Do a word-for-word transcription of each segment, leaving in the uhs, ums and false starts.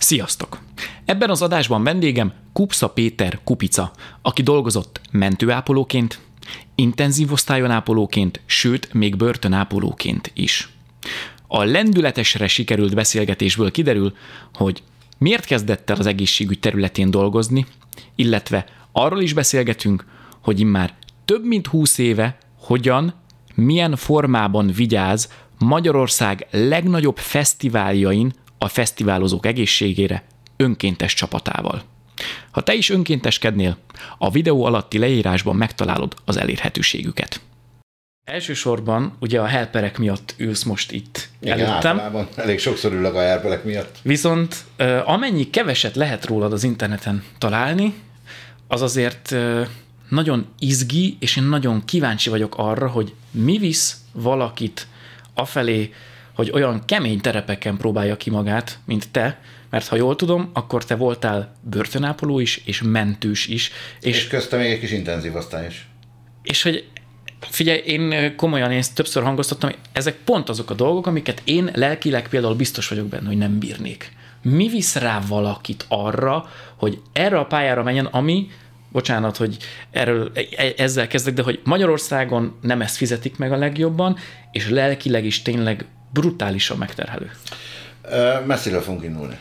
Sziasztok! Ebben az adásban vendégem Kupsa Péter Kupica, aki dolgozott mentőápolóként, intenzív osztályon ápolóként, sőt, még börtönápolóként is. A lendületesre sikerült beszélgetésből kiderül, hogy miért kezdett el az egészségügy területén dolgozni, illetve arról is beszélgetünk, hogy immár több mint húsz éve hogyan, milyen formában vigyáz Magyarország legnagyobb fesztiváljain a fesztiválozók egészségére önkéntes csapatával. Ha te is önkénteskednél, a videó alatti leírásban megtalálod az elérhetőségüket. Elsősorban ugye a helperek miatt ülsz most itt igen, előttem. Általában elég sokszor ülök a helperek miatt. Viszont amennyi keveset lehet rólad az interneten találni, az azért nagyon izgi, és én nagyon kíváncsi vagyok arra, hogy mi visz valakit afelé, hogy olyan kemény terepeken próbálja ki magát, mint te, mert ha jól tudom, akkor te voltál börtönápoló is, és mentős is. És, és köztem még egy kis intenzív osztály is. És hogy figyelj, én komolyan én többször hangoztattam, hogy ezek pont azok a dolgok, amiket én lelkileg például biztos vagyok benne, hogy nem bírnék. Mi visz rá valakit arra, hogy erre a pályára menjen, ami, bocsánat, hogy erről, ezzel kezdek, de hogy Magyarországon nem ezt fizetik meg a legjobban, és lelkileg is tényleg brutálisan megterhelő. Ö, messziről fogunk indulni.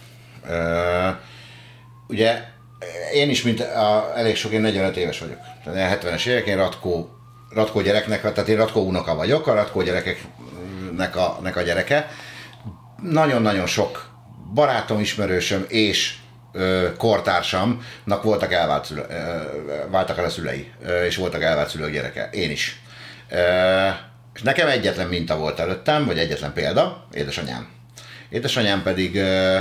Ö, ugye én is, mint a, elég sok, én negyvenöt éves vagyok. Tehát én hetvenes évek, én Ratkó, Ratkó gyereknek, tehát én Ratkó unoka vagyok, a Ratkó gyerekeknek a, nek a gyereke. Nagyon-nagyon sok barátom, ismerősöm és ö, kortársamnak voltak elvált szüle, ö, váltak el a szülei, ö, és voltak elvált szülők gyereke. Én is. Ö, és nekem egyetlen minta volt előttem, vagy egyetlen példa, édesanyám. Édesanyám pedig ö,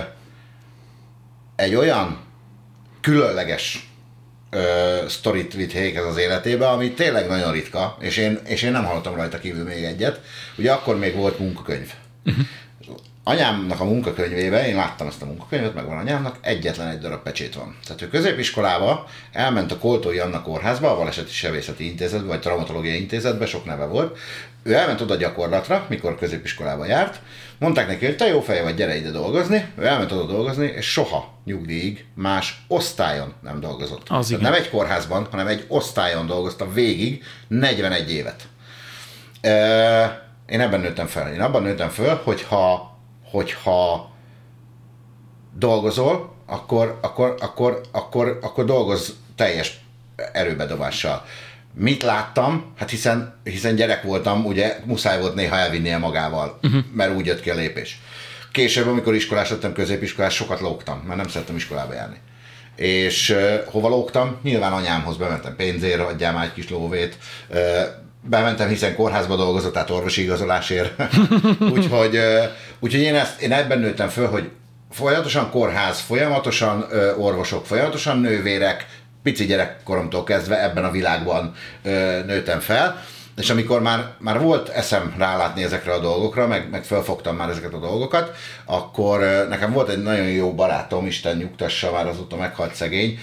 egy olyan különleges ö, sztorit vitt véghez az életébe, ami tényleg nagyon ritka, és én, és én nem hallottam rajta kívül még egyet. Ugye akkor még volt munkakönyv. Uh-huh. Anyámnak a munkakönyvében, én láttam ezt a munkakönyvet, meg van anyámnak, egyetlen egy darab pecsét van. Tehát ő középiskolába elment a Koltói Anna kórházba, a Baleseti Sebészeti Intézetbe, vagy Traumatológiai Intézetbe, sok neve volt. Ő elment oda gyakorlatra, mikor középiskolában járt, mondták neki, hogy te jó fej vagy, gyere ide dolgozni. Ő elment oda dolgozni, és soha nyugdíjig más osztályon nem dolgozott. Nem egy kórházban, hanem egy osztályon dolgoztam végig negyvenegy évet. Én ebben nőttem fel. Én abban nőttem fel, hogyha hogyha dolgozol, akkor, akkor, akkor, akkor, akkor dolgozz teljes erőbedobással. Mit láttam? Hát hiszen, hiszen gyerek voltam, ugye muszáj volt néha elvinnie magával, uh-huh. mert úgy jött ki a lépés. Később, amikor iskolás lettem, középiskolás, sokat lógtam, mert nem szerettem iskolába járni. És uh, hova lógtam? Nyilván anyámhoz bementem pénzért, adjál már egy kis lóvét. Uh, bementem, hiszen kórházba dolgozott, tehát orvosi igazolásért. úgyhogy, úgyhogy én, ezt, én ebben nőttem föl, hogy folyamatosan kórház, folyamatosan orvosok, folyamatosan nővérek, pici gyerekkoromtól kezdve ebben a világban nőttem fel. És amikor már, már volt eszem rálátni ezekre a dolgokra, meg, meg felfogtam már ezeket a dolgokat, akkor nekem volt egy nagyon jó barátom, Isten nyugtassa, már azóta meghalt szegény,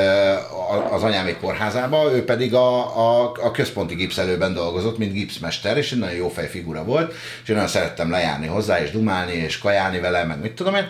az anyámék kórházában, ő pedig a, a, a központi gipszelőben dolgozott, mint gipszmester, és egy nagyon jó fejfigura volt, és én nagyon szerettem lejárni hozzá, és dumálni, és kajálni vele, meg mit tudom én.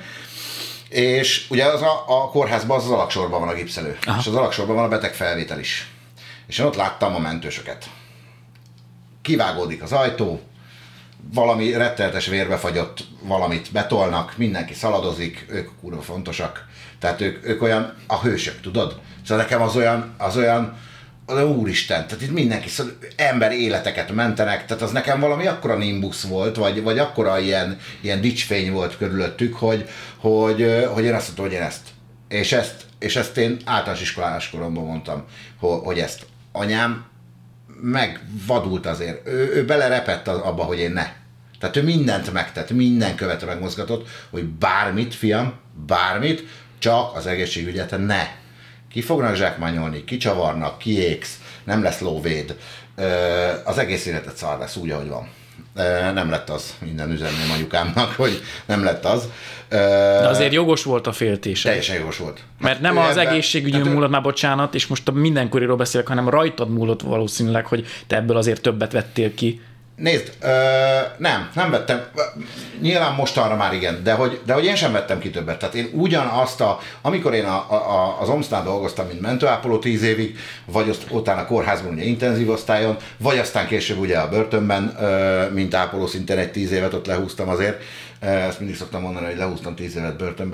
És ugye az a, a kórházban az, az alaksorban van a gipszelő, aha. és az alaksorban van a betegfelvétel is. És én ott láttam a mentősöket. Kivágódik az ajtó, valami rettenetes vérbefagyott valamit betolnak, mindenki szaladozik, ők kurva fontosak. Tehát ők, ők olyan a hősök, tudod? Szóval nekem az olyan, az olyan, az olyan úristen, tehát itt mindenki, szóval ember életeket mentenek, tehát az nekem valami akkora nimbus volt, vagy, vagy akkora ilyen, ilyen dicsfény volt körülöttük, hogy, hogy, hogy én azt mondtam, hogy én ezt. És ezt, és ezt én általános iskolás koromban mondtam, hogy ezt. Anyám megvadult azért. Ő, ő belerepett az, abba, hogy én ne. Tehát ő mindent megtett, minden követő megmozgatott, hogy bármit, fiam, bármit, csak az egészségügyet ne. Ki fognak zsákmányolni, kicsavarnak, kiégsz, nem lesz lóvéd. Az egész életet szar lesz, úgy, ahogy van. Nem lett az, minden üzenném anyukámnak, hogy nem lett az. De azért jogos volt a féltése. Teljesen jogos volt. Mert nem az egészségügyön múlott, már bocsánat, és most a mindenkoriról beszélek, hanem rajtad múlott valószínűleg, hogy te ebből azért többet vettél ki. Nézd, ö, nem, nem vettem, nyilván mostanra már igen, de hogy, de hogy én sem vettem ki többet. Tehát én ugyanazt a, amikor én a, a, az omsztán dolgoztam, mint mentőápoló tíz évig, vagy azt, utána a kórházban ugye intenzív osztályon, vagy aztán később ugye a börtönben, ö, mint ápoló szintén egy tíz évet ott lehúztam azért. Ezt mindig szoktam mondani, hogy lehúztam tíz évet börtönbe.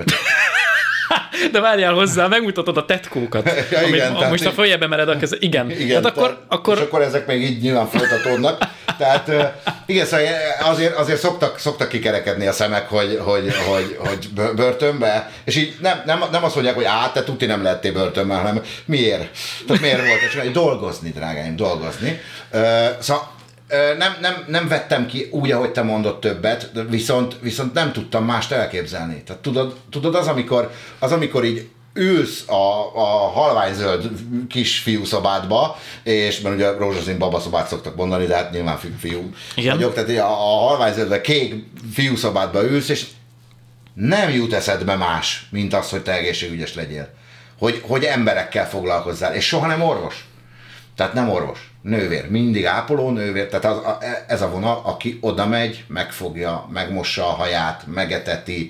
De várjál hozzá, megmutatod a tetkókat. Ja, igen, amit, most a följebb emeled a keze. Igen. Igen, tehát akkor, tehát, akkor... És akkor ezek még így nyilván folytatódnak. Tehát igen, szóval azért, azért szoktak, szoktak kikerekedni a szemek, hogy, hogy, hogy, hogy börtönbe, és így nem, nem, nem azt mondják, hogy á, te tuti nem lettél börtönben, hanem miért? Tehát miért volt? És dolgozni, drágáim, dolgozni. Szóval Nem, nem, nem vettem ki úgy, ahogy te mondod többet, viszont, viszont nem tudtam mást elképzelni. Tehát tudod, tudod az, amikor, az, amikor így ülsz a, a halványzöld kis fiúszobádba, és mert ugye rózsaszín babaszobát szoktak mondani, de hát nyilván fi, fiú Igen. vagyok, tehát a, a halványzöld kék fiúszobádba ülsz, és nem jut eszedbe más, mint az, hogy te egészségügyes legyél. Hogy, hogy emberekkel foglalkozzál, és soha nem orvos. Tehát nem orvos, nővér, mindig ápoló, nővér, tehát az, a, ez a vonal, aki oda megy, megfogja, megmossa a haját, megeteti,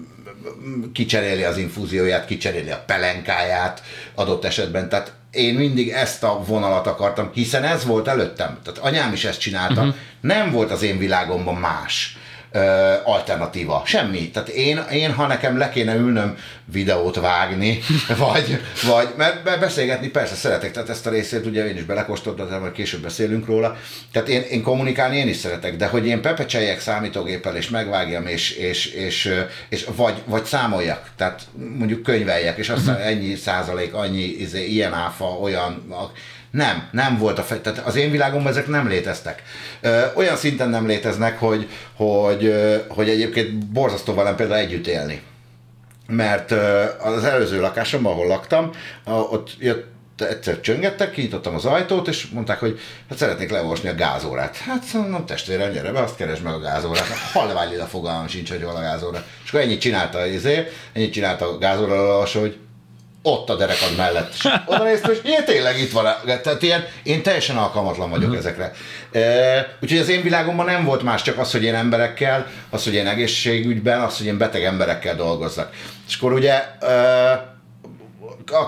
kicseréli az infúzióját, kicseréli a pelenkáját adott esetben, tehát én mindig ezt a vonalat akartam, hiszen ez volt előttem, tehát anyám is ezt csinálta, uh-huh. Nem volt az én világomban más alternatíva. Semmi. Tehát én, én, ha nekem le kéne ülnöm videót vágni, vagy, vagy mert beszélgetni persze szeretek, tehát ezt a részét ugye én is belekóstoltam, de majd később beszélünk róla. Tehát én, én kommunikálni én is szeretek, de hogy én pepecseljek számítógéppel, és megvágjam, és, és, és, és vagy, vagy számoljak, tehát mondjuk könyveljek, és aztán ennyi százalék, annyi izé, ilyen áfa, olyan... Nem, nem volt a fej, tehát az én világomban ezek nem léteztek. Ö, olyan szinten nem léteznek, hogy, hogy, hogy egyébként borzasztó velem például együtt élni. Mert az előző lakásomban, ahol laktam, ott jött, egyszer csöngettek, kinyitottam az ajtót, és mondták, hogy hát szeretnék leolvasni a gázórát. Hát mondom, testvérem, gyere be, azt keresd meg a gázórát. Halvány lila fogalmam sincs, hogy hol a gázóra. És akkor ennyit csinálta izé, ennyit csinálta a gázóra leolvasó, hogy ott a derekad mellett. És oda néztem, és én tényleg itt van. Tehát ilyen, én teljesen alkalmatlan vagyok uh-huh. ezekre. E, úgyhogy az én világomban nem volt más, csak az, hogy én emberekkel, az, hogy én egészségügyben, az, hogy én beteg emberekkel dolgozzak. És akkor ugye e, a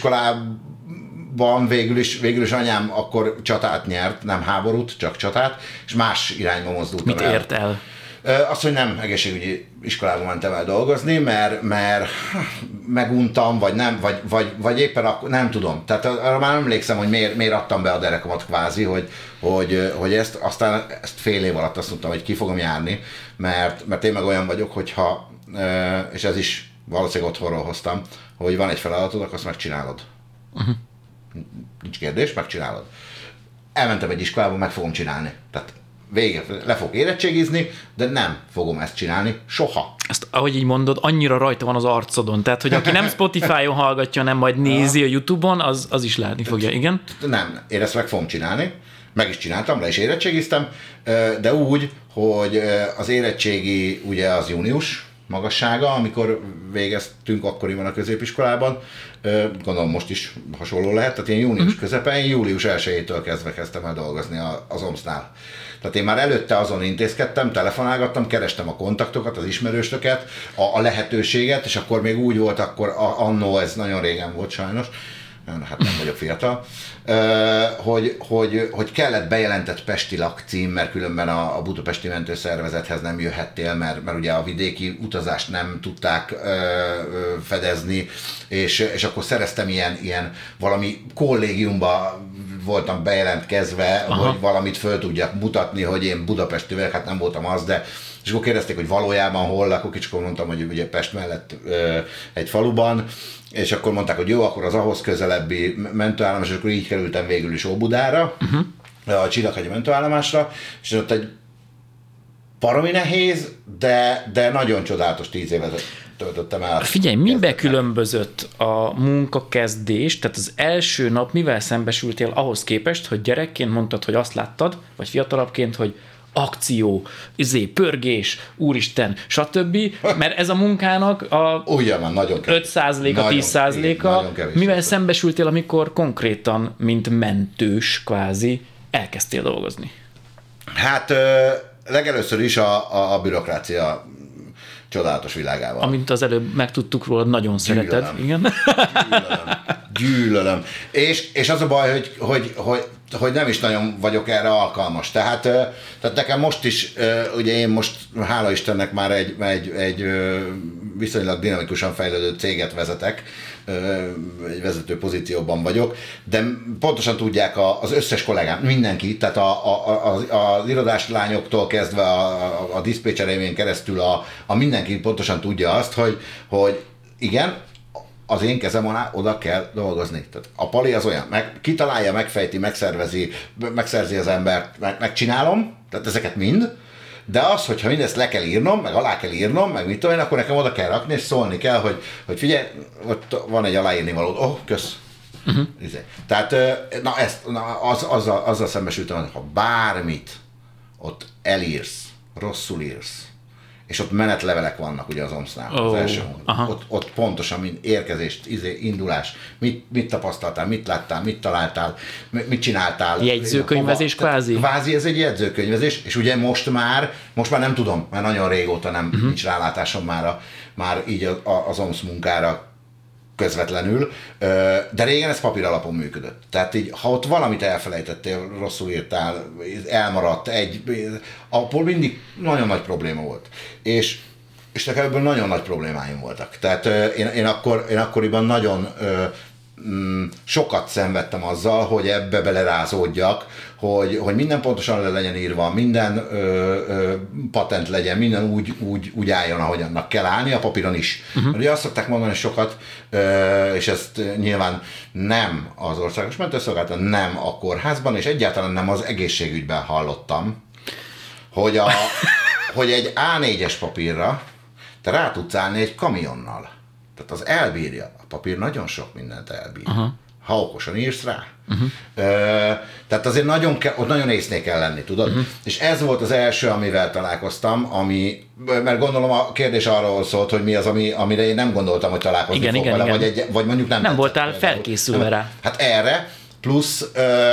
középiskolában végül is, végül is anyám akkor csatát nyert, nem háborút, csak csatát, és más irányba mozdultam Mit el. ért el? Azt, hogy nem egészségügyi iskolában mentem el dolgozni, mert, mert meguntam, vagy nem, vagy, vagy, vagy éppen akkor, nem tudom. Tehát arra már emlékszem, hogy miért, miért adtam be a derekamat kvázi, hogy, hogy, hogy ezt, aztán ezt fél év alatt azt mondtam, hogy ki fogom járni, mert, mert én meg olyan vagyok, hogyha, és ez is valószínűleg otthonról hoztam, hogy van egy feladatod, akkor azt megcsinálod. Uh-huh. Nincs kérdés, megcsinálod. Elmentem egy iskolába, meg fogom csinálni. Tehát vége, le fogok érettségizni, de nem fogom ezt csinálni soha. Ezt, ahogy így mondod, annyira rajta van az arcodon, tehát, hogy aki nem Spotify-on hallgatja, nem majd nézi a YouTube-on, az, az is látni fogja, igen? Nem, én ezt meg fogom csinálni, meg is csináltam, le is érettségiztem, de úgy, hogy az érettségi ugye az június magassága, amikor végeztünk akkoriban a középiskolában, gondolom most is hasonló lehet, tehát én június uh-huh. közepén, július elsejétől kezdve kezdtem el dolgozni az omsztnál. Tehát én már előtte azon intézkedtem, telefonálgattam, kerestem a kontaktokat, az ismerősöket, a, a lehetőséget, és akkor még úgy volt, akkor a, annó, ez nagyon régen volt sajnos, hát nem vagyok fiatal, hogy, hogy, hogy kellett bejelentett pesti lakcím, mert különben a, a budapesti mentőszervezethez nem jöhettél, mert, mert ugye a vidéki utazást nem tudták fedezni, és, és akkor szereztem ilyen, ilyen valami kollégiumba voltam bejelentkezve, aha. hogy valamit föl tudjak mutatni, hogy én budapesti vagyok, hát nem voltam az, de és akkor kérdezték, hogy valójában hol lakok, és akkor mondtam, hogy ugye Pest mellett ö, egy faluban, és akkor mondták, hogy jó, akkor az ahhoz közelebbi mentőállomás, és akkor így kerültem végül is Óbudára, uh-huh. a Csillaghegyi mentőállomásra, és ott egy baromi nehéz, de, de nagyon csodálatos tíz évet töltöttem el. Figyelj, mibe különbözött a munkakezdés, tehát az első nap mivel szembesültél ahhoz képest, hogy gyerekként mondtad, hogy azt láttad, vagy fiatalabbként, hogy akció, izé, pörgés, úristen, stb. Mert ez a munkának a ugyan, nagyon öt százaléka, tíz százaléka. Mivel szembesültél, amikor konkrétan, mint mentős kvázi, elkezdtél dolgozni? Hát legelőször is a, a, a bürokrácia csodálatos világával. Amint az előbb megtudtuk róla, nagyon Gyűlölöm. szereted. Igen. Gyűlölöm. Gyűlölöm. És, és az a baj, hogy, hogy, hogy, hogy nem is nagyon vagyok erre alkalmas. Tehát, tehát nekem most is, ugye én most, hála Istennek már egy, egy, egy viszonylag dinamikusan fejlődő céget vezetek, egy vezető pozícióban vagyok, de pontosan tudják az összes kollégám, mindenki, tehát a, a, a, az irodás lányoktól kezdve a, a, a diszpécsereimén keresztül a, a mindenki pontosan tudja azt, hogy, hogy igen, az én kezem alá oda kell dolgozni. Tehát a pali az olyan, meg, kitalálja, megfejti, megszervezi, megszerzi az embert, meg, megcsinálom, tehát ezeket mind, de az, hogyha mindezt le kell írnom, meg alá kell írnom, meg mit tudom én, akkor nekem oda kell rakni, és szólni kell, hogy, hogy figyelj, ott van egy aláírni valód. Oh, kösz. Uh-huh. Tehát, na ezt, na, az, azzal, azzal szembesültem, hogy ha bármit ott elírsz, rosszul írsz, és ott menetlevelek vannak ugye az omsznál, oh, az első ott, ott pontosan mind érkezést, izé, indulás, mit, mit tapasztaltál, mit láttál, mit találtál, mit csináltál. Jegyzőkönyvezés kvázi? Kvázi ez egy jegyzőkönyvezés, és ugye most már, most már nem tudom, mert nagyon régóta nem uh-huh. nincs rálátásom már, a, már így a, a, az omsz munkára közvetlenül, de régen ez papír alapon működött. Tehát így, ha ott valamit elfelejtettél, rosszul írtál, elmaradt, egy, abból mindig nagyon nagy probléma volt. És, és nekem ebből nagyon nagy problémáim voltak. Tehát én, én, akkor, én akkoriban nagyon mm, sokat szenvedtem azzal, hogy ebbe belerázódjak, hogy, hogy minden pontosan le legyen írva, minden ö, ö, patent legyen, minden úgy, úgy, úgy álljon, ahogy annak kell állni, a papíron is. Uh-huh. Ugye azt szokták mondani sokat, ö, és ezt nyilván nem az Országos Mentőszolgálaton, nem a kórházban, és egyáltalán nem az egészségügyben hallottam, hogy, a, hogy egy á négyes papírra te rá tudsz állni egy kamionnal. Tehát az elbírja. A papír nagyon sok mindent elbír. Uh-huh. Ha okosan írsz rá. Uh-huh. Ö, tehát azért nagyon, ke- ott nagyon észnél kell lenni, tudod? Uh-huh. És ez volt az első, amivel találkoztam, ami, mert gondolom a kérdés arról szólt, hogy mi az, ami, amire én nem gondoltam, hogy találkozni igen, fog igen, vele, igen. Vagy, egy, vagy mondjuk nem Nem tetszett, voltál felkészülve nem, rá. Hát erre, plusz ö,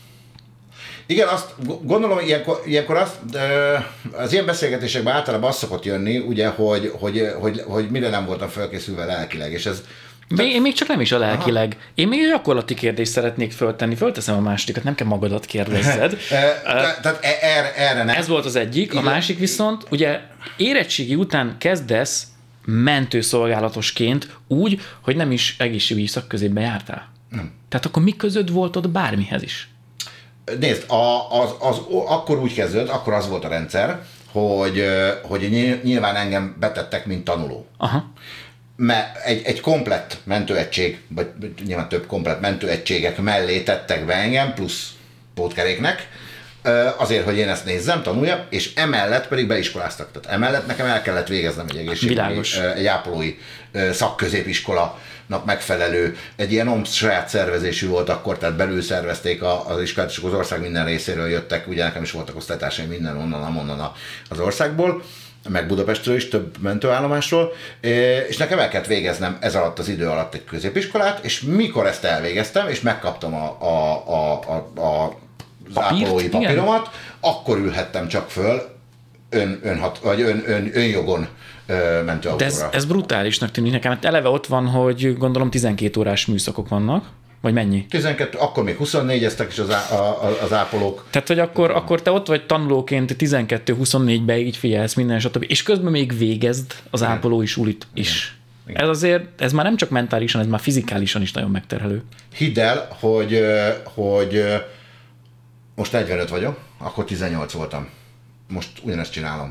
igen, azt gondolom, ilyenkor, ilyenkor azt, az ilyen beszélgetésekben általában az szokott jönni, ugye, hogy, hogy, hogy, hogy mire nem voltam felkészülve lelkileg, és ez Még, én még csak nem is a lelkileg. Aha. Én még gyakorlati kérdést szeretnék föltenni. Fölteszem a másodikat, nem kell magadat kérdezzed. Tehát erre, erre nem. Ez volt az egyik. A másik viszont, ugye érettségi után kezdesz mentőszolgálatosként úgy, hogy nem is egészségügyi szakközépben jártál. Nem. Tehát akkor mi közöd volt ott bármihez is? Nézd, a, az, az, akkor úgy kezdődött, akkor az volt a rendszer, hogy, hogy nyilván engem betettek, mint tanuló. Aha. Mert egy, egy komplett mentőegység, vagy nyilván több komplett mentőegységek mellé tettek be engem, plusz pótkeréknek, azért, hogy én ezt nézzem, tanuljam, és emellett pedig beiskoláztak. Tehát emellett nekem el kellett végeznem egy egészségügyi, egy ápolói szakközépiskolanak megfelelő, egy ilyen omsz saját szervezésű volt akkor, tehát belül szervezték az iskolát, és az ország minden részéről jöttek, ugye nekem is voltak osztálytársaim minden onnan, amonnan az országból, meg Budapestről is, több mentőállomásról, és nekem el kellett végeznem ez alatt az idő alatt egy középiskolát, és mikor ezt elvégeztem, és megkaptam a, a, a, a, a az ápolói papíromat, igen. Akkor ülhettem csak föl ön, önhat, vagy ön, ön, önjogon mentőautóra. De ez, ez brutálisnak tűnik nekem, mert eleve ott van, hogy gondolom tizenkét órás műszakok vannak, vagy mennyi? tizenkettő, akkor még huszonnégyeztek is az, á, a, az ápolók. Tehát, hogy akkor, akkor te ott vagy tanulóként tizenkettő huszonnégyben így figyelsz minden, stb. És közben még végezd az igen. ápolói sulit is. Igen. Ez azért, ez már nem csak mentálisan, ez már fizikálisan is nagyon megterhelő. Hidd el, hogy, hogy most negyvenöt vagyok, akkor tizennyolc voltam. Most ugyanezt csinálom.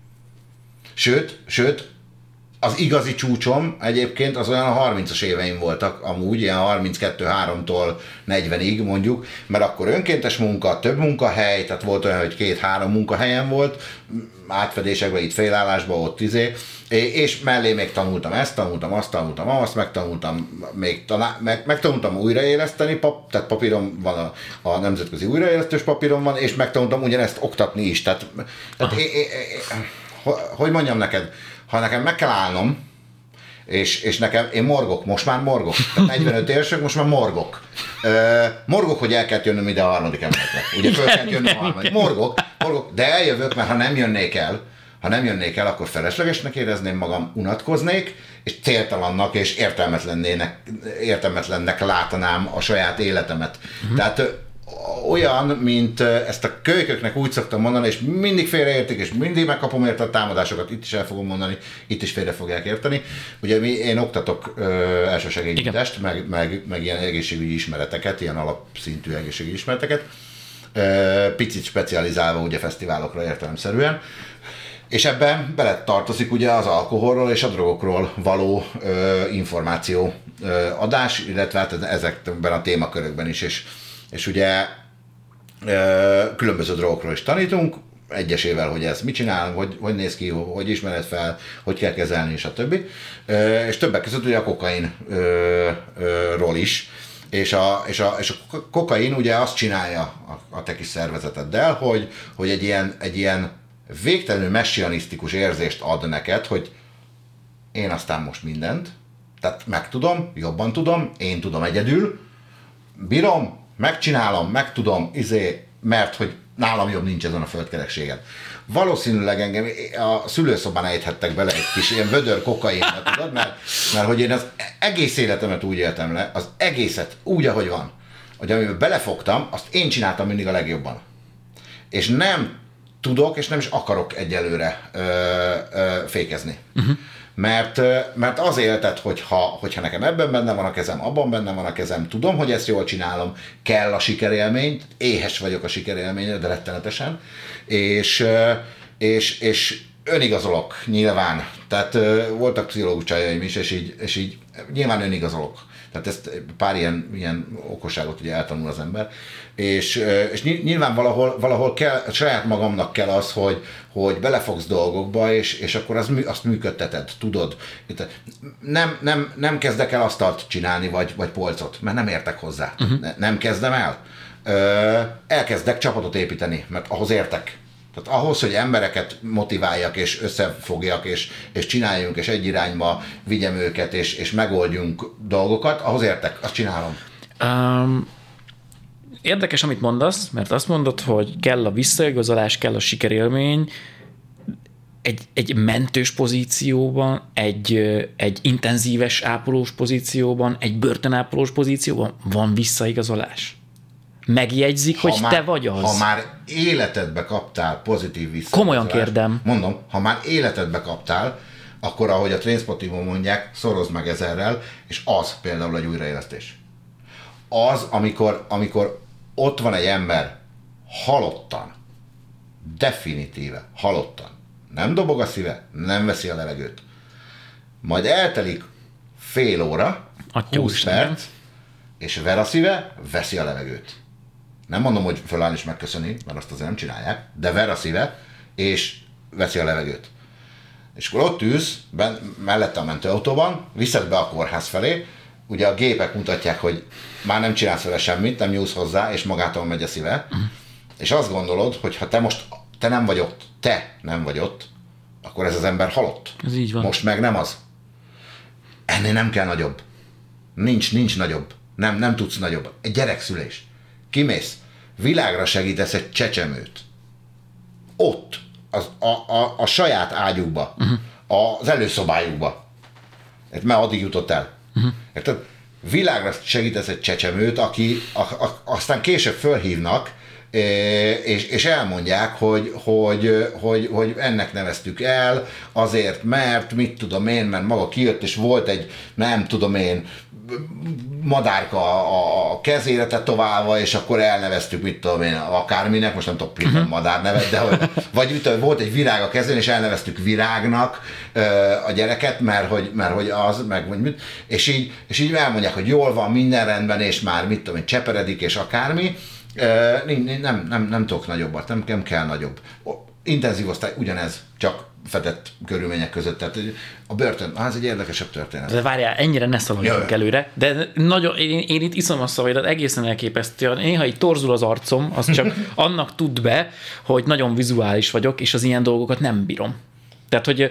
Sőt, sőt, az igazi csúcsom egyébként az olyan a harmincas éveim voltak, amúgy ilyen harminckettő háromtól negyvenig mondjuk, mert akkor önkéntes munka, több munkahely, tehát volt olyan, hogy két-három munkahelyen volt, átfedésekben, itt félállásban, ott izé, és mellé még tanultam ezt, tanultam azt, tanultam azt, megtanultam még taná- meg, megtanultam újraéleszteni, pap, tehát papírom van, a, a nemzetközi újraélesztős papírom van, és megtanultam ugyanezt oktatni is, tehát, tehát é, é, é, hogy mondjam neked, ha nekem meg kell állnom És, és nekem, én morgok, most már morgok. Tehát negyvenöt évesek, most már morgok. Uh, morgok, hogy el kell jönnöm ide a harmadik emeletre. Ugye föl kell jönnöm a harmadik. Morgok, morgok, de eljövök, mert ha nem jönnék el, ha nem jönnék el, akkor feleslegesnek érezném magam, unatkoznék, és céltalannak és értelmetlennek, értelmetlennek látanám a saját életemet. Uh-huh. Tehát olyan, mint ezt a kölyköknek úgy szoktam mondani, és mindig félreértik, és mindig megkapom érte a támadásokat, itt is el fogom mondani, itt is félre fogják érteni. Ugye mi, én oktatok elsősegélynyújtást, meg, meg, meg ilyen egészségügyi ismereteket, ilyen alapszintű egészségügyi ismereteket, ö, picit specializálva ugye fesztiválokra értelemszerűen, és ebben bele tartozik ugye az alkoholról és a drogokról való ö, információ ö, adás, illetve hát ezekben a témakörökben is, és És ugye különböző drogokról is tanítunk, egyesével, hogy ez mit csinál, hogy, hogy néz ki, hogy ismered fel, hogy kell kezelni, és a többi. És többek között ugye a kokainról is. És a, és, a, és a kokain ugye azt csinálja a, a te kis szervezeteddel, hogy, hogy egy, ilyen, egy ilyen végtelenül messianisztikus érzést ad neked, hogy én aztán most mindent, tehát megtudom, jobban tudom, én tudom egyedül, bírom, megcsinálom, megtudom, izé, mert hogy nálam jobb nincs ezen a földkerekségen. Valószínűleg engem a szülőszobán ejthettek bele egy kis ilyen vödör kokainba, tudod, mert, mert hogy én az egész életemet úgy éltem le, az egészet úgy, ahogy van, hogy amiben belefogtam, azt én csináltam mindig a legjobban. És nem tudok, és nem is akarok egyelőre ö, ö, fékezni. Uh-huh. Mert, mert az éltet, hogyha, hogyha nekem ebben benne van a kezem, abban benne van a kezem, tudom, hogy ezt jól csinálom, kell a sikerélmény, éhes vagyok a sikerélményre, de rettenetesen, és, és, és önigazolok nyilván. Tehát voltak pszichológus csajaim is, és így, és így nyilván önigazolok. Tehát ezt pár ilyen, ilyen okosságot ugye eltanul az ember, és, és nyilván valahol, valahol kell, saját magamnak kell az, hogy, hogy belefogsz dolgokba, és, és akkor az, azt működteted, tudod. Nem, nem, nem kezdek el asztalt csinálni, vagy, vagy polcot, mert nem értek hozzá. Uh-huh. Ne, nem kezdem el. Elkezdek csapatot építeni, mert ahhoz értek. Tehát ahhoz, hogy embereket motiváljak, és összefogjak, és, és csináljunk, és egy irányba vigyem őket, és, és megoldjunk dolgokat, ahhoz értek, azt csinálom. Um, érdekes, amit mondasz, mert azt mondod, hogy kell a visszaigazolás, kell a sikerélmény, egy, egy mentős pozícióban, egy, egy intenzíves ápolós pozícióban, egy börtönápolós pozícióban van visszaigazolás. Megjegyzik, ha hogy már, te vagy az. Ha már életedbe kaptál pozitív visszaigazolást. Komolyan kérdem. Mondom, ha már életedbe kaptál, akkor ahogy a Trainspottingban mondják, szorozd meg ezerrel, és az például egy újraélesztés. Az, amikor, amikor ott van egy ember halottan, definitíve halottan, nem dobog a szíve, nem veszi a levegőt, majd eltelik fél óra, Atya húsz perc, és ver a szíve, veszi a levegőt. Nem mondom, hogy föláll és megköszöni, mert azt azért nem csinálják, de ver a szíve, és veszi a levegőt. És akkor ott ülsz, ben, mellette a mentőautóban, viszed be a kórház felé, ugye a gépek mutatják, hogy már nem csinálsz vele semmit, nem nyúlsz hozzá, és magától megy a szíve, uh-huh. és azt gondolod, hogy ha te most, te nem vagy ott, te nem vagy ott, akkor ez az ember halott. Ez így van. Most meg nem az. Ennél nem kell nagyobb. Nincs, nincs nagyobb. Nem, nem tudsz nagyobb. Egy gyerekszülés. Kimész, világra segítesz egy csecsemőt. Ott, az, a, a, a saját ágyukba, uh-huh. az előszobájukba. Mert addig jutott el. Uh-huh. Érted? Világra segítesz egy csecsemőt, aki a, a, aztán később fölhívnak, és, és elmondják, hogy, hogy, hogy, hogy ennek neveztük el, azért, mert, mit tudom én, mert maga kijött, és volt egy, nem tudom én, madárka a kezére tetoválva, és akkor elneveztük, mit tudom én, akárminek, most nem tudok pillanat madár nevet, de hogy, vagy mit, volt egy virág a kezén, és elneveztük virágnak a gyereket, mert hogy, mert hogy az, meg vagy mit, és így, és így elmondják, hogy jól van, minden rendben, és már mit tudom én, cseperedik, és akármi. Nem, nem, nem, nem tudok nagyobbat, nem, nem kell nagyobb. Intenzív osztály ugyanez, csak fedett körülmények között. Tehát a börtön, ah, ez egy érdekesebb történet. De várjál, ennyire ne szaladjunk előre, de nagyon, én, én itt iszom a szavaidat, egészen elképesztő. Néha így torzul az arcom, az csak annak tud be, hogy nagyon vizuális vagyok, és az ilyen dolgokat nem bírom. Tehát, hogy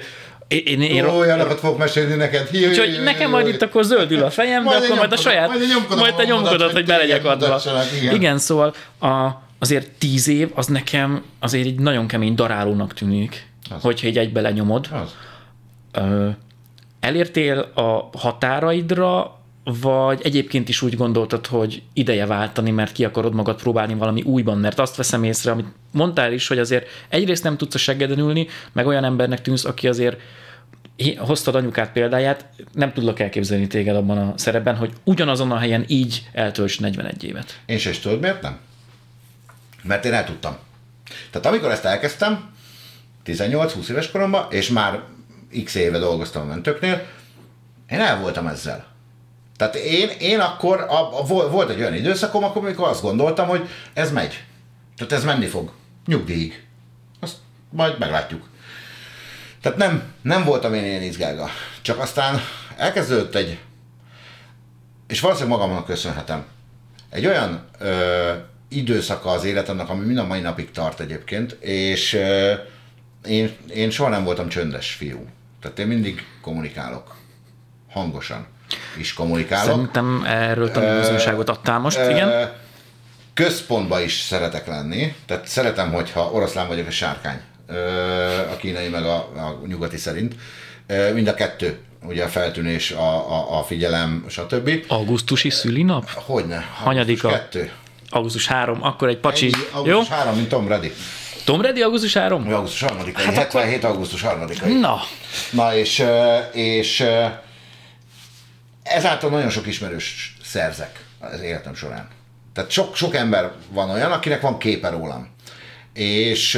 Én, én, Ó, olyanokat fogok mesélni neked. Hi, úgyhogy hi, hi, nekem hi, majd hi. itt akkor zöldül a fejem, de akkor majd a saját, majd te nyomkodod, hogy be legyek adva. Igen. Igen, szóval a, azért tíz év, az nekem azért egy nagyon kemény darálónak tűnik, az. Hogyha egy egybe lenyomod. Az. Ö, elértél a határaidra, vagy egyébként is úgy gondoltad, hogy ideje váltani, mert ki akarod magad próbálni valami újban, mert azt veszem észre, amit mondtál is, hogy azért egyrészt nem tudsz a seggeden ülni, meg olyan embernek tűnsz, aki azért, hoztad anyukát példáját, nem tudlak elképzelni téged abban a szerepben, hogy ugyanazon a helyen így eltölts negyvenegy évet. Én se is tudod, miért nem? Mert én el tudtam. Tehát amikor ezt elkezdtem, tizennyolc-húsz éves koromban, és már x éve dolgoztam a mentőknél, én el voltam ezzel. Tehát én, én akkor, a, a, volt egy olyan időszakom, akkor, amikor azt gondoltam, hogy ez megy. Tehát ez menni fog. Nyugdíjig. Azt majd meglátjuk. Tehát nem, nem voltam én ilyen izgága. Csak aztán elkezdődött egy, és valószínűleg magamnak köszönhetem, egy olyan ö, időszaka az életemnek, ami mind a mai napig tart egyébként, és ö, én, én soha nem voltam csöndes fiú. Tehát én mindig kommunikálok. Hangosan is kommunikálok. Szerintem erről tanulmányosságot adtál most, ö, igen. Központba is szeretek lenni, tehát szeretem, hogyha oroszlán vagyok, a sárkány. A kínai meg a, a nyugati szerint. Mind a kettő. Ugye a feltűnés, a, a, a figyelem, stb. Augusztusi szülinap? Hogyne. Hanyadika? kettő. augusztus harmadika, akkor egy pacsi. Ennyi, augusztus harmadika, mint Tom Brady. Tom Brady augusztus harmadika? augusztus harmadika. Hát hetvenhét akkor... augusztus harmadika. Na. Na és, és ezáltal nagyon sok ismerős szerzek az életem során. Tehát sok, sok ember van olyan, akinek van képe rólam. És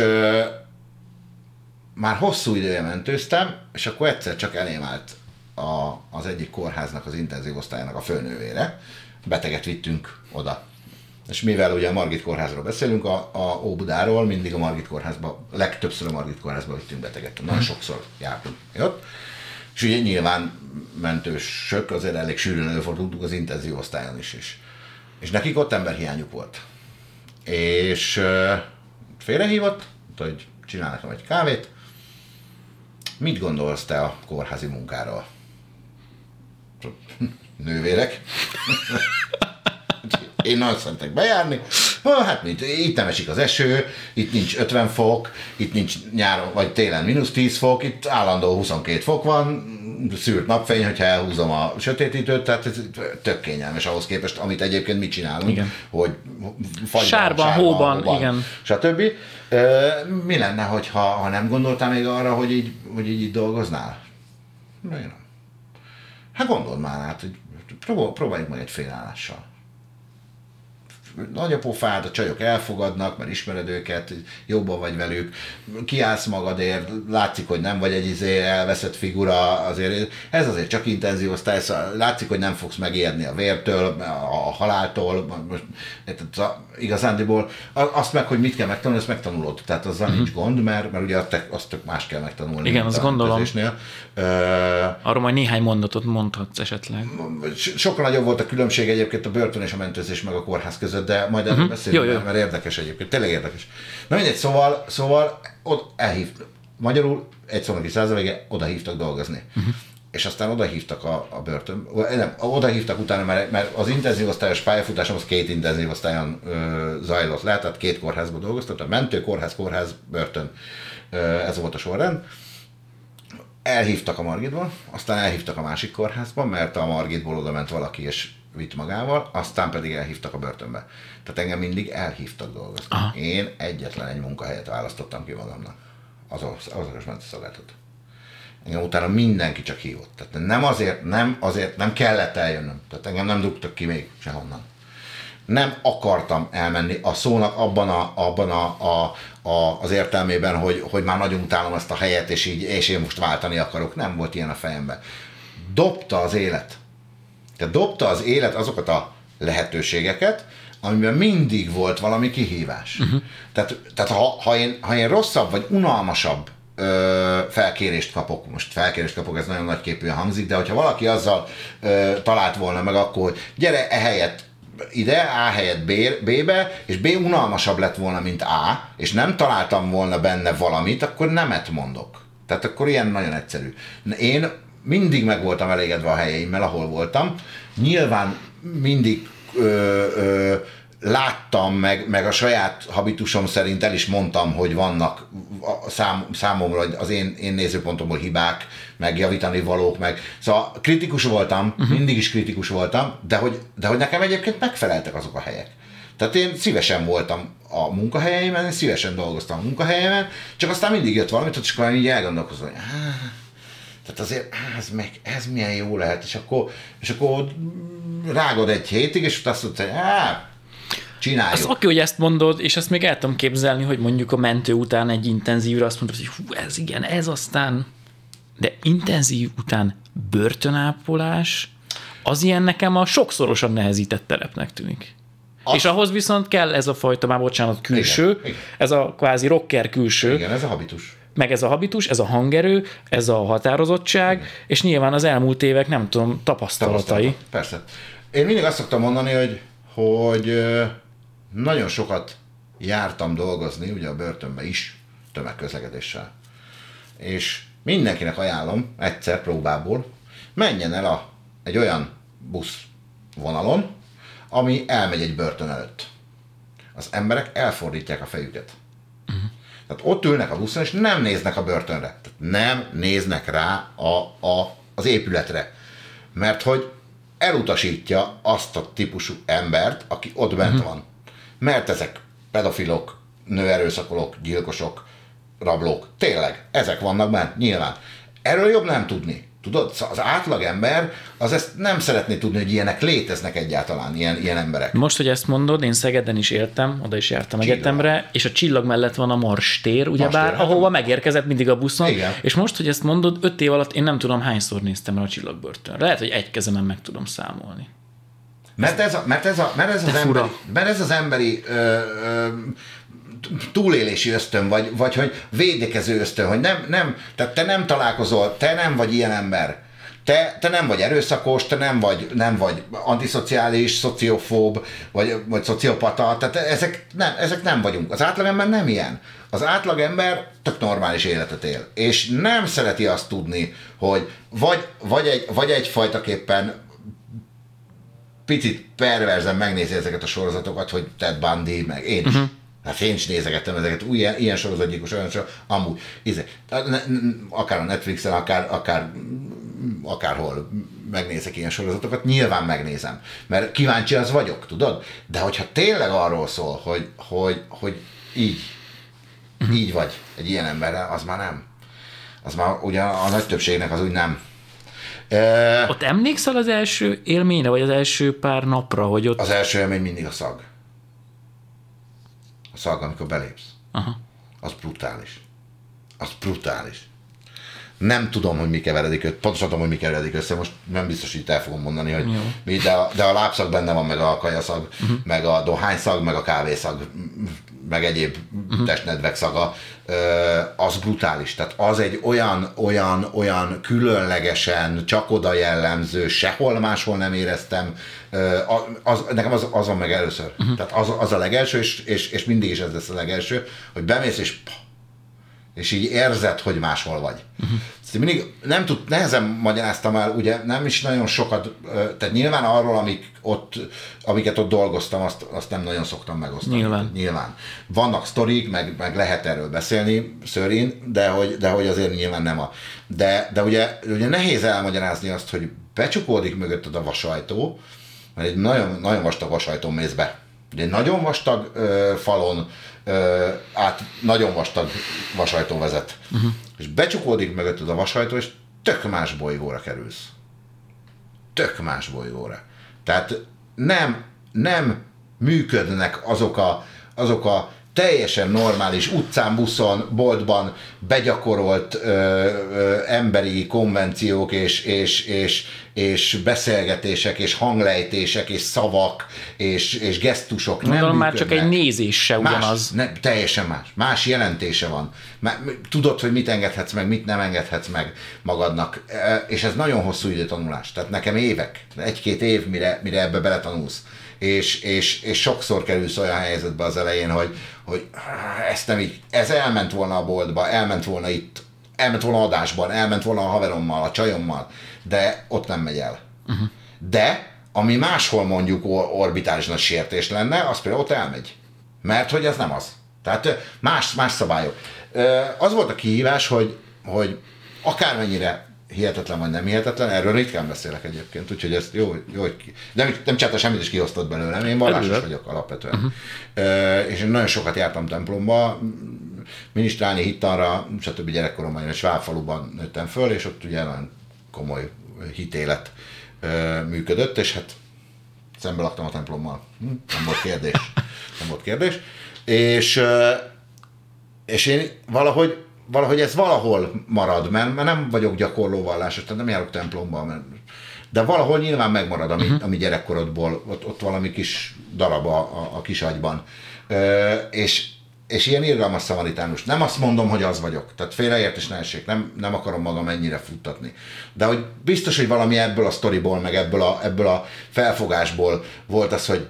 már hosszú idője mentőztem, és akkor egyszer csak elém állt a, az egyik kórháznak, az intenzív osztályának a főnővére. Beteget vittünk oda. És mivel ugye a Margit kórházról beszélünk, a, a Óbudáról mindig a Margit kórházba, legtöbbször a Margit kórházba vittünk beteget. Nagyon sokszor jártunk ott. És ugye nyilván mentősök, azért elég sűrűn előfordultunk az intenzív osztályon is. is. És nekik ott emberhiányuk volt. És uh, félrehívott, hogy csinál nekem egy kávét. Mit gondolsz te a kórházi munkáról? Nővérek. Én nagyon szeretek bejárni. Hát mint, itt nem esik az eső, itt nincs ötven fok, itt nincs nyáron vagy télen mínusz tíz fok, itt állandó huszonkét fok van, szűrt napfény, hogyha elhúzom a sötétítőt, tehát ez tök kényelmes ahhoz képest, amit egyébként mi csinálunk, igen. Hogy fagyban, sárban, sárban, hóban, hóban, igen. Stb. Mi lenne, hogyha, ha nem gondoltál még arra, hogy így, hogy így, így dolgoznál? Nem. Hát gondold már át, hogy próbáljuk meg egy félállással. Nagy a pofád, a csajok elfogadnak, mert ismered őket, jobban vagy velük, kiállsz magadért, látszik, hogy nem vagy egy izé elveszett figura, azért, ez azért csak intenzív osztály, szóval látszik, hogy nem fogsz megijedni a vértől, a haláltól, most, igazándiból azt meg, hogy mit kell megtanulni, ezt megtanulod, tehát azzal uh-huh. nincs gond, mert, mert ugye azt tök más kell megtanulni. Igen, azt gondolom. Uh, Arról majd néhány mondatot mondhatsz esetleg. Sokkal nagyobb volt a különbség egyébként a börtön és a mentőzés meg a kórház között, de majd erről uh-huh. beszélünk, jó, jó. Mert érdekes egyébként, tényleg érdekes. Na mindegy, szóval, szóval ott elhívt, magyarul egy szónoki százaléke oda hívtak dolgozni. Uh-huh. És aztán oda hívtak a, a börtön, nem, oda hívtak utána, mert, mert az intenzív osztályos pályafutásom az két intenzív osztályon ö, zajlott le, tehát két kórházban dolgoztam, mentő, kórház, kórház, börtön, ö, ez volt a sorrend. Elhívtak a Margitból, aztán elhívtak a másik kórházba, mert a Margitból oda ment valaki és vitt magával, aztán pedig elhívtak a börtönbe. Tehát engem mindig elhívtak dolgozni. Aha. Én egyetlen egy munkahelyet választottam ki magamnak. Az országos mentőszolgálatot. Engem utána mindenki csak hívott. Tehát nem azért, nem azért, nem kellett eljönnöm. Tehát engem nem dugtak ki még sehonnan. Nem akartam elmenni a szónak abban, a, abban a, a, a, az értelmében, hogy, hogy már nagyon utálom ezt a helyet, és, így, és én most váltani akarok. Nem volt ilyen a fejemben. Dobta az élet. Tehát dobta az élet azokat a lehetőségeket, amiben mindig volt valami kihívás. Uh-huh. Tehát, tehát ha, ha, én, ha én rosszabb vagy unalmasabb ö, felkérést kapok, most felkérést kapok, ez nagyon nagyképűen hangzik, de hogyha valaki azzal ö, talált volna meg akkor, hogy gyere ehelyett ide, A helyett B, B-be, és B unalmasabb lett volna, mint A, és nem találtam volna benne valamit, akkor nemet mondok. Tehát akkor ilyen nagyon egyszerű. Én mindig meg voltam elégedve a helyeimmel, ahol voltam. Nyilván mindig ö, ö, láttam, meg, meg a saját habitusom szerint el is mondtam, hogy vannak a szám, számomra az én, én nézőpontomból hibák, meg javítani valók, meg szóval kritikus voltam, uh-huh. mindig is kritikus voltam, de hogy, de hogy nekem egyébként megfeleltek azok a helyek. Tehát én szívesen voltam a munkahelyeimen, én szívesen dolgoztam a munkahelyeimen, csak aztán mindig jött valamit, és akkor így elgondolkozom, hogy tehát azért ez, meg, ez milyen jó lehet, és akkor, és akkor rágod egy hétig, és azt mondod, hogy csináljuk. Az oké, hogy ezt mondod, és ezt még el tudom képzelni, hogy mondjuk a mentő után egy intenzívre azt mondod, hogy hú, ez igen, ez aztán, de intenzív után börtönápolás, az ilyen nekem a sokszorosan nehezített terepnek tűnik. Azt... És ahhoz viszont kell ez a fajta, már bocsánat, külső, igen, igen. Ez a kvázi rocker külső. Igen, ez a habitus. Meg ez a habitus, ez a hangerő, ez a határozottság, igen. És nyilván az elmúlt évek, nem tudom, tapasztalatai. Persze. Én mindig azt szoktam mondani, hogy, hogy nagyon sokat jártam dolgozni, ugye a börtönbe is, tömegközlekedéssel. És mindenkinek ajánlom, egyszer próbából, menjen el a, egy olyan busz vonalon, ami elmegy egy börtön előtt. Az emberek elfordítják a fejüket. Uh-huh. Tehát ott ülnek a buszon, és nem néznek a börtönre. Tehát nem néznek rá a, a, az épületre. Mert hogy elutasítja azt a típusú embert, aki ott bent uh-huh. van. Mert ezek pedofilok, nőerőszakolók, gyilkosok, rablók. Tényleg, ezek vannak bent, nyilván. Erről jobb nem tudni. Tudod, az átlagember az ezt nem szeretné tudni, hogy ilyenek léteznek egyáltalán, ilyen, ilyen emberek. Most, hogy ezt mondod, én Szegeden is éltem, oda is jártam Csillag. Egyetemre, és a Csillag mellett van a Mars tér, ugyebár, ahova megérkezett mindig a buszon. Igen. És most, hogy ezt mondod, öt év alatt én nem tudom hányszor néztem el a Csillagbörtönre. Lehet, hogy egy kezemen meg tudom számolni. Mert ez, a, mert ez, a, mert ez, az, emberi, mert ez az emberi ö, ö, túlélési ösztön, vagy, vagy hogy védekező ösztön, hogy nem, nem, tehát te nem találkozol, te nem vagy ilyen ember. Te, te nem vagy erőszakos, te nem vagy, nem vagy antiszociális, szociofób, vagy, vagy szociopata, tehát ezek nem, ezek nem vagyunk. Az átlagember nem ilyen. Az átlagember tök normális életet él. És nem szereti azt tudni, hogy vagy, vagy, egy, vagy egyfajtaképpen picit perverzen megnézi ezeket a sorozatokat, hogy Ted Bundy, meg én is. Uh-huh. Hát én is nézegettem ezeket, ilyen, ilyen sorozatgyilkos, olyan sorozat, amúgy, íze, akár a Netflixen, akár, akár akárhol megnézek ilyen sorozatokat, nyilván megnézem, mert kíváncsi az vagyok, tudod? De hogyha tényleg arról szól, hogy, hogy, hogy így, uh-huh. így vagy egy ilyen emberrel, az már nem. Az már ugye a nagy többségnek az úgy nem. E... Ott emlékszel az első élményre, vagy az első pár napra, hogy ott... Az első élmény mindig a szag. A szag, amikor belépsz. Aha. Az brutális. Az brutális. Nem tudom, hogy mi keveredik össze, pontosan tudom, hogy mi keveredik össze, most nem biztos, hogy itt el fogom mondani, hogy mi, de a, de a lábszag benne van, meg a kajaszag, uh-huh. meg a dohányszag, meg a kávészag, meg egyéb uh-huh. testnedvek szaga, az brutális. Tehát az egy olyan, olyan, olyan különlegesen, csak oda jellemző, sehol máshol nem éreztem, az, nekem az, az van meg először. Uh-huh. Tehát az, az a legelső, és, és, és mindig is ez lesz a legelső, hogy bemész, és és így érzed, hogy máshol vagy. Uh-huh. Mindig nem tud, nehezen magyaráztam el, ugye nem is nagyon sokat, tehát nyilván arról, amik ott, amiket ott dolgoztam, azt, azt nem nagyon szoktam megosztani. Nyilván. nyilván. Vannak sztorik, meg, meg lehet erről beszélni, szörén, de hogy, de hogy azért nyilván nem a... De, de ugye, ugye nehéz elmagyarázni azt, hogy becsukódik mögötted a vasajtó, mert egy nagyon, nagyon vastag vasajtón mész be. Ugye egy nagyon vastag ö, falon ö, át nagyon vastag vasajtó vezet. Uh-huh. És becsukódik mögötted a vasajtó, és tök más bolygóra kerülsz. Tök más bolygóra. Tehát nem, nem működnek azok a, azok a teljesen normális utcán, buszon, boltban begyakorolt ö, ö, emberi konvenciók és, és, és, és beszélgetések, és hanglejtések, és szavak, és, és gesztusok. Mondom, nem már működnek. csak egy nézés se ugyanaz. Más, ne, teljesen más. Más jelentése van. Tudod, hogy mit engedhetsz meg, mit nem engedhetsz meg magadnak. És ez nagyon hosszú idő tanulás. Tehát nekem évek, egy-két év, mire, mire ebbe beletanulsz. És, és, és sokszor kerülsz olyan helyzetbe az elején, hogy, hogy ezt nem így, ez elment volna a boltba, elment volna itt elment volna adásban, elment volna a haverommal, a csajommal, de ott nem megy el. Uh-huh. De, ami máshol mondjuk orbitális nagy sértés lenne, az például ott elmegy. Mert hogy ez nem az. Tehát más, más szabályok. Az volt a kihívás, hogy, hogy akármennyire hihetetlen vagy nem hihetetlen, erről ritkán beszélek egyébként, úgyhogy ezt jó, jó hogy ki... Nem, nem csinálta semmit, és kiosztott belőlem, én vallásos vagyok alapvetően. Uh-huh. És én nagyon sokat jártam templomba, minisztrálni, hittanra, stb. Gyerekkoromban, és Svábfaluban nőttem föl, és ott ugye nagyon komoly hitélet működött, és hát szembe laktam a templommal. Nem volt kérdés. Nem volt kérdés. És, és én valahogy, valahogy ez valahol marad, mert, mert nem vagyok gyakorló vallásos, tehát nem járok templomba, mert, de valahol nyilván megmarad, ami, uh-huh. ami gyerekkorodból, ott, ott valami kis darab a, a, a kis agyban. És És ilyen irgalmas szamaritánus. Nem azt mondom, hogy az vagyok. Tehát félreértés ne essék, nem, nem akarom magam ennyire futtatni. De hogy biztos, hogy valami ebből a sztoriból, meg ebből a, ebből a felfogásból volt az, hogy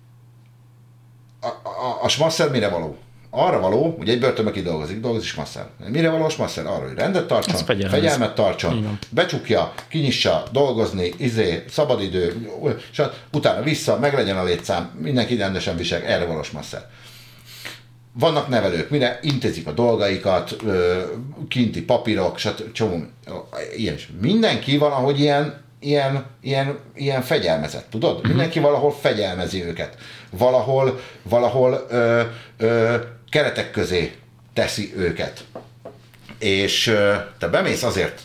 a, a, a smasszer mire való? Arra való, hogy egy börtönbe kidolgozik, dolgozik smasszer. Mire való a smasszer? Arra, hogy rendet tartson, fegyelmez. fegyelmet tartson, becsukja, kinyissa, dolgozni, izé, szabadidő, és utána vissza, meglegyen a létszám, mindenki rendesen visel, erre való smasszer. Vannak nevelők, mire intézik a dolgaikat, kinti papírok, stb. Csomó, ilyen is. Mindenki valahogy ilyen, ilyen, ilyen, ilyen fegyelmezett, tudod? Uh-huh. Mindenki valahol fegyelmezi őket. Valahol, valahol ö, ö, keretek közé teszi őket. És ö, te bemész azért,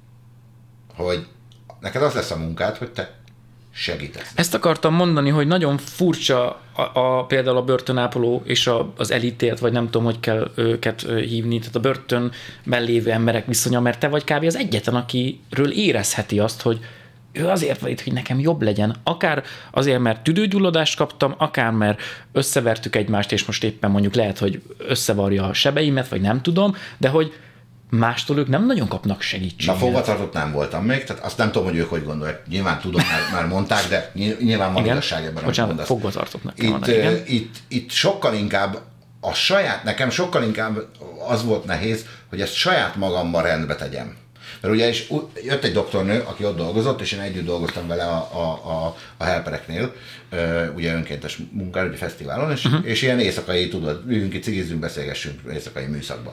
hogy neked az lesz a munkád, hogy te segítesz. Ezt akartam mondani, hogy nagyon furcsa a, a, például a börtönápoló és a, az elítélt, vagy nem tudom, hogy kell őket hívni, tehát a börtönben lévő emberek viszonya, mert te vagy kb. Az egyetlen, akiről érezheti azt, hogy ő azért van itt, hogy nekem jobb legyen. Akár azért, mert tüdőgyulladást kaptam, akár mert összevertük egymást, és most éppen mondjuk lehet, hogy összevarja a sebeimet, vagy nem tudom, de hogy mástól ők nem nagyon kapnak segítséget. Na, fogvatartott nem voltam még, tehát azt nem tudom, hogy ők hogy gondolják. Nyilván tudom, már, már mondták, de nyilván van igazság ebben, amit mondasz. Fogvatartottnak itt, van, igen. Itt, itt sokkal inkább a saját, nekem sokkal inkább az volt nehéz, hogy ezt saját magamban rendbe tegyem. Mert ugye is jött egy doktornő, aki ott dolgozott, és én együtt dolgoztam vele a, a, a, a helpereknél, ugye önkéntes munkára, ugye fesztiválon, és, uh-huh. és ilyen éjszakai, tudod, üljünk ki, cigizünk, beszélgessünk éjszakai műszakba.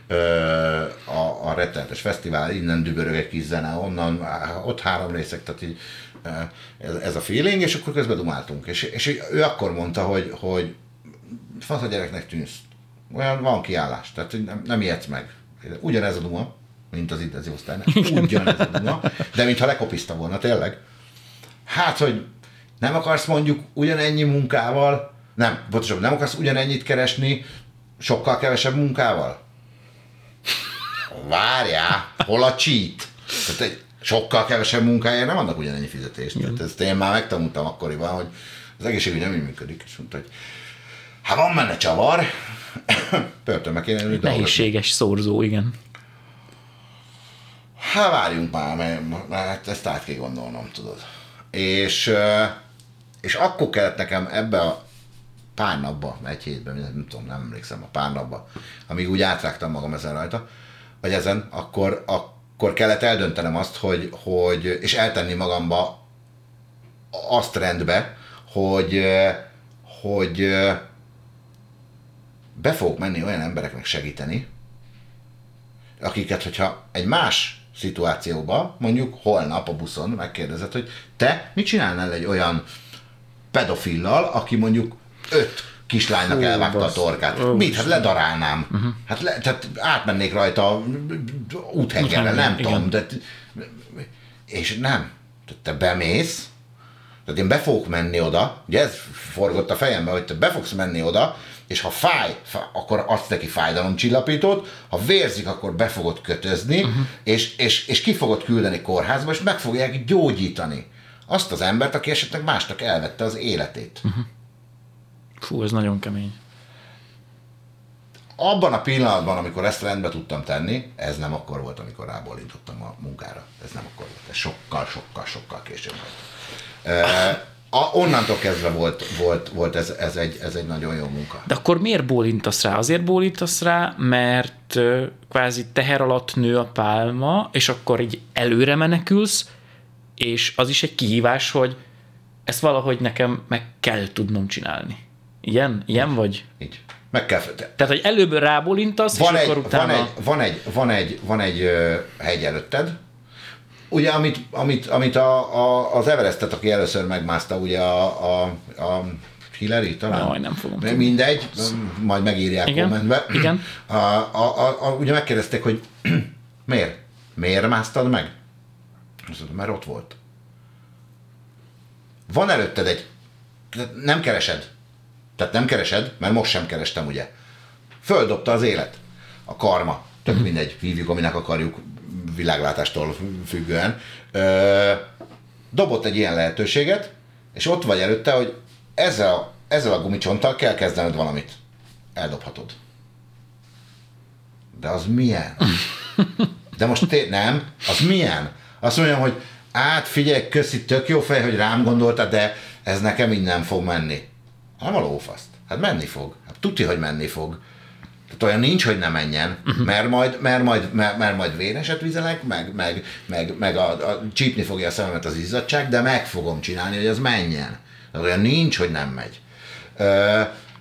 A, a rettenetes fesztivál, innen dübörög egy kis zene, onnan, ott három részek, tehát így, ez, ez a feeling, és akkor közben dumáltunk. És, és ő akkor mondta, hogy, hogy fasz a gyereknek tűnsz. Olyan van kiállás, tehát nem, nem ijedsz meg. Ugyanez a duma, mint az intenzív osztálynál. Ugyanez a duma, de mintha lekopiszta volna, tényleg. Hát, hogy nem akarsz mondjuk ugyanennyi munkával, nem, pontosabban nem akarsz ugyanennyit keresni, sokkal kevesebb munkával? Várjál, hol a cheat? Tehát egy sokkal kevesebb munkáért nem adnak ugyanennyi fizetést. Tehát ezt én már megtanultam akkoriban, hogy az egészségügy nem így működik. És mondta, hogy hát van benne csavar, börtönbe kéne ülni dolgozni. Nehézséges szorzó, igen. Hát várjunk már, mert, mert ezt át kell gondolnom, tudod. És, és akkor kellett nekem ebbe a pár napba, egy hétben, nem tudom, nem emlékszem, a pár napba, amíg úgy átrágtam magam ezen rajta, vagy ezen, akkor, akkor kellett eldöntenem azt, hogy, hogy, és eltenni magamba azt rendbe, hogy, hogy be fogok menni olyan embereknek segíteni, akiket, hogyha egy más szituációban, mondjuk holnap a buszon megkérdezed, hogy te mit csinálnál egy olyan pedofillal, aki mondjuk öt kislánynak Hú, elvágta basz. a torkát. Oh, Mit? Hát ledarálnám. Uh-huh. Hát le, tehát átmennék rajta úthengerrel, nem igen. tudom. De, és nem. Tehát te bemész, tehát én be fogok menni oda, ugye ez forgott a fejembe, hogy te be fogsz menni oda, és ha fáj, fáj akkor adsz neki fájdalomcsillapítót, ha vérzik, akkor be fogod kötözni, uh-huh. és, és, és ki fogod küldeni kórházba, és meg fogják gyógyítani azt az embert, aki esetleg másnak elvette az életét. Uh-huh. Fú, ez nagyon kemény. Abban a pillanatban, amikor ezt rendbe tudtam tenni, ez nem akkor volt, amikor rábólintottam a munkára. Ez nem akkor volt. Ez sokkal, sokkal, sokkal később volt. E, A, onnantól kezdve volt, volt, volt ez, ez, egy, ez egy nagyon jó munka. De akkor miért bólintasz rá? Azért bólintasz rá, mert ö, kvázi teher alatt nő a pálma, és akkor így előre menekülsz, és az is egy kihívás, hogy ezt valahogy nekem meg kell tudnom csinálni. Ilyen? Ilyen vagy? Így. Meg kell. Tehát, hogy előbb rábólintasz, van és egy, akkor utána... Van egy, van egy, van egy, van egy uh, hegy előtted, ugye, amit, amit, amit a, a, az Everestet, aki először megmászta, ugye a, a, a Hillary talán? Jaj, nem fogom tudni. Mindegy, majd megírják igen, kommentbe. Igen. A, a, a, a, ugye megkérdezték, hogy miért? Miért másztad meg? Azt mondta, mert ott volt. Van előtted egy... Nem keresed. Tehát nem keresed, mert most sem kerestem, ugye. Földobta az élet. A karma. Tök mindegy, hívjuk, aminek akarjuk, világlátástól függően. Ö, dobott egy ilyen lehetőséget, és ott vagy előtte, hogy ezzel a, ezzel a gumicsonttal kell kezdened valamit. Eldobhatod. De az milyen? De most té- nem, az milyen? Azt mondjam, hogy át figyelj, köszi, tök jó fej, hogy rám gondoltad, de ez nekem így nem fog menni. Nem a lófaszt. Hát menni fog. Hát tuti, hogy menni fog. Tehát olyan nincs, hogy ne menjen, uh-huh. mert, majd, mert, majd, mert, mert majd véreset vizelek, meg, meg, meg, meg a, a, csípni fogja a szememet az izzadság, de meg fogom csinálni, hogy az menjen. Tehát olyan nincs, hogy nem megy. Ö,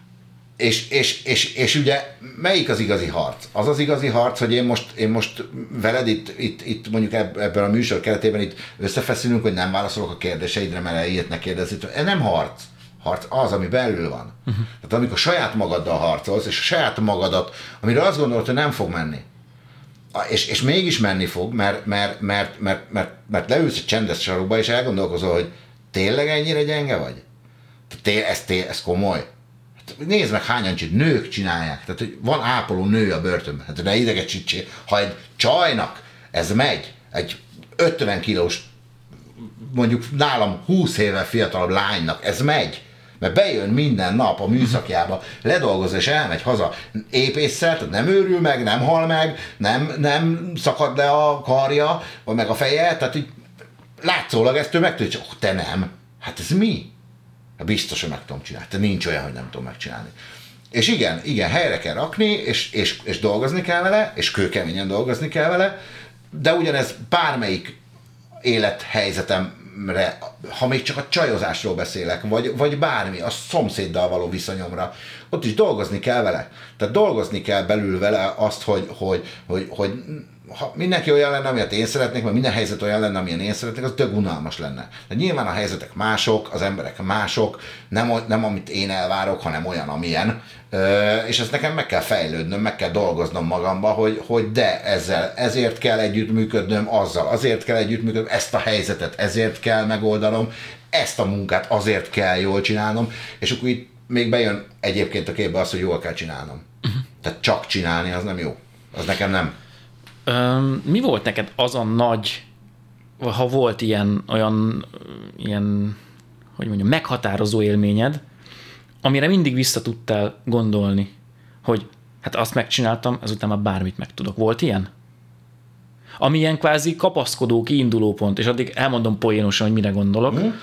és, és, és, és ugye melyik az igazi harc? Az az igazi harc, hogy én most, én most veled itt, itt, itt mondjuk ebben a műsor keretében itt összefeszülünk, hogy nem válaszolok a kérdéseidre, mert ilyet ne kérdezni. Ez nem harc. Harc az, ami belül van. Uh-huh. Tehát amikor saját magaddal harcolsz, és a saját magadat, amire azt gondolod, hogy nem fog menni, és, és mégis menni fog, mert, mert, mert, mert, mert, mert leülsz egy csendes sarokba, és elgondolkozol, hogy tényleg ennyire gyenge vagy? Té, ez, té, ez komoly? Nézd meg, hányan csinálják, nők csinálják. Tehát, hogy van ápoló nő a börtönben. Hát ne idegesítsél. Ha egy csajnak ez megy, egy ötven kilós, mondjuk nálam húsz éve fiatalabb lánynak ez megy, mert bejön minden nap a műszakjába, ledolgoz és elmegy haza épésszel, tehát nem őrül meg, nem hal meg, nem, nem szakad le a karja, vagy meg a feje, tehát így látszólag ezt ő meg tudja, hogy oh, te nem. Hát ez mi? Hát biztos, hogy meg tudom csinálni. Tehát nincs olyan, hogy nem tudom megcsinálni. És igen, igen, helyre kell rakni, és, és, és dolgozni kell vele, és kőkeményen dolgozni kell vele, de ugyanez bármelyik élethelyzetemre, ha még csak a csajozásról beszélek, vagy, vagy bármi, a szomszéddal való viszonyomra, ott is dolgozni kell vele. Tehát dolgozni kell belül vele azt, hogy, hogy, hogy, hogy ha mindenki olyan lenne, amilyet én szeretnék, mert minden helyzet olyan lenne, amilyen én szeretnék, az tök unalmas lenne. De nyilván a helyzetek mások, az emberek mások, nem, nem amit én elvárok, hanem olyan, amilyen. És ezt nekem meg kell fejlődnöm, meg kell dolgoznom magamba, hogy, hogy de ezzel, ezért kell együttműködnöm, azzal, azért kell együttműködnöm, ezt a helyzetet ezért kell megoldanom, ezt a munkát azért kell jól csinálnom, és akkor itt még bejön egyébként a képbe az, hogy jól kell csinálnom. Uh-huh. Tehát csak csinálni, az nem jó. Az nekem nem. Um, mi volt neked az a nagy, ha volt ilyen, olyan, ilyen, hogy mondjam, meghatározó élményed, amire mindig vissza tudtál gondolni, hogy hát azt megcsináltam, ezután már bármit meg tudok. Volt ilyen? Ami ilyen kvázi kapaszkodó, kiinduló pont, és addig elmondom poénosan, hogy mire gondolok. Mm.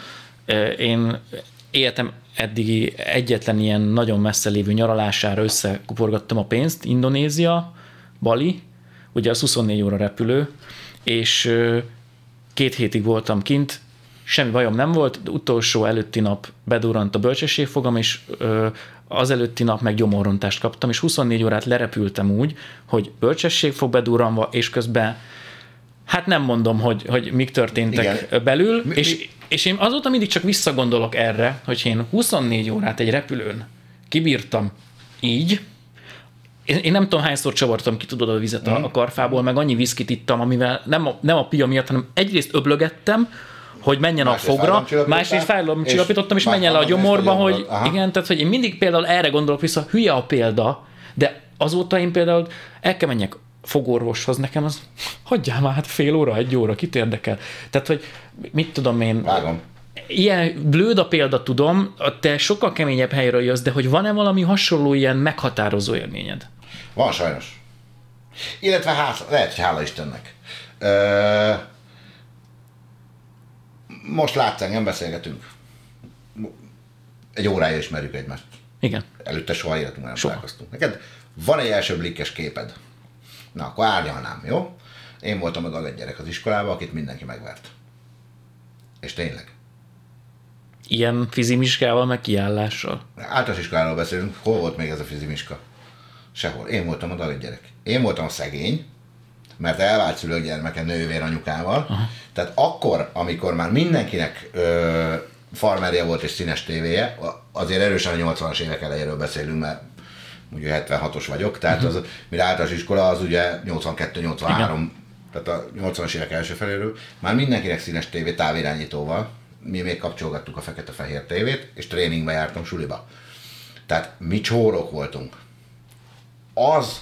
Én életem eddigi egyetlen ilyen nagyon messze lévő nyaralására összekuporgattam a pénzt, Indonézia, Bali, ugye az huszonnégy óra repülő, és két hétig voltam kint, semmi bajom nem volt, de utolsó előtti nap bedurrant a bölcsességfogam, és az előtti nap meg gyomorrontást kaptam, és huszonnégy órát lerepültem úgy, hogy bölcsességfog bedurranva, és közben hát nem mondom, hogy, hogy mik történtek igen. belül, mi, és, mi? és én azóta mindig csak visszagondolok erre, hogy én huszonnégy órát egy repülőn kibírtam így, én nem tudom, hányszor csavartam ki, tudod, a vizet a, a karfából, meg annyi viszkit ittam, amivel nem a, nem a pia miatt, hanem egyrészt öblögettem, hogy menjen a fogra, másrészt fájdalomcsillapítottam, és, és menjen le a gyomorba, hogy aha. igen, tehát hogy én mindig például erre gondolok vissza, hülye a példa, de azóta én például el kell menjek fogorvoshoz, nekem az, hagyjál már, hát fél óra, egy óra, kit érdekel. Tehát, hogy mit tudom én, vágom. Ilyen blőd a példa, tudom, te sokkal keményebb helyről jössz, de hogy van-e valami hasonló ilyen meghatározó élményed? Van sajnos. Illetve hát, lehet, hogy hála Istennek. Ö... Most látsz engem, beszélgetünk. egy órája ismerjük egymást. Igen. Előtte soha életünkben nem Soha. találkoztunk. Neked van egy első blikkes képed? Na, akkor árnyalnám, jó? Én voltam a dagat gyerek az iskolában, akit mindenki megvert. És tényleg. Ilyen fizimiskával, meg kiállással. Általános iskoláról beszélünk, hol volt még ez a fizimiska? Sehol. Én voltam a dagat gyerek. Én voltam a szegény, mert elvált szülők gyermeke nővér anyukával. Aha. Tehát akkor, amikor már mindenkinek ö, farmerje volt és színes tévéje, azért erősen a nyolcvanas évek elejéről beszélünk, mert ugye hetvenhatos vagyok, tehát az, mire általános iskola, az ugye nyolcvankettő nyolcvanhárom, tehát a nyolcvanas évek első feléről, már mindenkinek színes tévé távirányítóval, mi még kapcsolgattuk a fekete-fehér tévét, és tréningbe jártam suliba. Tehát mi csórok voltunk. Az,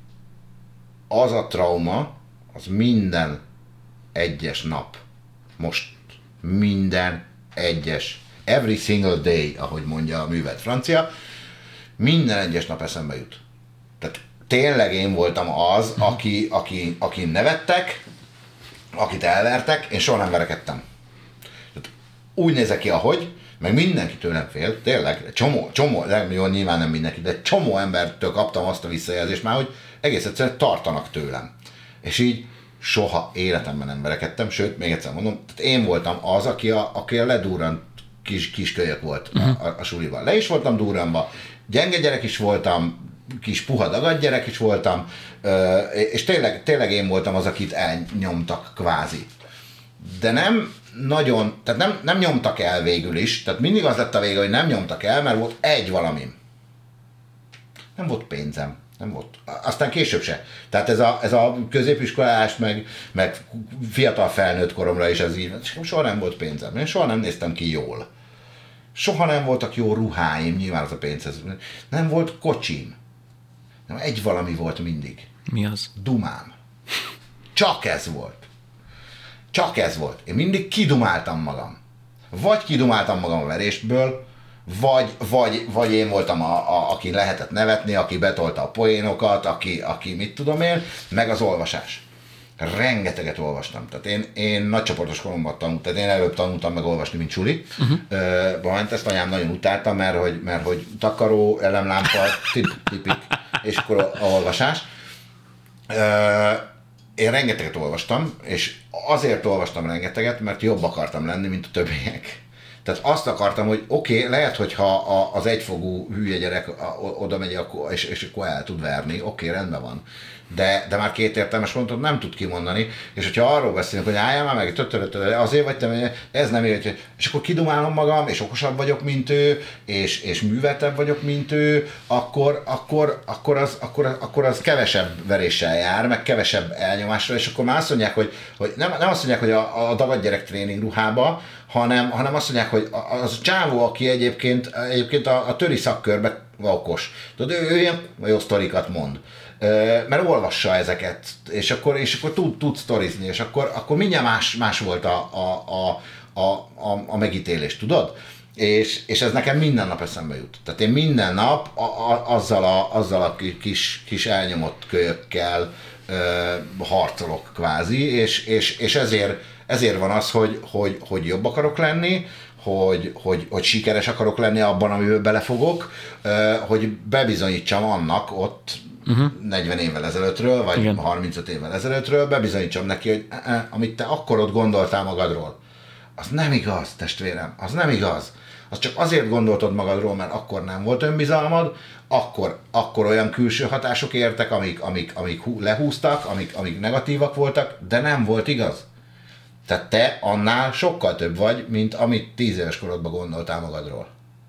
az a trauma, az minden egyes nap, most minden egyes, every single day, ahogy mondja a művelt francia, minden egyes nap eszembe jut. Tehát tényleg én voltam az, aki, aki, aki nevettek, akit elvertek, én soha nem verekedtem. Tehát úgy nézek ki, ahogy, meg mindenki tőlem fél, tényleg, csomó, csomó, de jó, nyilván nem mindenki, de csomó embertől kaptam azt a visszajelzést már, hogy egész egyszerűen tartanak tőlem. És így soha életemben nem verekedtem, sőt, még egyszer mondom, tehát én voltam az, aki a, aki a ledurrant kis, kis kölyök volt uh-huh. a, a, a suliban. Le is voltam durranva, gyenge gyerek is voltam, kis puha dagat gyerek is voltam, és tényleg, tényleg én voltam az, akit elnyomtak kvázi. De nem nagyon, tehát nem, nem nyomtak el végül is, tehát mindig az lett a vége, hogy nem nyomtak el, mert volt egy valamim. Nem volt pénzem. Nem volt. Aztán később se. Tehát ez a, ez a középiskolás, meg, meg fiatal felnőtt koromra is ez így, soha nem volt pénzem. Én soha nem néztem ki jól. Soha nem voltak jó ruháim, nyilván az a pénzhez. Nem volt kocsim. Nem, egy valami volt mindig. Mi az? Dumám. Csak ez volt. Csak ez volt. Én mindig kidumáltam magam. Vagy kidumáltam magam a verésből, Vagy, vagy, vagy én voltam, a, a, aki lehetett nevetni, aki betolta a poénokat, aki, aki mit tudom én, meg az olvasás. Rengeteget olvastam. Tehát én, én nagycsoportos koromban tanultam, tehát én előbb tanultam meg olvasni, mint Suli. Uh-huh. Uh, ezt anyám nagyon utálta, mert hogy, mert hogy takaró, elemlámpa, tip, tipik, és akkor a, a olvasás. Uh, én rengeteget olvastam, és azért olvastam rengeteget, mert jobb akartam lenni, mint a többiek. Tehát azt akartam, hogy oké, okay, lehet, hogyha az egyfogú hülye gyerek oda megy, és, és akkor el tud verni, oké, okay, rendben van. De, de már két értelmes mondatot nem tud kimondani, és hogyha arról beszélünk, hogy álljál már meg, tötörötörö, azért vagy te, ez nem ér, és akkor kidumálom magam, és okosabb vagyok, mint ő, és, és műveltebb vagyok, mint ő, akkor, akkor, akkor, az, akkor, akkor az kevesebb veréssel jár, meg kevesebb elnyomásra, és akkor már azt mondják, hogy, hogy nem, nem azt mondják, hogy a, a dagat gyerek tréning ruhába, hanem, hanem azt mondják, hogy az a csávó, aki egyébként, egyébként a, a töri szakkörbe okos. Tudod, ő, ő ilyen jó sztorikat mond. Mert olvassa ezeket, és akkor, és akkor tud, tud sztorizni, és akkor, akkor mindjárt más, más volt a, a, a, a, a, a megítélés, tudod? És, és ez nekem minden nap eszembe jut. Tehát én minden nap a, a, azzal, a, azzal a kis, kis elnyomott kölyökkel ö, harcolok kvázi, és, és, és ezért, ezért van az, hogy, hogy, hogy jobb akarok lenni, hogy, hogy, hogy sikeres akarok lenni abban, amiben belefogok, ö, hogy bebizonyítsam annak ott uh-huh. negyven évvel ezelőttről, vagy igen. harmincöt évvel ezelőttről, bebizonyítsam neki, hogy e-e, amit te akkor ott gondoltál magadról, az nem igaz, testvérem, az nem igaz. Az csak azért gondoltad magadról, mert akkor nem volt önbizalmad, akkor, akkor olyan külső hatások értek, amik, amik, amik lehúztak, amik, amik negatívak voltak, de nem volt igaz. Tehát te annál sokkal több vagy, mint amit tíz éves korodban gondoltál magadról.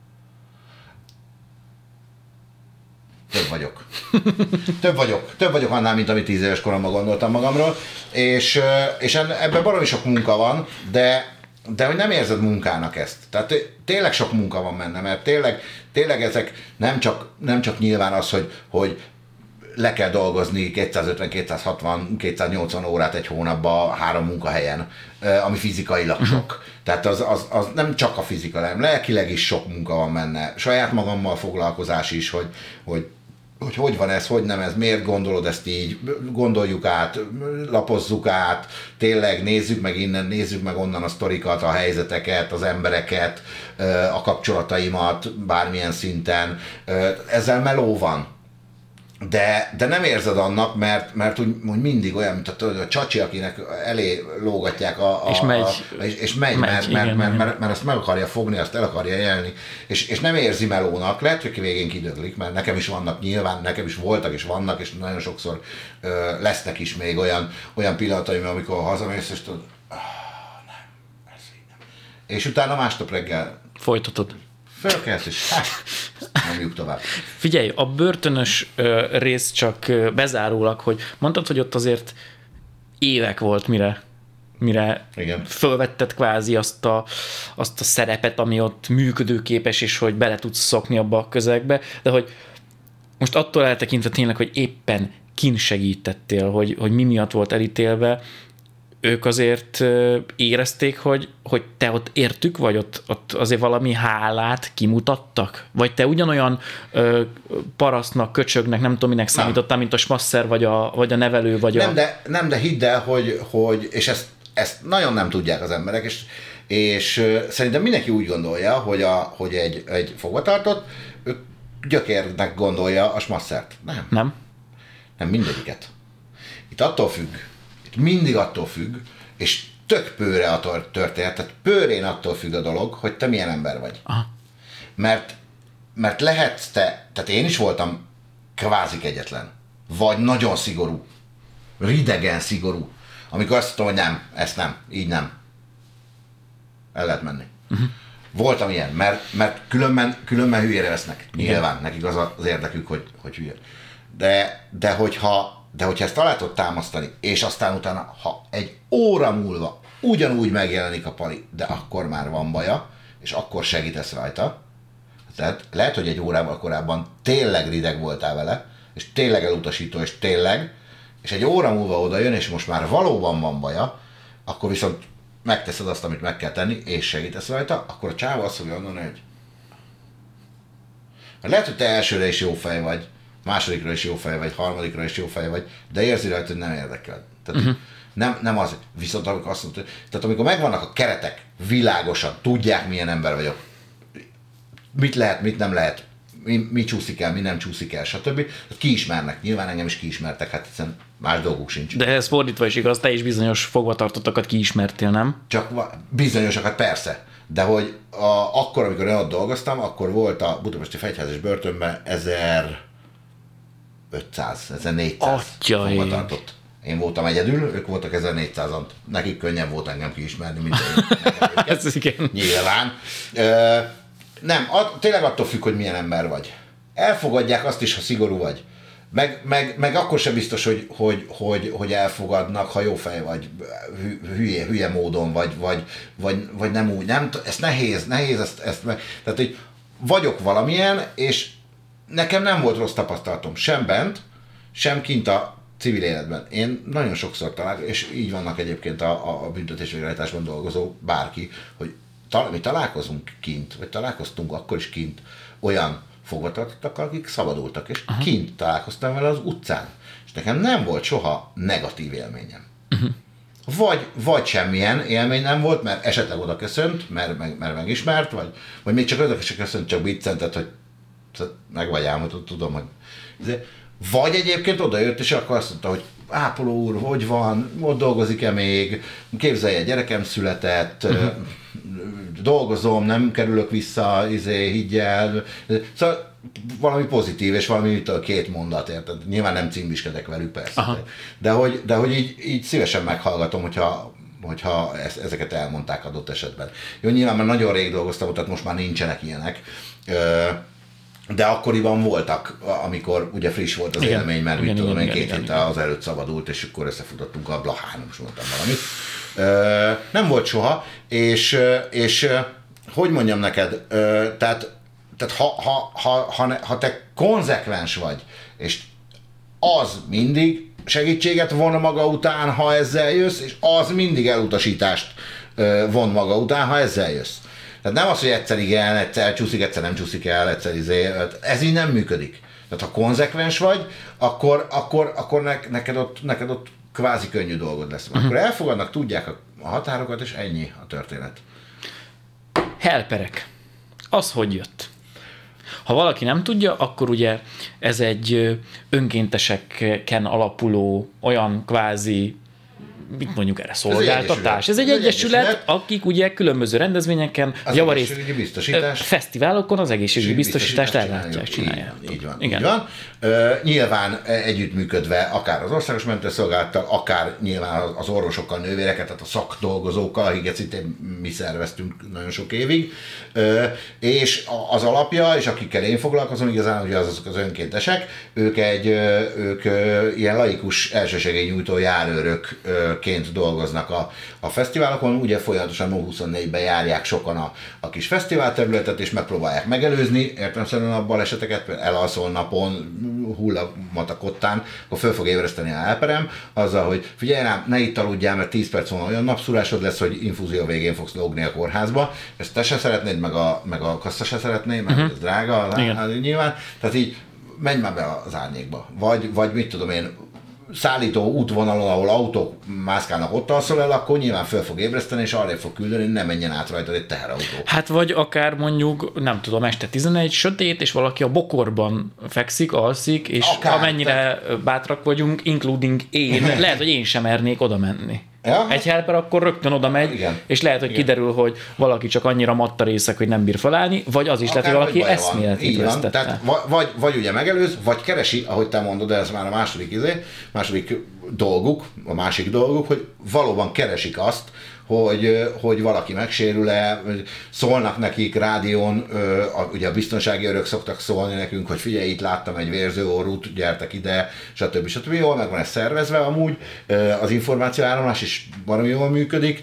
Több vagyok. Több vagyok. Több vagyok annál, mint amit tíz éves koromban gondoltam magamról. És, és ebben baromi sok munka van, de, de hogy nem érzed munkának ezt. Tehát tényleg sok munka van benne, mert tényleg, tényleg ezek nem csak, nem csak nyilván az, hogy, hogy le kell dolgozni kétszázötven, kétszázhatvan, kétszáznyolcvan órát egy hónapban három munkahelyen, ami fizikailag sok. Tehát az, az, az nem csak a fizika, hanem lelkileg is sok munka van benne. Saját magammal foglalkozás is, hogy, hogy hogy hogy van ez, hogy nem ez, miért gondolod ezt így, gondoljuk át, lapozzuk át, tényleg nézzük meg innen, nézzük meg onnan a sztorikat, a helyzeteket, az embereket, a kapcsolataimat bármilyen szinten. Ezzel meló van. De, de nem érzed annak, mert, mert úgy, úgy mindig olyan, mint a, a csacsi, akinek elé lógatják a... a és megy. A, és, és megy, megy mert, igen, mert, mert, mert, mert azt meg akarja fogni, azt el akarja élni, és, és nem érzi melónak. Lehet, hogy végén kidöglik, mert nekem is vannak nyilván, nekem is voltak és vannak, és nagyon sokszor ö, lesznek is még olyan, olyan pillanataim, amikor hazamész, és tudod, ah, nem, ez így nem. És utána másnap reggel folytatod. Fölkelsz, és hát, nyomjuk tovább. Figyelj, a börtönös ö, rész csak ö, bezárólag, hogy mondtad, hogy ott azért évek volt, mire, mire Igen. fölvetted kvázi azt a, azt a szerepet, ami ott működőképes, és hogy bele tudsz szokni abba a közegbe, de hogy most attól eltekintve tényleg, hogy éppen kin segítettél, hogy, hogy mi miatt volt elítélve, ők azért érezték, hogy, hogy te ott értük, vagy ott, ott azért valami hálát kimutattak? Vagy te ugyanolyan ö, parasztnak, köcsögnek, nem tudom minek számítottál, mint a smasszer, vagy a, vagy a nevelő, vagy nem, a... De, nem, de hidd el, hogy, hogy és ezt, ezt nagyon nem tudják az emberek, és, és szerintem mindenki úgy gondolja, hogy, a, hogy egy, egy fogvatartott, ő gyökérnek gondolja a smasszert. Nem. Nem? Nem mindegyiket. Itt attól függ, mindig attól függ, és tök pőre a történet, tehát pőrén attól függ a dolog, hogy te milyen ember vagy. Aha. Mert, mert lehetsz te, tehát én is voltam kvázi kegyetlen, vagy nagyon szigorú, ridegen szigorú, amikor azt mondtam, hogy nem, ezt nem, így nem. El lehet menni. Uh-huh. Voltam ilyen, mert, mert különben, különben hülyére vesznek. Nyilván, nekik az az érdekük, hogy, hogy hülye. De, de hogyha De hogyha ezt alá tudod támasztani, és aztán utána, ha egy óra múlva ugyanúgy megjelenik a pali, de akkor már van baja, és akkor segítesz rajta, tehát lehet, hogy egy órával korábban tényleg rideg voltál vele, és tényleg elutasító, és tényleg, és egy óra múlva oda jön, és most már valóban van baja, akkor viszont megteszed azt, amit meg kell tenni, és segítesz rajta, akkor a csáva azt fogja mondani, hogy lehet, hogy te elsőre is jó fej vagy, másodikra is jó fej vagy, harmadikra is jó fej vagy, de érzi rajta, hogy nem érdekel. Tehát uh-huh. nem, nem az, viszont amikor azt mondta, tehát amikor megvannak a keretek, világosan, tudják milyen ember vagyok, mit lehet, mit nem lehet, mi, mi csúszik el, mi nem csúszik el, stb. Kiismernek, nyilván engem is kiismertek, hát hiszen más dolguk sincs. De ez fordítva is igaz, te is bizonyos fogvatartottakat kiismertél, nem? Csak bizonyosakat persze, de hogy a, akkor, amikor én ott dolgoztam, akkor volt a budapesti fegyházas börtönben ezerötszáz, ezernégyszáz fogvatartott. Én voltam egyedül, ők voltak ezernégyszázan. Nekik könnyebb volt engem kiismerni, mint én. Ez igen. Nyilván. Ö, nem, at, tényleg attól függ, hogy milyen ember vagy. Elfogadják azt is, ha szigorú vagy. Meg, meg, meg akkor sem biztos, hogy, hogy, hogy, hogy elfogadnak, ha jó fej vagy, hülye, hülye módon, vagy, vagy, vagy, vagy nem úgy. Nem, ez nehéz, nehéz ezt, ezt meg. Tehát, hogy vagyok valamilyen, és nekem nem volt rossz tapasztalatom, sem bent, sem kint a civil életben. Én nagyon sokszor találkozom, és így vannak egyébként a, a büntetésvégrehajtásban dolgozó bárki, hogy ta, mi találkozunk kint, vagy találkoztunk akkor is kint olyan fogvatartottakkal, akik szabadultak, és uh-huh. kint találkoztam vele az utcán. És nekem nem volt soha negatív élményem. Uh-huh. Vagy, vagy semmilyen élmény nem volt, mert esetleg oda köszönt, mert, mert, mert megismert, vagy, vagy még csak oda se köszönt, csak biccentett, hogy meg vagy ám, hogy tudom, hogy... Vagy egyébként oda jött, és akkor azt mondta, hogy ápoló úr, hogy van, ott dolgozik-e még, képzelje, gyerekem született, uh-huh. dolgozom, nem kerülök vissza, izé, higgyel. Szóval valami pozitív, és valami két mondat, érted? Nyilván nem címbiskedek velük, persze. Uh-huh. De hogy, de hogy így, így szívesen meghallgatom, hogyha, hogyha ezeket elmondták adott esetben. Jó, nyilván már nagyon rég dolgoztam, tehát most már nincsenek ilyenek. De akkoriban voltak, amikor ugye friss volt az igen, élmény, mert igen, mit tudom én, két héttel az előtt szabadult, és akkor összefutottunk a Blahán, most mondtam valamit. Ö, nem volt soha, és, és hogy mondjam neked, ö, tehát, tehát ha, ha, ha, ha, ha te konzekvens vagy, és az mindig segítséget von maga után, ha ezzel jössz, és az mindig elutasítást ö, von maga után, ha ezzel jössz. Tehát nem az, hogy egyszer igen, egyszer csúszik, egyszer nem csúszik el, egyszer izé, ez így nem működik. Tehát ha konzekvens vagy, akkor, akkor, akkor ne, neked, ott, neked ott kvázi könnyű dolgod lesz. Uh-huh. Akkor elfogadnak, tudják a, a határokat, és ennyi a történet. Helperek. Az hogy jött? Ha valaki nem tudja, akkor ugye ez egy önkénteseken alapuló olyan kvázi, mit mondjuk erre, szolgáltatás. Ez egy ez egyesület, egyesület, akik ugye különböző rendezvényeken, az javarészt egészségügyi biztosítás, fesztiválokon az egészségügyi biztosítást ellátják, csinálják. Így, így van. Igen. Így van. Uh, nyilván együttműködve akár az országos mentőszolgálattal, akár nyilván az orvosokkal, nővéreket, tehát a szakdolgozókkal, akiket szintén mi szerveztünk nagyon sok évig, uh, és az alapja, és akikkel én foglalkozom, igazán ugye az azok az önkéntesek, ők egy ők ilyen laikus elsősegélynyújtó járőrökként dolgoznak a, a fesztiválokon, ugye folyamatosan o huszonnégyben járják sokan a, a kis fesztiválterületet, és megpróbálják megelőzni, értelemszerűen a baleseteket, elalszol napon, hullamat a kottán, akkor föl fog ébreszteni a helperem, azzal, hogy figyelj rám, ne itt aludjál, mert tíz perc múlva olyan napszúrásod lesz, hogy infúzió végén fogsz lógni a kórházba. Ezt te se szeretnéd, meg a, meg a kassa se szeretné, mert uh-huh. ez drága, hát, nyilván. Tehát így menj már be az árnyékba. Vagy, vagy mit tudom én, szállító útvonalon, ahol autók mászkálnak, ott alszol el, akkor nyilván föl fog ébreszteni, és arra fog küldeni, hogy ne menjen át rajtad egy teherautó. Hát vagy akár mondjuk, nem tudom, este tizenegy, sötét, és valaki a bokorban fekszik, alszik, és akár, amennyire te... bátrak vagyunk, including én, lehet, hogy én sem mernék oda menni. Ja? Egy helper akkor rögtön oda megy, igen. És lehet, hogy igen. kiderül, hogy valaki csak annyira matta részek, hogy nem bír felállni, vagy az is akár lehet, hogy valaki eszméletét vesztette. Tehát vagy, vagy ugye megelőz, vagy keresi, ahogy te mondod, de ez már a második izé, második dolguk, a másik dolguk, hogy valóban keresik azt, hogy, hogy valaki megsérül-e, szólnak nekik rádión, ugye a biztonsági őrök szoktak szólni nekünk, hogy figyelj, itt láttam egy vérző orrút, gyertek ide, stb. stb. Jól meg van ez szervezve amúgy, az információáramlás is valami jól működik,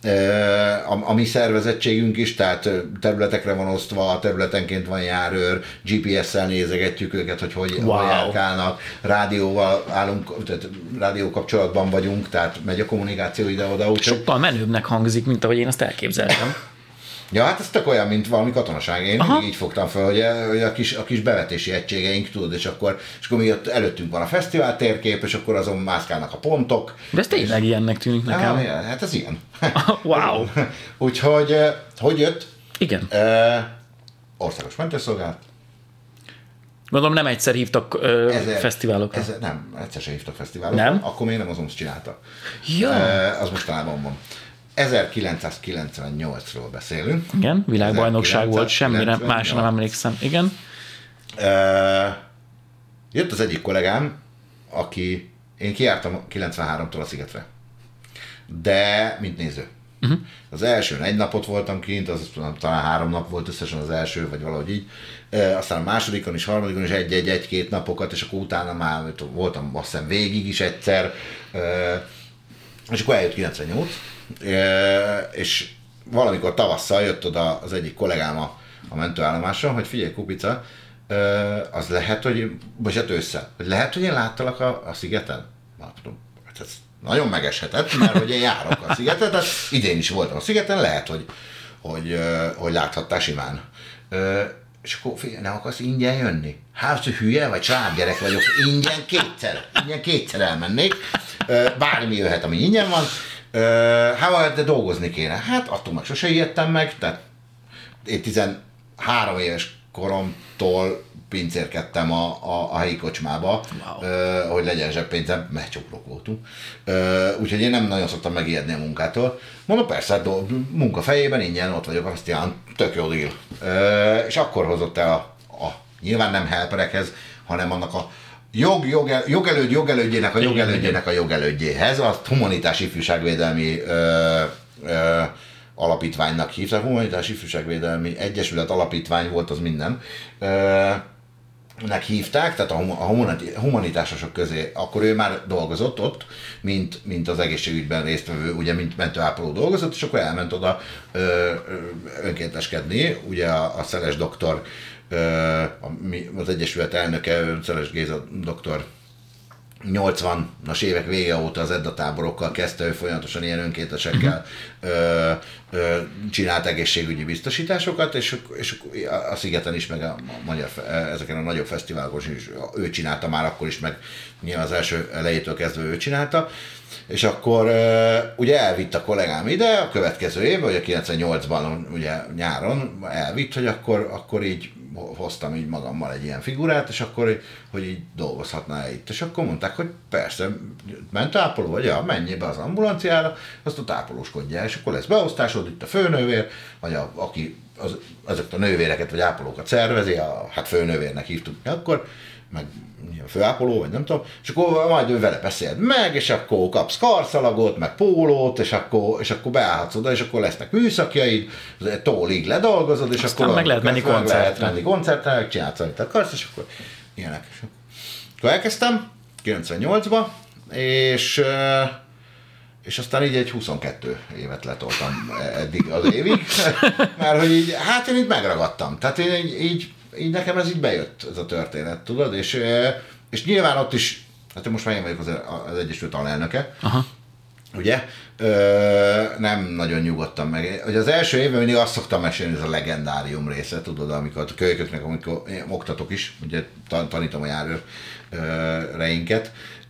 a, a mi szervezettségünk is, tehát területekre van osztva, területenként van járőr, gé pé es-szel nézegetjük őket, hogy hogy wow. járkálnak, rádióval állunk, tehát rádió kapcsolatban vagyunk, tehát megy a kommunikáció ide-oda. Úgy, sokkal menőbbnek hangzik, mint ahogy én azt elképzeltem. Ja, hát ez tök olyan, mint valami katonaság. Én Aha. így fogtam fel, hogy a, hogy a, kis, a kis bevetési egységeink, tudod, és akkor, és akkor mi ott előttünk van a fesztivál térkép, és akkor azon mászkálnak a pontok. De ez tényleg és... ilyennek tűnik nekem. Ja, hát ez ilyen. Wow. Úgyhogy, hogy jött? Igen. E, országos mentőszolgálat. Gondolom nem egyszer hívtak ö, ezer, fesztiválokra. Ezer, nem, egyszer sem hívtak fesztiválokra. Nem? Akkor még nem az o em es csinálta. Ja. E, az mostanában van. ezerkilencszázkilencvennyolcról beszélünk. Igen, világbajnokság volt, semmire másra nem emlékszem. Igen. Uh, jött az egyik kollégám, aki, én kijártam kilencvenháromtól a Szigetre, de mint néző. Uh-huh. Az elsőn egy napot voltam kint, az talán három nap volt összesen az első, vagy valahogy így. Uh, aztán a másodikon is, harmadikon is egy-egy-egy-két napokat, és akkor utána már voltam azt hiszem végig is egyszer. Uh, és akkor eljött kilencvennyolc. E, és valamikor tavasszal jött oda az egyik kollégám a, a mentőállomásra, hogy figyelj Kupica, e, az lehet, hogy, vagy hát ősszel, hogy lehet, hogy én láttalak a, a szigeten? Mondom, hát ez nagyon megeshetett, mert hogy én járok a szigeten, tehát idén is voltam a szigeten, lehet, hogy, hogy, hogy láthattál simán. E, és akkor figyelj, nem akarsz ingyen jönni? Hát, hogy hülye vagy, családgyerek vagyok, ingyen kétszer, ingyen kétszer elmennék, e, bármi jöhet, ami ingyen van. Uh, hát, de dolgozni kéne. Hát attól meg sose ijedtem meg, tehát én tizenhárom éves koromtól pincérkedtem a, a, a helyi kocsmába, wow. uh, hogy legyen zseppénzem, mert csokrok voltunk. Uh, úgyhogy én nem nagyon szoktam megijedni a munkától. Mondom, persze, do, munka fejében ingyen ott vagyok, azt ilyen tök jó deal. Uh, és akkor hozott el a, a nyilván nem helperekhez, hanem annak a Jog, jogel, jogelőd, jogelődjének a jogelődjének a jogelődjéhez, azt humanitás ifjúságvédelmi ö, ö, alapítványnak hívták, humanitás ifjúságvédelmi egyesület alapítvány volt, az minden, ö, nek hívták, tehát a humanitásosok közé, akkor ő már dolgozott ott, mint, mint az egészségügyben résztvevő, ugye, mint mentőápoló dolgozott, és akkor elment oda ö, ö, önkénteskedni, ugye a, a Szeles doktor, az Egyesület elnöke, Szeles Géza doktor nyolcvanas évek vége óta az Edda táborokkal kezdte, ő folyamatosan ilyen önkéntesekkel ö, ö, csinált egészségügyi biztosításokat, és, és a Szigeten is, meg a magyar, ezeken a nagyobb fesztiválokon is ő csinálta már akkor is, meg nyilván az első elejétől kezdve ő csinálta, és akkor ugye elvitt a kollégám ide a következő évben, ugye kilencvennyolcban ugye nyáron elvitt, hogy akkor, akkor így hoztam így magammal egy ilyen figurát, és akkor, hogy így dolgozhatná itt. És akkor mondták, hogy persze, mentőápoló vagy, ja, menjél be az ambulanciára, azt ott ápolóskodjál, és akkor lesz beosztásod, itt a főnővér, vagy a, aki az, ezeket a nővéreket vagy ápolókat szervezi, a, hát főnővérnek hívtuk akkor, meg főápoló, vagy nem tudom, és akkor majd ő vele beszéld meg, és akkor kapsz karszalagot, meg pólót, és akkor, és akkor beállhatsz oda, és akkor lesznek műszakjaid, tólig ledolgozod, és aztán akkor meg lehet menni koncertre. Lehet menni koncertre, meg csinálsz, amit akarsz, és akkor ilyenek. Akkor elkezdtem kilencvennyolcban, és és aztán így egy huszonkettő évet letoltam eddig az évig, mert hogy így, hát én így megragadtam. Tehát én így, így így nekem ez így bejött, ez a történet, tudod, és, és nyilván ott is, hát most már én vagyok az, az Egyesült alelnöke, aha, ugye, ö, nem nagyon nyugodtam meg. Ugye az első évben mindig azt szoktam mesélni, ez a legendárium része, tudod, amikor a kölyköknek, amikor én oktatok is, ugye tanítom a járőreinket,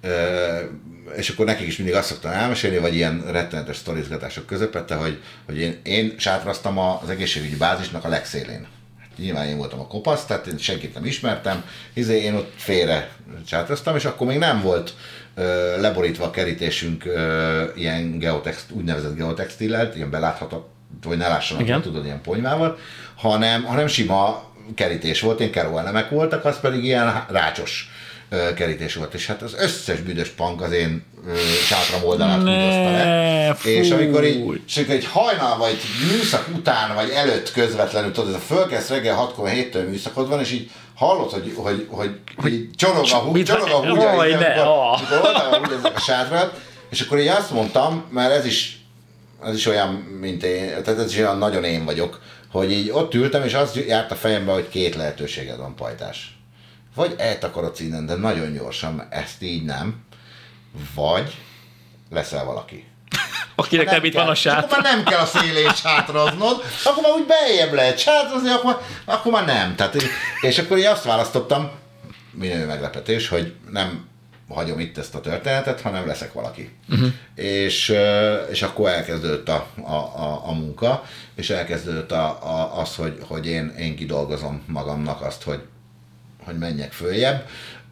és akkor nekik is mindig azt szoktam elmesélni, vagy ilyen rettenetes sztorizgatások közepette, hogy, hogy én, én sátraztam az egészségügyi bázisnak a legszélén. Nyilván én voltam a kopasz, tehát én senkit nem ismertem, izé én ott félre csátraztam, és akkor még nem volt ö, leborítva a kerítésünk ö, ilyen geotext, úgynevezett geotextillelt, ilyen belátható, hogy ne lássanak, igen, tudod, ilyen ponyvával, hanem, hanem sima kerítés volt, ilyen keróelemek voltak, az pedig ilyen rácsos ö, kerítés volt, és hát az összes büdös pank az én ö, sátram oldalát húzta le. Fú. És amikor így, és amikor egy hajnal, vagy műszak után, vagy előtt közvetlenül, tudod, ez a fölkezd reggel hatkor héttől műszakod van, és így hallod, hogy, hogy, hogy, hogy csorog a húgya, csorog a húgya, amikor oldalra húgyazzak a sátrat, és akkor így azt mondtam, mert ez is, ez is olyan, mint én, tehát ez is olyan nagyon én vagyok, hogy így ott ültem, és az járt a fejembe, hogy két lehetőséged van, pajtás. Vagy eltakarodsz innen, de nagyon gyorsan, ezt így nem, vagy leszel valaki. Akinek nem itt van a sátra. Akkor már nem kell a szélén sátraznod, akkor már úgy beljebb lehet sátrazni, akkor, akkor már nem. Tehát, és akkor így azt választottam, minő meglepetés, hogy nem hagyom itt ezt a történetet, hanem leszek valaki. Uh-huh. És, és akkor elkezdődött a, a, a, a munka, és elkezdődött a, a, az, hogy, hogy én, én kidolgozom magamnak azt, hogy, hogy menjek följebb.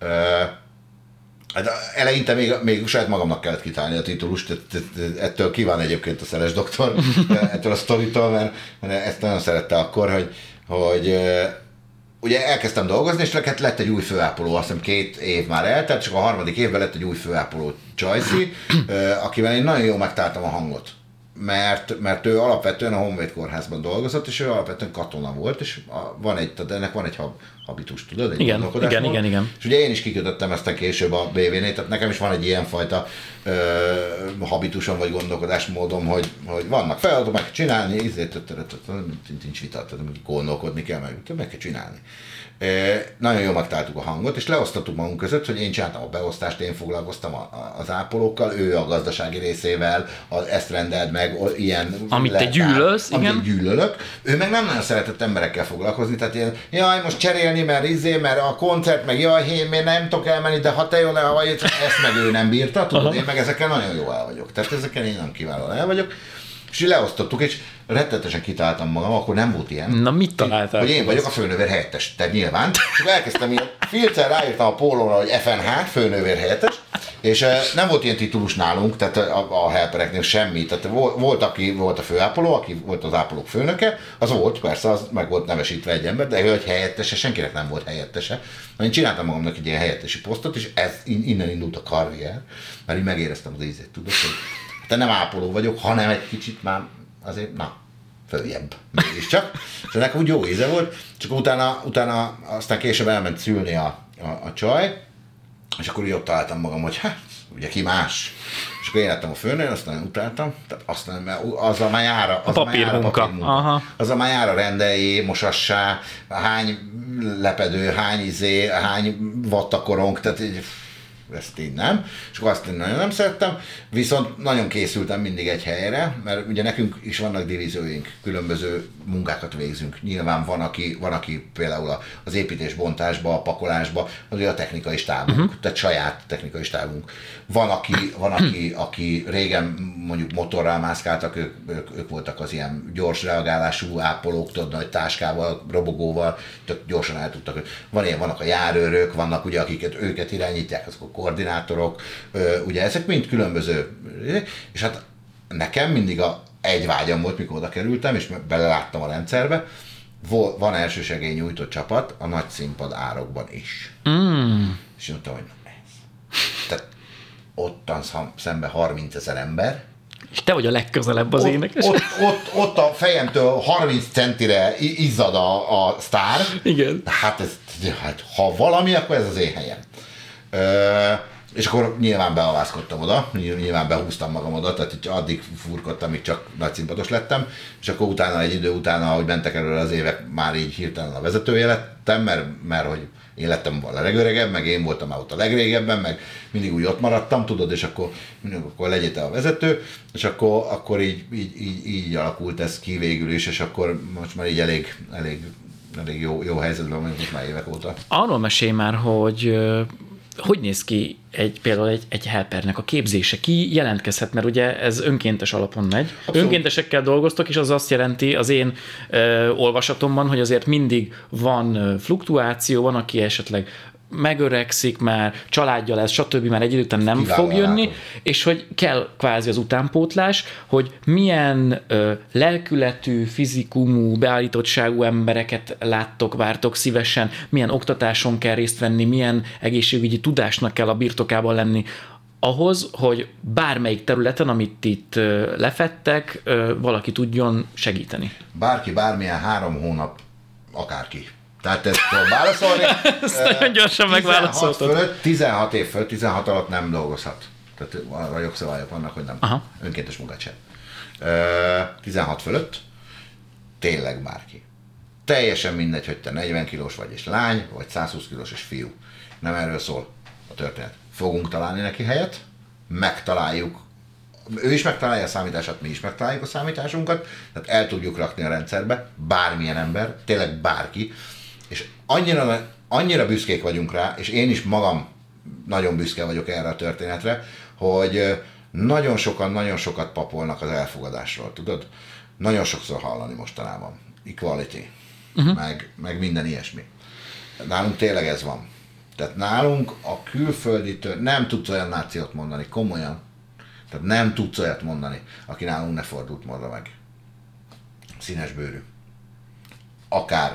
Hát eleinte még, még saját magamnak kellett kitálni a titulust, ettől kíván egyébként a Szeles doktor, ettől a sztoritól, mert, mert ezt nagyon szerette akkor, hogy, hogy ugye elkezdtem dolgozni, és lett egy új főápoló, azt hiszem két év már eltelt, csak a harmadik évben lett egy új főápoló, Csajci, akivel én nagyon jól megtaláltam a hangot. Mert, mert ő alapvetően a Honvéd kórházban dolgozott, és ő alapvetően katona volt, és a, van egy, tehát ennek van egy hab, habitus, tudod? Egy igen, igen, igen, igen. És ugye én is kikötöttem ezt a később a bé vé-nél, tehát nekem is van egy ilyenfajta ö, habitusom, vagy gondolkodásmódom, hogy, hogy vannak feladatok, meg kell csinálni, ízét, nincs vita, tehát gondolkodni kell, meg, meg kell csinálni. E, nagyon jól megtaláltuk a hangot, és leosztottuk magunk között, hogy én csináltam a beosztást, én foglalkoztam a, a, az ápolókkal, ő a gazdasági részével, az, ezt rendeld meg, ilyen... Amit te gyűlölsz, amit igen. Amit gyűlölök. Ő meg nem nagyon szeretett emberekkel foglalkozni, tehát ilyen, jaj, most cserélni, mert izé, mert a koncert, meg jaj, én miért nem tudok elmenni, de ha te jól el vagy, ezt meg ő nem bírta, tudod, aha, én meg ezekkel nagyon jól el vagyok. Tehát ezekkel én nem kiválóan el vagyok. És leosztottuk, és rettetesen kitáltam magam, akkor nem volt ilyen. Na mit találtál? Hogy én vagyok a főnővér helyettes, tehát nyilván. És elkezdtem ilyen filccel ráírtam a pólóra, hogy ef en há, főnővér helyettes, és nem volt ilyen titulus nálunk, tehát a, a helpereknél semmi. Tehát volt, aki volt a főápoló, aki volt az ápolók főnöke, az volt, persze, az meg volt nevesítve egy ember, de ő egy helyettese, senkinek nem volt helyettese. Én csináltam magamnak egy ilyen helyettesi posztot, és ez innen indult a karrier, mert így megéreztem az ízét, tudod, hogy te nem ápoló vagyok, hanem egy kicsit már azért, na, följebb mégiscsak. És ennek úgy jó íze volt, csak utána, utána aztán később elment szülni a, a, a csaj, és akkor így ott találtam magam, hogy hát, ugye ki más. És akkor én lettem a főnő, aztán utáltam, tehát aztán, mert azzal már jár a, a papírmunka. Azzal már jár a rendeljé, mosassá, hány lepedő, hány izé, hány vattakorong, tehát így, ezt így nem, és akkor azt én nagyon nem szerettem, viszont nagyon készültem mindig egy helyre, mert ugye nekünk is vannak divízióink, különböző munkákat végzünk. Nyilván van, aki, van, aki például az építésbontásba, a pakolásba, az ugye a technikai stábunk, uh-huh. tehát saját technikai stábunk. Van, aki, van aki, aki régen mondjuk motorral mászkáltak, ők, ők, ők voltak az ilyen gyors reagálású ápolók, tudod, nagy táskával, robogóval, tök gyorsan el tudtak. Van ilyen, vannak a járőrök, vannak ugye, akiket őket irányítják, azok a koordinátorok, ugye ezek mind különböző, és hát nekem mindig a, egy vágyam volt, mikor oda kerültem, és beleláttam a rendszerbe, van elsősegély nyújtott csapat a nagy színpad árokban is. Mm. És mondtam, hogy ez. Tehát ottan szembe harmincezer ember. És te vagy a legközelebb az ott, énekes. Ott, ott, ott a fejemtől harminc centire izzad a, a sztár. Igen. Hát, ez, hát ha valami, akkor ez az én helyem. Ö, és akkor nyilván beavászkodtam oda, nyilván behúztam magam oda, tehát addig furkodtam, amíg csak nagyszínpados lettem, és akkor utána, egy idő után, ahogy mentek előre az évek, már így hirtelen a vezetője lettem, mert, mert hogy én lettem a legöregebb, meg én voltam már ott a legrégebben, meg mindig úgy ott maradtam, tudod, és akkor, akkor legyél te a vezető, és akkor, akkor így, így, így, így alakult ez ki végül is, és akkor most már így elég, elég, elég jó, jó helyzetben vagyunk most már évek óta. Arról mesélj már, hogy hogy néz ki egy, például egy, egy helpernek a képzése? Ki jelentkezhet, mert ugye ez önkéntes alapon megy. Abszolút. Önkéntesekkel dolgoztok, és az azt jelenti az én ö, olvasatomban, hogy azért mindig van fluktuáció, van, aki esetleg megöregszik már, családja lesz, stb. Már egy idő után nem Kiváló fog jönni, látom. És hogy kell kvázi az utánpótlás, hogy milyen ö, lelkületű, fizikumú, beállítottságú embereket láttok, vártok szívesen, milyen oktatáson kell részt venni, milyen egészségügyi tudásnak kell a birtokában lenni, ahhoz, hogy bármelyik területen, amit itt ö, lefettek, ö, valaki tudjon segíteni. Bárki, bármilyen három hónap, akárki. Tehát ezt tudom válaszolni. Ezt nagyon gyorsan megválaszoltad. tizenhat év fölött, tizenhat alatt nem dolgozhat. Tehát a jogszabályok vannak, hogy nem. Aha. Önkéntes munkát sem. tizenhat fölött tényleg bárki. Teljesen mindegy, hogy te negyven kilós vagy és lány, vagy százhúsz kilós és fiú. Nem erről szól a történet. Fogunk találni neki helyet, megtaláljuk. Ő is megtalálja a számítását, mi is megtaláljuk a számításunkat, tehát el tudjuk rakni a rendszerbe, bármilyen ember, tényleg bárki, és annyira, annyira büszkék vagyunk rá, és én is magam nagyon büszke vagyok erre a történetre, hogy nagyon sokan, nagyon sokat papolnak az elfogadásról, tudod? Nagyon sokszor hallani mostanában. Equality, uh-huh. meg, meg minden ilyesmi. Nálunk tényleg ez van. Tehát nálunk a külfölditől nem tudsz olyan nációt mondani, komolyan. Tehát nem tudsz olyat mondani, aki nálunk ne fordult morra meg. Színes bőrű. Akár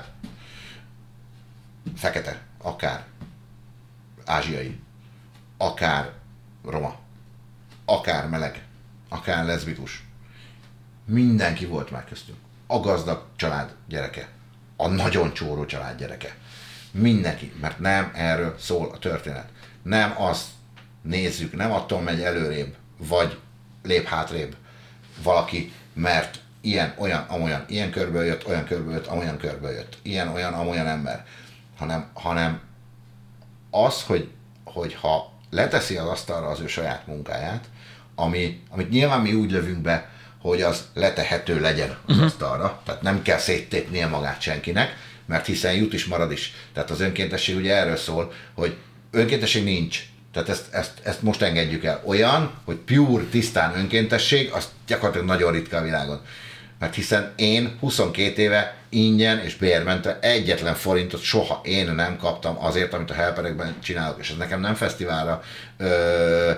fekete, akár ázsiai, akár roma, akár meleg, akár leszbikus. Mindenki volt már köztünk. A gazdag család gyereke, a nagyon csóró család gyereke. Mindenki, mert nem erről szól a történet. Nem azt nézzük, nem attól megy előrébb, vagy lép hátrébb valaki, mert ilyen, olyan, amolyan, ilyen körből jött, olyan körből jött, amolyan körből jött, ilyen, olyan, amolyan ember, hanem, hanem az, hogy, hogy ha leteszi az asztalra az ő saját munkáját, ami, amit nyilván mi úgy lövünk be, hogy az letehető legyen az asztalra, tehát nem kell széttépnie magát senkinek, mert hiszen jut is, marad is. Tehát az önkéntesség ugye erről szól, hogy önkéntesség nincs. Tehát ezt, ezt, ezt most engedjük el. Olyan, hogy pure, tisztán önkéntesség, az gyakorlatilag nagyon ritka a világon. Mert hiszen én huszonkét éve ingyen és bérmentve egyetlen forintot soha én nem kaptam azért, amit a helperekben csinálok. És ez nekem nem fesztiválra ö,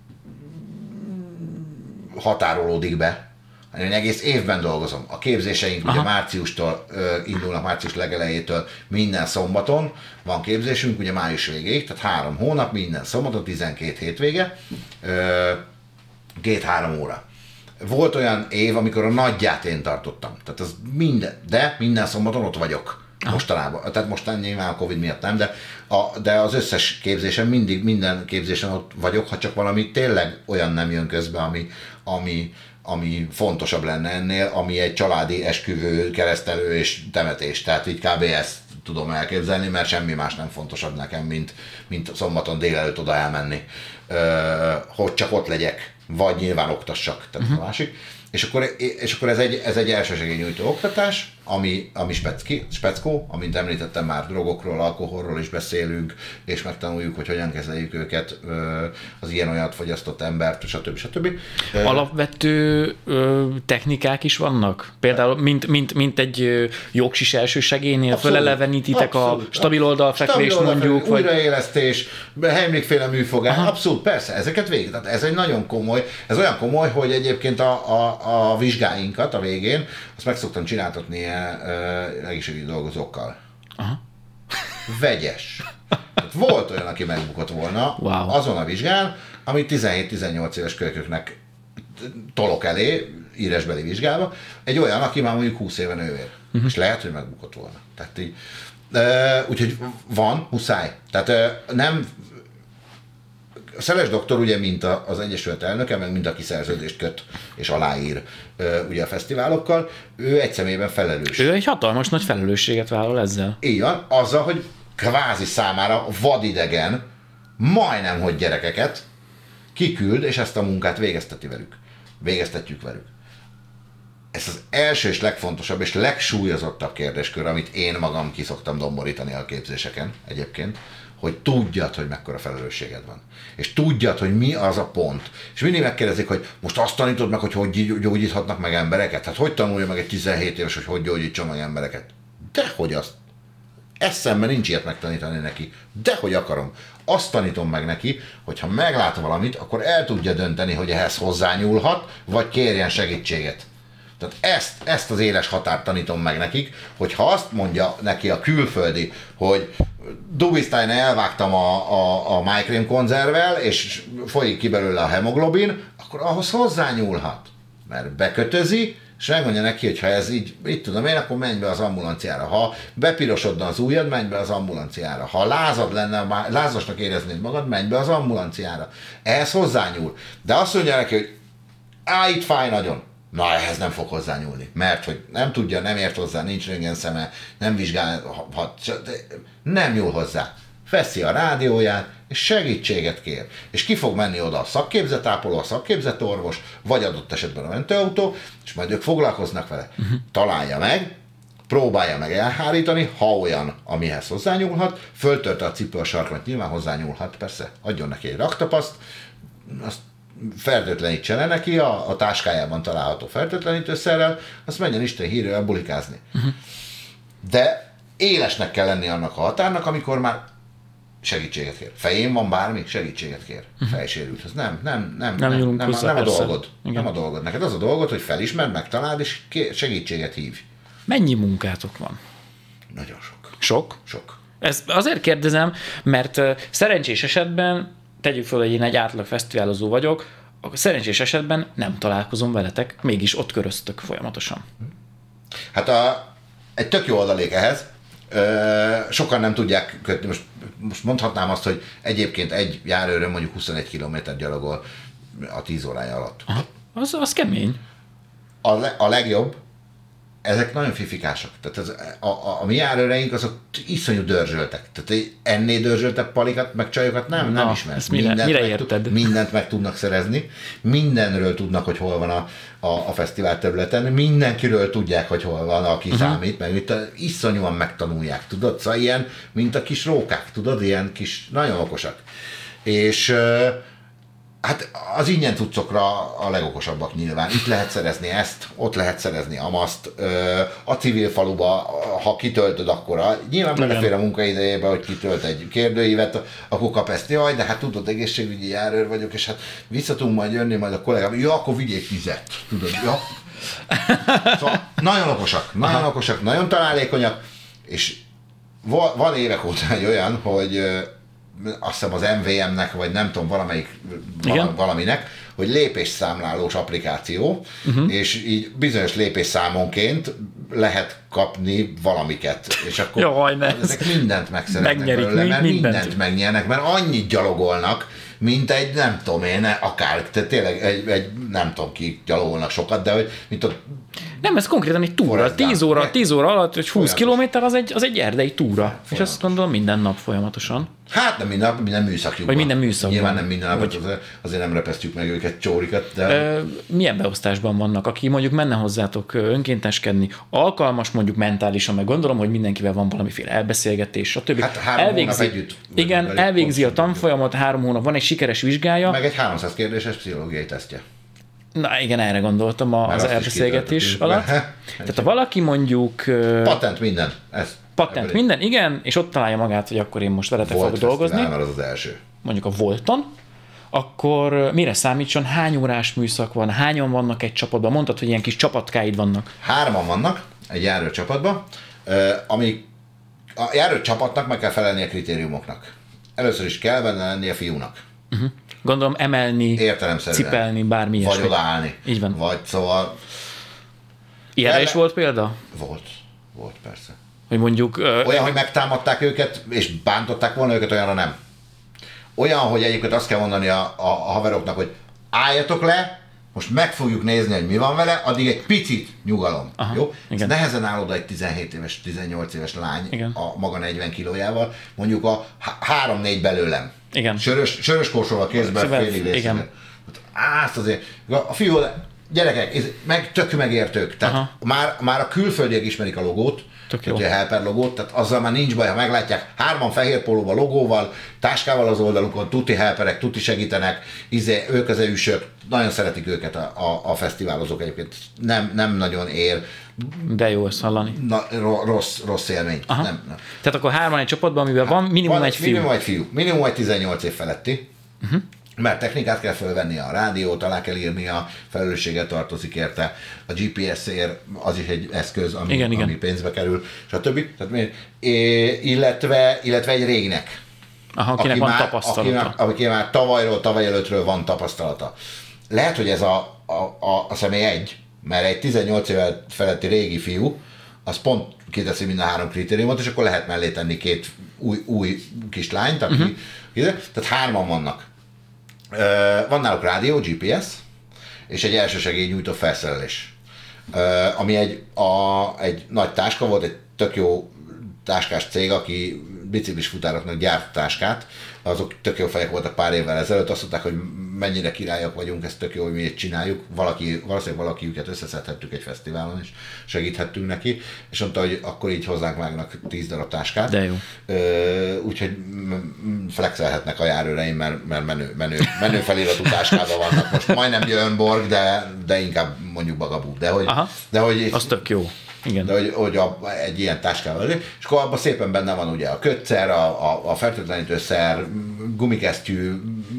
határolódik be, hanem én egész évben dolgozom. A képzéseink Aha. ugye márciustól ö, indulnak, március legelejétől minden szombaton van képzésünk, ugye május végéig, tehát három hónap, minden szombaton, tizenkét hétvége, ö, két-három óra. Volt olyan év, amikor a nagyját én tartottam, tehát az minden, de minden szombaton ott vagyok. Mostanában, tehát mostan nyilván a Covid miatt nem, de a, de az összes képzésen, mindig minden képzésen ott vagyok, ha csak valami tényleg olyan nem jön közbe, ami, ami, ami fontosabb lenne ennél, ami egy családi esküvő, keresztelő és temetés. Tehát így kb. Ezt tudom elképzelni, mert semmi más nem fontosabb nekem, mint, mint szombaton délelőtt oda elmenni, hogy csak ott legyek, vagy nyilván oktassak, tehát uh-huh. a másik. És akkor, és akkor ez egy, ez egy elsősegélynyújtó oktatás, ami, ami specki, speckó, amint említettem már, drogokról, alkoholról is beszélünk, és megtanuljuk, hogy hogyan kezeljük őket, az ilyen-olyat fogyasztott embert, stb. stb. Alapvető ö, technikák is vannak? Például, mint, mint, mint egy jogsis elsősegélynél fölelevenítitek a stabil oldalfekvést mondjuk? Vagy... Újraélesztés, Heimlich-féle műfogás, Aha. abszolút, persze, ezeket végig. Tehát ez egy nagyon komoly, ez olyan komoly, hogy egyébként a, a, a vizsgáinkat a végén, azt meg szoktam csináltatni ilyen uh, egészségügyi dolgozókkal. Aha. Vegyes. Tehát volt olyan, aki megbukott volna wow. azon a vizsgán, amit tizenhét-tizennyolc éves kölyköknek tolok elé, írásbeli vizsgálva, egy olyan, aki már mondjuk húsz éve nővér. Uh-huh. És lehet, hogy megbukott volna. Tehát így, uh, úgyhogy van, muszáj. Tehát uh, nem a Szeles doktor ugye, mint az Egyesület elnöke, meg mint aki szerződést köt és aláír ugye a fesztiválokkal, ő egy személyben felelős. Ő egy hatalmas nagy felelősséget vállal ezzel. Így van, azzal, hogy kvázi számára vadidegen, majdnem, hogy gyerekeket kiküld, és ezt a munkát végezteti velük. Végeztetjük velük. Ez az első és legfontosabb és legsúlyozottabb kérdéskör, amit én magam ki szoktam domborítani a képzéseken egyébként, hogy tudjad, hogy mekkora felelősséged van. És tudjad, hogy mi az a pont. És mindig megkérdezik, hogy most azt tanítod meg, hogy hogy gyógyíthatnak meg embereket? Hát hogy tanulja meg egy tizenhét éves, hogy hogy gyógyítson meg embereket? Dehogy azt. Eszemben nincs ilyet megtanítani neki. Dehogy akarom. Azt tanítom meg neki, hogy ha meglát valamit, akkor el tudja dönteni, hogy ehhez hozzányúlhat, vagy kérjen segítséget. Tehát ezt, ezt az éles határt tanítom meg nekik, hogy ha azt mondja neki a külföldi, hogy Dubisztájn elvágtam a, a, a májkrém konzervvel, és folyik ki belőle a hemoglobin, akkor ahhoz hozzányúlhat. Mert bekötözi, és megmondja neki, hogy ha ez így, így tudom én, akkor menj be az ambulanciára. Ha bepirosodna az ujjad, menj be az ambulanciára. Ha lázad lenne, lázasnak éreznéd magad, menj be az ambulanciára. Ehhez hozzányúl. De azt mondja neki, hogy á, itt fáj nagyon. Na, ehhez nem fog hozzányúlni, mert hogy nem tudja, nem ért hozzá, nincs röntgen szeme, nem vizsgál, ha, nem nyúl hozzá. Veszi a rádióját, és segítséget kér. És ki fog menni oda a szakképzett ápoló, a szakképzett orvos, vagy adott esetben a mentőautó, és majd ők foglalkoznak vele. Uh-huh. Találja meg, próbálja meg elhárítani, ha olyan, amihez hozzányúlhat, föltörte a cipő a sarkot, nyilván hozzányúlhat, persze, adjon neki egy raktapaszt, azt fertőtlenítse le neki a, a táskájában található fertőtlenítőszerrel, azt menjen Isten hírővel bulikázni. Uh-huh. De élesnek kell lenni annak a határnak, amikor már segítséget kér. Fején van bármi, segítséget kér. Uh-huh. Fejsérült. Ez nem, nem, nem, nem, nem, nem, nem a dolgod. Igen. Nem a dolgod. Neked az a dolgod, hogy felismerd, megtaláld, és kér, segítséget hívj. Mennyi munkátok van? Nagyon sok. Sok? Sok. Ezt azért kérdezem, mert szerencsés esetben tegyük fel, hogy én egy átlag fesztiválozó vagyok, akkor szerencsés esetben nem találkozom veletek, mégis ott köröztök folyamatosan. Hát a, egy tök jó adalék ehhez. Ö, sokan nem tudják kötni. Most, most mondhatnám azt, hogy egyébként egy járőrön mondjuk huszonegy kilométert gyalogol a tíz órája alatt. Aha, az, az kemény. A, le, a legjobb, ezek nagyon fifikásak. Tehát ez, a, a, a mi járőreink azok iszonyú dörzsöltek. Tehát ennél dörzsöltebb palikat, meg csajokat nem, Na, nem ismersz. Mire, mindent, mire meg érted? Tud, mindent meg tudnak szerezni. Mindenről tudnak, hogy hol van a, a, a fesztivál területen. Mindenkiről tudják, hogy hol van, aki uh-huh. számít. Meg itt iszonyúan megtanulják, tudod? Szóval ilyen, mint a kis rókák, tudod? Ilyen kis, nagyon okosak. És hát az ingyen cuccokra a legokosabbak nyilván. Itt lehet szerezni ezt, ott lehet szerezni amaszt. A civil faluba, ha kitöltöd, akkor a, nyilván belefér a munkaidejébe, hogy kitölt egy kérdőívet, akkor kap ezt. Jaj, de hát tudod, egészségügyi járőr vagyok, és hát vissza tudunk majd jönni, majd a kollégám, ja, akkor vigyék vizet. Tudod, ja. Szóval nagyon okosak, nagyon Aha. okosak, nagyon találékonyak, és van évek óta egy olyan, hogy azt hiszem az em vé em-nek, vagy nem tudom, valamelyik Igen. valaminek, hogy lépésszámlálós applikáció, uh-huh. és így bizonyos lépésszámonként lehet kapni valamiket. És akkor Jaj, ne. ezek mindent megszeretnek Megnyerik, belőle, mert mindent. mindent megnyernek, mert annyit gyalogolnak, mint egy, nem tudom én, akár, tehát tényleg egy, egy nem tudom ki gyalogolnak sokat, de hogy mint a Nem, ez konkrétan egy túra. tíz óra, tíz óra alatt, hogy húsz kilométer, az egy, az egy erdei túra. Folyamatos. És azt gondolom minden nap folyamatosan. Hát nem minden, minden műszakjukban. Vagy minden műszakban. Nyilván nem minden nap, Vagy... azért nem repesztjük meg őket, csórikat. De... Ö, milyen beosztásban vannak? Aki mondjuk menne hozzátok önkénteskedni, alkalmas mondjuk mentálisan, meg gondolom, hogy mindenkivel van valamiféle elbeszélgetés, stb. Hát három elvégzi, hónap együtt. Igen, elvégzi a tanfolyamat, három hónap, van egy sikeres vizsgája. Meg egy háromszáz kérdéses pszichológiai tesztje. Na igen, erre gondoltam az elbeszélgetés alatt. Tehát ha valaki mondjuk... Patent minden. Ez, patent minden, igen, és ott találja magát, hogy akkor én most veletek fogok dolgozni. Volt az az első. Mondjuk a Volton, akkor mire számítson, hány órás műszak van, hányan vannak egy csapatban? Mondtad, hogy ilyen kis csapatkáid vannak. Hárman vannak egy járőrcsapatban, ami a járőrcsapatnak meg kell felelni a kritériumoknak. Először is kell benne lenni a fiúnak. Uh-huh. Gondolom emelni, cipelni, bármi ilyesmi. Vagy odaállni. Így van. Vagy szóval... Ilyenre is volt példa? Volt. Volt, persze. Hogy mondjuk... Olyan, uh, hogy megtámadták őket, és bántották volna őket, olyanra nem. Olyan, hogy egyébként azt kell mondani a, a, a haveroknak, hogy álljatok le, most meg fogjuk nézni, hogy mi van vele, addig egy picit nyugalom. Aha, jó? Igen. Nehezen áll oda egy tizenhét éves, tizennyolc éves lány igen. a maga negyven kilójával, mondjuk a három-négy belőlem. Igen. Sörös, sörös kósol a kézben, félig részben. Azt azért, a fiú, gyerekek, meg tök megértők, tehát már, már a külföldiek ismerik a logót, a helper logót, tehát azzal már nincs baj, ha meglátják, hárman fehér pólóval, logóval, táskával az oldalukon, tuti helperek, tuti segítenek, izé, ők az ősök, nagyon szeretik őket a, a, a fesztiválozók egyébként, nem, nem nagyon ér. De jó ezt hallani. Na, rossz, rossz élmény. Nem, nem. Tehát akkor hárman egy csapatban, amiben van minimum van, egy fiú. Minimum egy fiú, minimum egy tizennyolc év feletti. Uh-huh. Mert technikát kell fölvenni, a rádiót alá kell írni, a felelősséggel tartozik érte, a gé pé es-ért az is egy eszköz, ami, igen, ami igen. pénzbe kerül, stb. Tehát, illetve, illetve egy régnek. Aha, akinek aki van már, tapasztalata. Akinek, aki már tavalyról, tavaly előttről van tapasztalata. Lehet, hogy ez a, a, a, a személy egy, mert egy tizennyolc éve feletti régi fiú, az pont kiteszi mind a három kritériumot, és akkor lehet mellé tenni két új, új kislányt, aki, uh-huh. tehát hárman vannak. Van náluk rádió, gé pé es, és egy elsősegélynyújtó felszerelés. Ami egy, a, egy nagy táska volt, egy tök jó táskás cég, aki biciklis futároknak gyárt táskát, azok tök jó fejek voltak pár évvel ezelőtt, azt mondták, hogy mennyire királyak vagyunk, ezt tök jó, hogy mi ezt csináljuk, valaki, valószínűleg valakiüket összeszedhettük egy fesztiválon, és segíthettünk neki, és mondta, hogy akkor így hozzánk vágnak tíz darab táskát. De jó. Úgyhogy flexelhetnek a járőreim, mert, mert menő, menő, menő feliratú táskában vannak. Most majdnem Björn Borg, de, de inkább mondjuk Bagabú. De hogy, de hogy az tök jó. Igen. De hogy, hogy a, egy ilyen táskával, és akkor abban szépen benne van ugye a kötszer, a, a, a fertőtlenítőszer, gumikesztyű,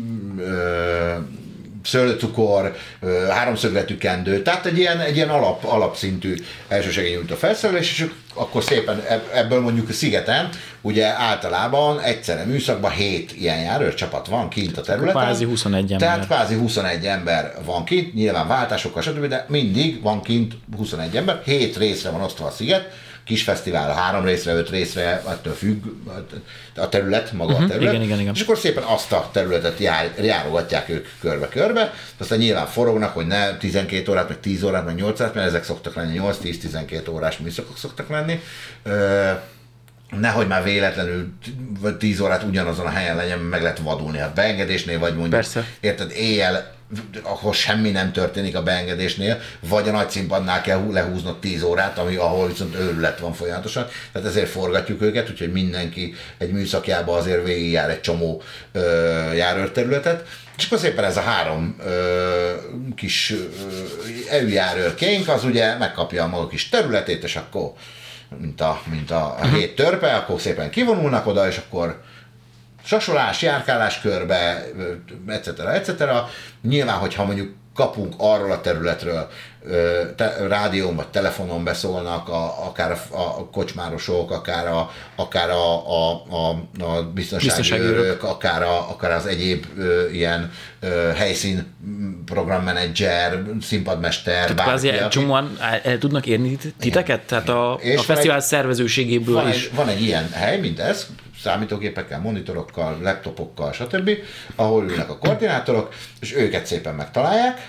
ö, szőlőcukor, ö, háromszögletű kendő, tehát egy ilyen, egy ilyen alap, alapszintű elsősegélynyújtó felszerelés, és akkor szépen ebből mondjuk a szigeten, ugye általában egyszerre műszakban hét ilyen járőrcsapat van kint a területen. Kvázi huszonegy ember. Tehát kvázi huszonegy ember van kint, nyilván váltásokkal, stb., de mindig van kint huszonegy ember, hét részre van osztva a sziget, kis fesztivál, három részre, öt részre, attól függ a terület, maga uh-huh, a terület, igen, igen, igen. és akkor szépen azt a területet jár, járogatják ők körbe-körbe, aztán nyilván forognak, hogy ne tizenkét órát, meg tíz órát, meg nyolc órát, mert ezek szoktak lenni, nyolc-tíz-tizenkét órás műszakok szoktak lenni. Ö, nehogy már véletlenül tíz órát ugyanazon a helyen legyen, meg lehet vadulni a beengedésnél, vagy mondjuk, persze. Érted, éjjel, ahol semmi nem történik a beengedésnél, vagy a nagy színpadnál kell lehúznod tíz órát, ami, ahol viszont őrület van folyamatosan. Tehát ezért forgatjuk őket, úgyhogy mindenki egy műszakjába azért végigjár egy csomó ö, járőrterületet. És akkor szépen ez a három ö, kis ö, előjárőrkénk, az ugye megkapja a maga kis területét, és akkor mint a, mint a, a hét törpe, akkor szépen kivonulnak oda, és akkor sasolás, járkálás körbe, et cetera, et cetera. Nyilván, hogyha mondjuk kapunk arról a területről, te, rádión vagy telefonon beszólnak, a, akár a, a kocsmárosok, akár a, akár a, a, a, a biztonsági őrök, akár, a, akár az egyéb ö, ilyen ö, helyszín programmenedzser, színpadmester, tehát bárki. Tehát csomóan el, el tudnak érni titeket? Igen. Tehát a, a fesztivál egy, szervezőségéből van is. Egy, van egy ilyen hely, mint ez, számítógépekkel, monitorokkal, laptopokkal, stb., ahol ülnek a koordinátorok, és őket szépen megtalálják.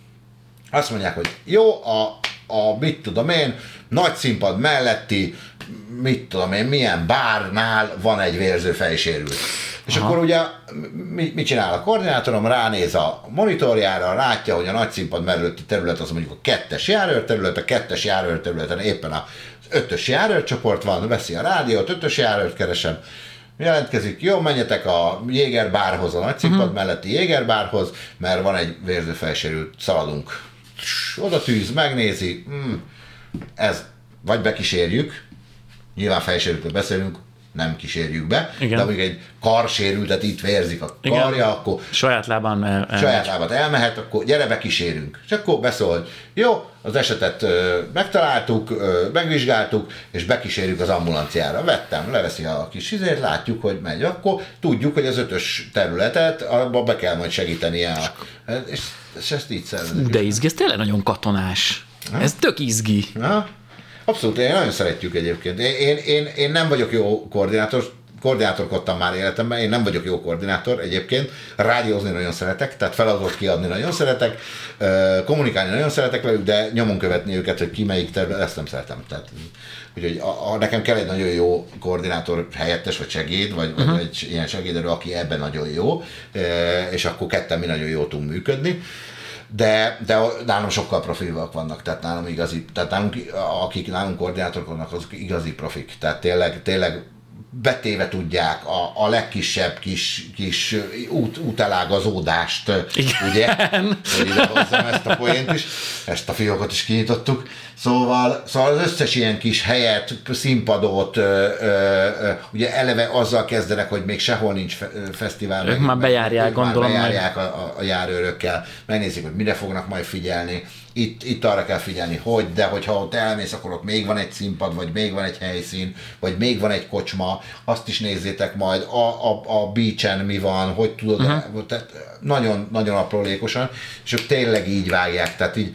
Azt mondják, hogy jó, a, a mit tudom én, nagy színpad melletti, mit tudom én, milyen bárnál van egy vérző fejsérült. És aha. akkor ugye mit, mit csinál a koordinátorom? Ránéz a monitorjára, látja, hogy a nagy színpad melletti terület az mondjuk a kettes járőrterület, a kettes járőrterületen éppen az ötös járőrcsoport van, veszi a rádiót, ötös járőrt keresem, jelentkezik, jó, menjetek a Jégerbárhoz, a nagy színpad uh-huh. melletti Jégerbárhoz, mert van egy vérző fejsérült, szaladunk. Oda tűz, megnézi, hmm, ez vagy bekísérjük, nyilván fejsérültről beszélünk, nem kísérjük be, igen. de mondjuk egy karsérültet itt vérzik a karja, igen. akkor saját lábán el, el, saját lábát elmehet, akkor gyere, bekísérünk. És akkor beszól, hogy jó, az esetet ö, megtaláltuk, ö, megvizsgáltuk, és bekísérjük az ambulanciára. Vettem, leveszi a kis izét, látjuk, hogy megy. Akkor tudjuk, hogy az ötös területet, abba be kell majd segítenie. A, és, és ezt így szervezik. De izgi, ez tényleg nagyon katonás. Ha? Ez tök izgi. Ha? Abszolút, én nagyon szeretjük egyébként. Én, én, én, én nem vagyok jó koordinátor, koordinátorkodtam már életemben, én nem vagyok jó koordinátor egyébként, rádiózni nagyon szeretek, tehát feladatot kiadni nagyon szeretek, kommunikálni nagyon szeretek velük, de nyomon követni őket, hogy ki melyik terület, ezt nem szeretem. Tehát, úgyhogy a, a, nekem kell egy nagyon jó koordinátor helyettes, vagy segéd, vagy, uh-huh. vagy egy ilyen segéderő, aki ebben nagyon jó, és akkor ketten mi nagyon jól tudunk működni. De, de nálam sokkal profilak vannak, tehát nálam igazi, tehát nálunk, akik nálunk koordinátorok, azok igazi profik, tehát tényleg, tényleg betéve tudják a, a legkisebb kis, kis út, útelágazódást, igen. ugye, hogy ide hozzám ezt a poént is, ezt a fiókot is kinyitottuk, szóval, szóval az összes ilyen kis helyet, színpadot, ö, ö, ö, ugye eleve azzal kezdenek, hogy még sehol nincs fe, fesztivál. Ők meg, már bejárják, meg, gondolom. Már bejárják a, a, a járőrökkel, megnézik, hogy mire fognak majd figyelni. Itt, itt arra kell figyelni, hogy, de hogyha ott elmész, akkor ott még van egy színpad, vagy még van egy helyszín, vagy még van egy kocsma, azt is nézzétek majd, a, a, a beachen mi van, hogy tudod, uh-huh. tehát nagyon, nagyon aprólékosan, és ők tényleg így vágják, tehát így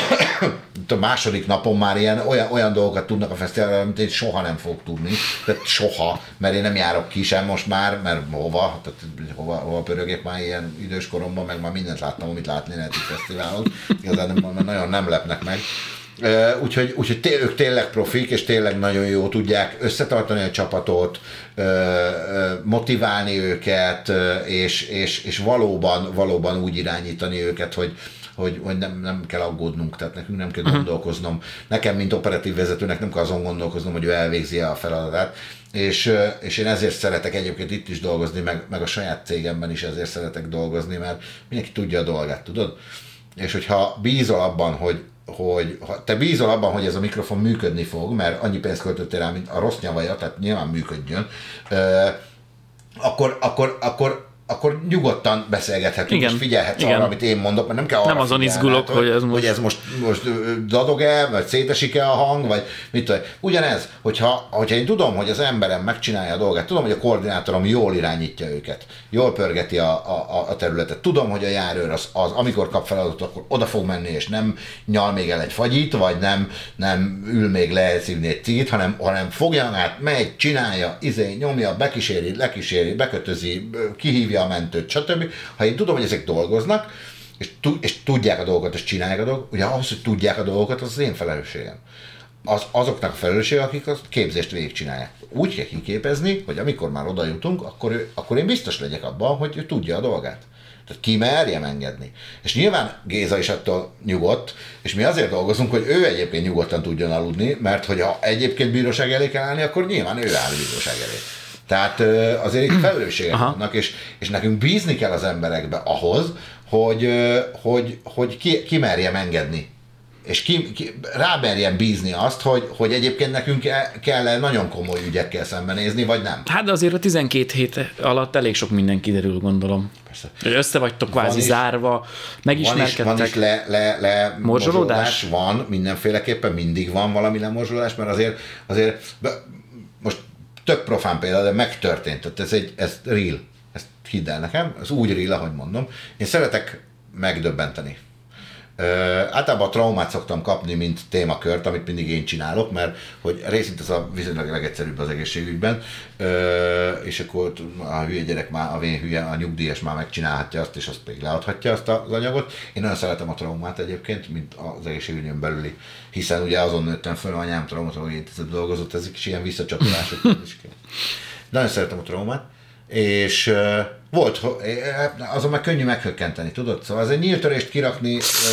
a második napon már ilyen, olyan, olyan dolgokat tudnak a fesztiválon, amit én soha nem fogok tudni, tehát soha, mert én nem járok ki sem most már, mert hova, tehát hova, hova pörögek már ilyen idős koromban, meg már mindent láttam, amit látni lehet itt fesztiválon, igazán nem, nagyon nem lepnek meg. Úgyhogy, úgyhogy té- ők tényleg profik, és tényleg nagyon jó tudják összetartani a csapatot, motiválni őket, és, és, és valóban, valóban úgy irányítani őket, hogy hogy, hogy nem, nem kell aggódnunk, tehát nekünk nem kell uh-huh. gondolkoznom. Nekem, mint operatív vezetőnek nem kell azon gondolkoznom, hogy ő elvégzi a feladatát. És, és én ezért szeretek egyébként itt is dolgozni, meg, meg a saját cégemben is ezért szeretek dolgozni, mert mindenki tudja a dolgát, tudod? És hogyha bízol abban, hogy, hogy ha te bízol abban, hogy ez a mikrofon működni fog, mert annyi pénzt költöttél rá, mint a rossz nyavaja, tehát nyilván működjön, akkor, akkor, akkor akkor nyugodtan beszélgethetünk, igen, és figyelhetsz igen. arra, amit én mondok, mert nem kell arra nem azon izgulok, hogy ez most... hogy ez most, most dadog-e, vagy szétesik-e a hang, vagy mit tudom. Ugyanez, hogyha, hogyha én tudom, hogy az emberem megcsinálja a dolgát, tudom, hogy a koordinátorom jól irányítja őket, jól pörgeti a, a, a területet, tudom, hogy a járőr az, az, amikor kap feladatot, akkor oda fog menni, és nem nyal még el egy fagyit, vagy nem, nem ül még le szívni egy cigit, hanem, hanem fogja át, megy, csinálja, izé, nyomja, bekíséri, lekíséri, bekötözi, kihívja a mentőt, stb. Ha én tudom, hogy ezek dolgoznak, és, és tudják a dolgokat, és csinálják a dolgokat, ugye ahhoz, hogy tudják a dolgokat, az az én felelősségem. Az, azoknak a felelőssége, akik a képzést végigcsinálják. Úgy kell kiképezni, hogy amikor már oda jutunk, akkor, ő, akkor én biztos legyek abban, hogy ő tudja a dolgát. Tehát ki merjem engedni. És nyilván Géza is attól nyugodt, és mi azért dolgozunk, hogy ő egyébként nyugodtan tudjon aludni, mert hogyha egyébként bíróság elé kell állni, akkor nyilván ő áll bíróság elé. Tehát azért itt felelősségek vannak, és, és nekünk bízni kell az emberekbe ahhoz, hogy, hogy, hogy ki, ki merjem engedni és ki, ki, rámerjen bízni azt, hogy, hogy egyébként nekünk kell nagyon komoly ügyekkel szembenézni, vagy nem. Hát de azért a tizenkét hét alatt elég sok minden kiderül, gondolom. Persze. Össze vagytok kvázi zárva, megismerkedtek. Van is, van is le, le, le morzsolódás? Van, mindenféleképpen mindig van valami lemorzsolódás, mert azért, azért most tök profán példa, de megtörtént. Tehát ez, egy, ez real. Ezt hidd el nekem, ez úgy real, ahogy mondom. Én szeretek megdöbbenteni. Uh, általában a traumát szoktam kapni, mint témakört, amit mindig én csinálok, mert hogy részint ez a viszonylag legegyszerűbb az egészségügyben, uh, és akkor a hülye gyerek már, a vén hülye, a nyugdíjas már megcsinálhatja azt, és azt még leadhatja azt az anyagot. Én nagyon szeretem a traumát egyébként, mint az egészségügyön belüli, hiszen ugye azon nőttem föl, anyám traumatológiai intézetben dolgozott, ezek is ilyen visszacsatolások. Nagyon szeretem a traumát, és uh, volt, azon meg könnyű meghökkenteni, tudod? Szóval ez egy nyíltörést kirakni,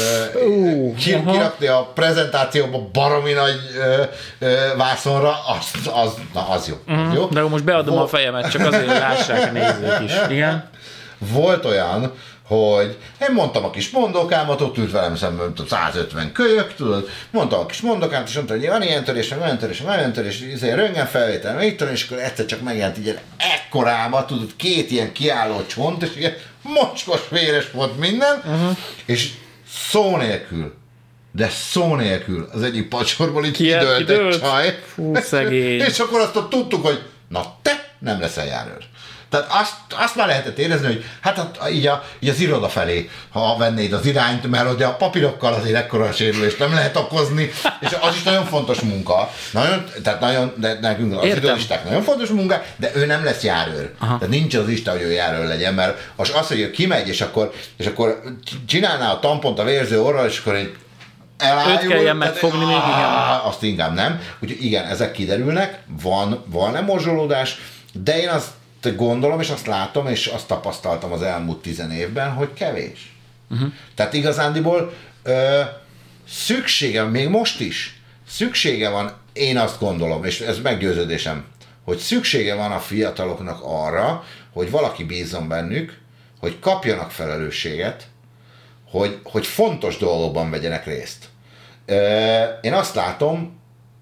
uh, kir, kirakni a prezentációba baromi nagy uh, uh, vászonra, az, az, na, az jó. Uh-huh. Az jó. De most beadom volt, a fejemet, csak azért lássák a nézők is. Igen? Volt olyan, hogy én mondtam a kis mondókámat, ott ült velem szemben százötven kölyök, tudod, mondtam a kis mondókámat, és mondtam, hogy van ilyen törés, van olyan törés, van olyan törés, és röntgenfelvétel, meg itt, és akkor egyszer csak megjelent így ekkorába, tudod, két ilyen kiálló csont, és ilyen mocskos, véres volt minden, uh-huh. és szó nélkül, de szó nélkül az egyik pacsorból így kidőlt egy csaj. Fú, szegény. És akkor azt tudtuk, hogy na te nem leszel járőr. Tehát azt, azt már lehetett érezni, hogy hát így, a, így az iroda felé, ha vennéd az irányt, mert ugye a papírokkal azért ekkora sérülést nem lehet okozni, és az is nagyon fontos munka. Nagyon, tehát nagyon, de nekünk az irodisták nagyon fontos munka, de ő nem lesz járőr. Aha. Tehát nincs az Isten, hogy ő járőr legyen, mert az, az hogy ő kimegy, és akkor, és akkor csinálná a tampont a vérző orral, és akkor egy elájul, őt kelljen megfogni még, igen. Azt inkább nem. Úgyhogy igen, ezek kiderülnek, van, van lemorzsolódás, de én azt gondolom, és azt látom, és azt tapasztaltam az elmúlt tizen évben, hogy kevés. Uh-huh. Tehát igazándiból ö, szüksége, még most is, szüksége van, én azt gondolom, és ez meggyőződésem, hogy szüksége van a fiataloknak arra, hogy valaki bízzon bennük, hogy kapjanak felelősséget, hogy, hogy fontos dolgokban vegyenek részt. Ö, én azt látom,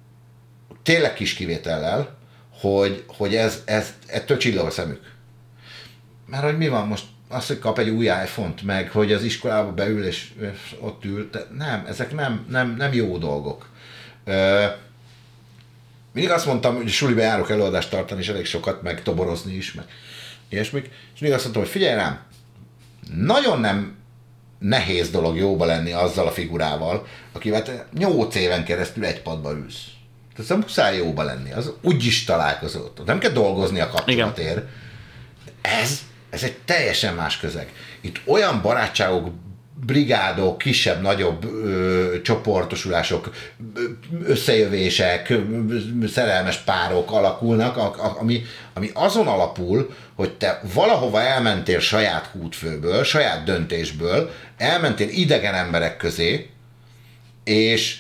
tényleg kis kivétellel, hogy, hogy ez, ez ettől csillog a szemük. Mert hogy mi van most? Az, hogy kap egy új iPhone-t, meg hogy az iskolába beül és ott ül, de nem, ezek nem, nem, nem jó dolgok. Ö, mindig azt mondtam, hogy suliba járok előadást tartani, és elég sokat, meg toborozni is, meg ilyesmik, és mindig azt mondtam, hogy figyelj rám, nagyon nem nehéz dolog jóba lenni azzal a figurával, akivel te nyolc éven keresztül egy padba ülsz. Tehát muszáj jóba lenni, az úgyis találkozott. Nem kell dolgozni a kapcsolatért. Ez, ez egy teljesen más közeg. Itt olyan barátságok, brigádok, kisebb, nagyobb ö, csoportosulások, összejövések, ö, szerelmes párok alakulnak, a, a, ami, ami azon alapul, hogy te valahova elmentél saját kútfőből, saját döntésből, elmentél idegen emberek közé, és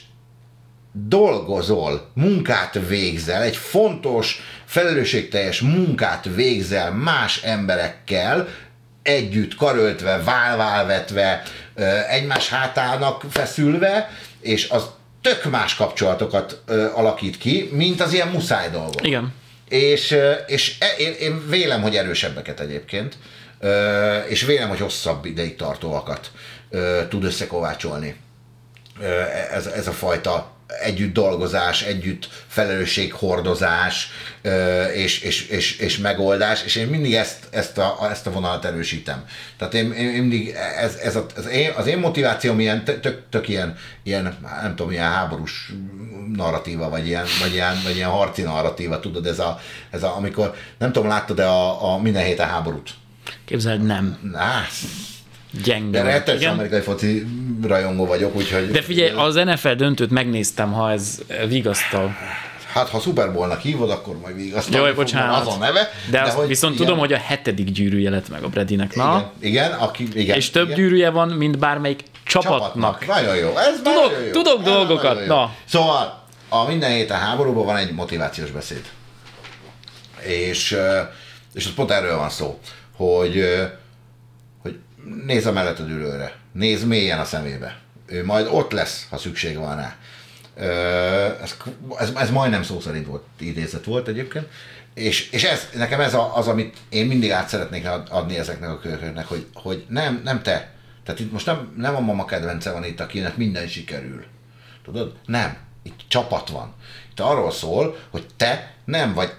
dolgozol, munkát végzel, egy fontos, felelősségteljes munkát végzel más emberekkel, együtt, karöltve, válválvetve, egymás hátának feszülve, és az tök más kapcsolatokat alakít ki, mint az ilyen muszáj dolgok. Igen. És, és én, én vélem, hogy erősebbeket egyébként, és vélem, hogy hosszabb ideig tartóakat tud összekovácsolni ez, ez a fajta együtt dolgozás, együtt felelősséghordozás és, és, és, és megoldás, és én mindig ezt, ezt, a, ezt a vonalat erősítem. Tehát én, én mindig, ez, ez a, az, én, az én motivációm ilyen, tök, tök ilyen, ilyen, nem tudom, ilyen háborús narratíva, vagy ilyen, vagy ilyen, vagy ilyen harci narratíva, tudod, ez a, ez a, amikor, nem tudom, láttad-e a, a Minden héten háborút? Képzeld, nem. Á, gyenge. De rettetes amerikai foci rajongó vagyok, úgyhogy... De figyelj, az en ef el döntőt megnéztem, ha ez vigasztal. Hát, ha Super Bowl-nak hívod, akkor majd vigasztal. Jó, bocsánat. Az a neve. De, de hogy, viszont igen, tudom, hogy a hetedik gyűrűje lett meg a Bradynek. Na? Igen, igen, aki, igen. És több igen. gyűrűje van, mint bármelyik csapatnak. csapatnak. Nagyon jó. Ez tudok, nagyon jó. Tudok ez dolgokat. Jó. Na. Szóval, a Minden héten háborúban van egy motivációs beszéd. És, és az pont erről van szó, hogy, hogy nézz a melletted ülőre, nézz mélyen a szemébe. ő majd ott lesz, ha szükség van rá. Ez, ez, ez majdnem szó szerint volt, idézet volt egyébként. És, és ez, nekem ez az, amit én mindig át szeretnék adni ezeknek a kölyöknek, hogy, hogy nem, nem te. Tehát itt most nem, nem a mama kedvence van itt, akinek minden sikerül. Tudod? Nem. Itt csapat van. Itt arról szól, hogy te nem vagy,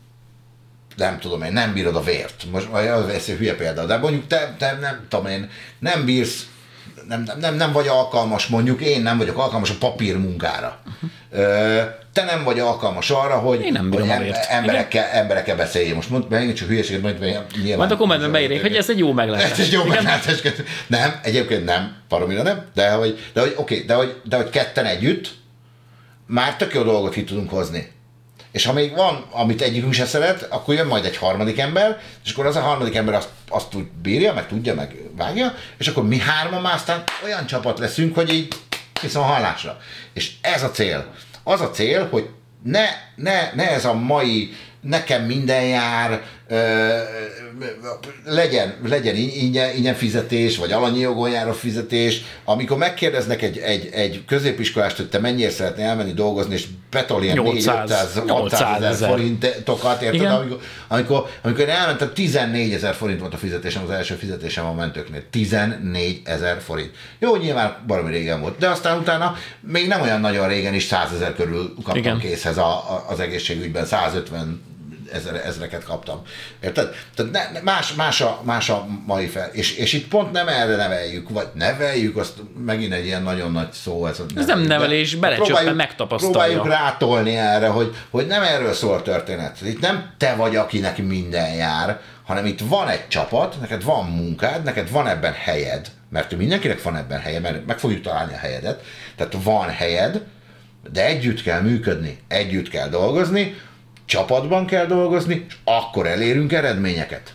nem tudom én, nem bírod a vért. Most ez egy hülye példa, de mondjuk te, te nem tudom én, nem bírsz, nem, nem, nem vagy alkalmas, mondjuk én nem vagyok alkalmas a papírmunkára. Uh-huh. Te nem vagy alkalmas arra, hogy, hogy emberekkel, emberekkel beszéljél. Most mondd, megint csak hülyeséget mondj, nyilván. Majd a kommentben beírják, hogy ez egy jó meglátás. Ez egy jó meglátás. Nem, egyébként nem, paromira nem, de hogy, de hogy oké, de hogy, de hogy ketten együtt már tök jó dolgot ki tudunk hozni. És ha még van, amit egyikünk se szeret, akkor jön majd egy harmadik ember, és akkor az a harmadik ember azt, azt úgy bírja, meg tudja, meg vágja, és akkor mi hárman már aztán olyan csapat leszünk, hogy így viszont hallásra. És ez a cél. Az a cél, hogy ne, ne, ne ez a mai nekem minden jár, ö, legyen, legyen ingyen, ingyen fizetés, vagy alanyi jogon járó fizetés. Amikor megkérdeznek egy, egy, egy középiskolást, hogy te mennyire szeretnél elmenni dolgozni, és betol ilyen négyszáz-ötszáz ezer forintokat, érted? Amikor, amikor, amikor én elmentem, tizennégy ezer forint volt a fizetésem, az első fizetésem a mentőknél. tizennégy ezer forint. Jó, nyilván baromi régen volt, de aztán utána még nem olyan nagyon régen is száz ezer körül kaptam Igen. készhez a, a, az egészségügyben, százötven ezer, ezreket kaptam. Érted? Tehát ne, más, más, a, más a mai fel. És, és itt pont nem erre neveljük, vagy neveljük, azt megint egy ilyen nagyon nagy szó. Ez, ez nem nevelés, belecsöppen, megtapasztalja. Próbáljuk rátolni erre, hogy, hogy nem erről szól a történet. Itt nem te vagy, akinek minden jár, hanem itt van egy csapat, neked van munkád, neked van ebben helyed, mert mindenkinek van ebben helye, mert meg fogjuk találni a helyedet, tehát van helyed, de együtt kell működni, együtt kell dolgozni, csapatban kell dolgozni, és akkor elérünk eredményeket.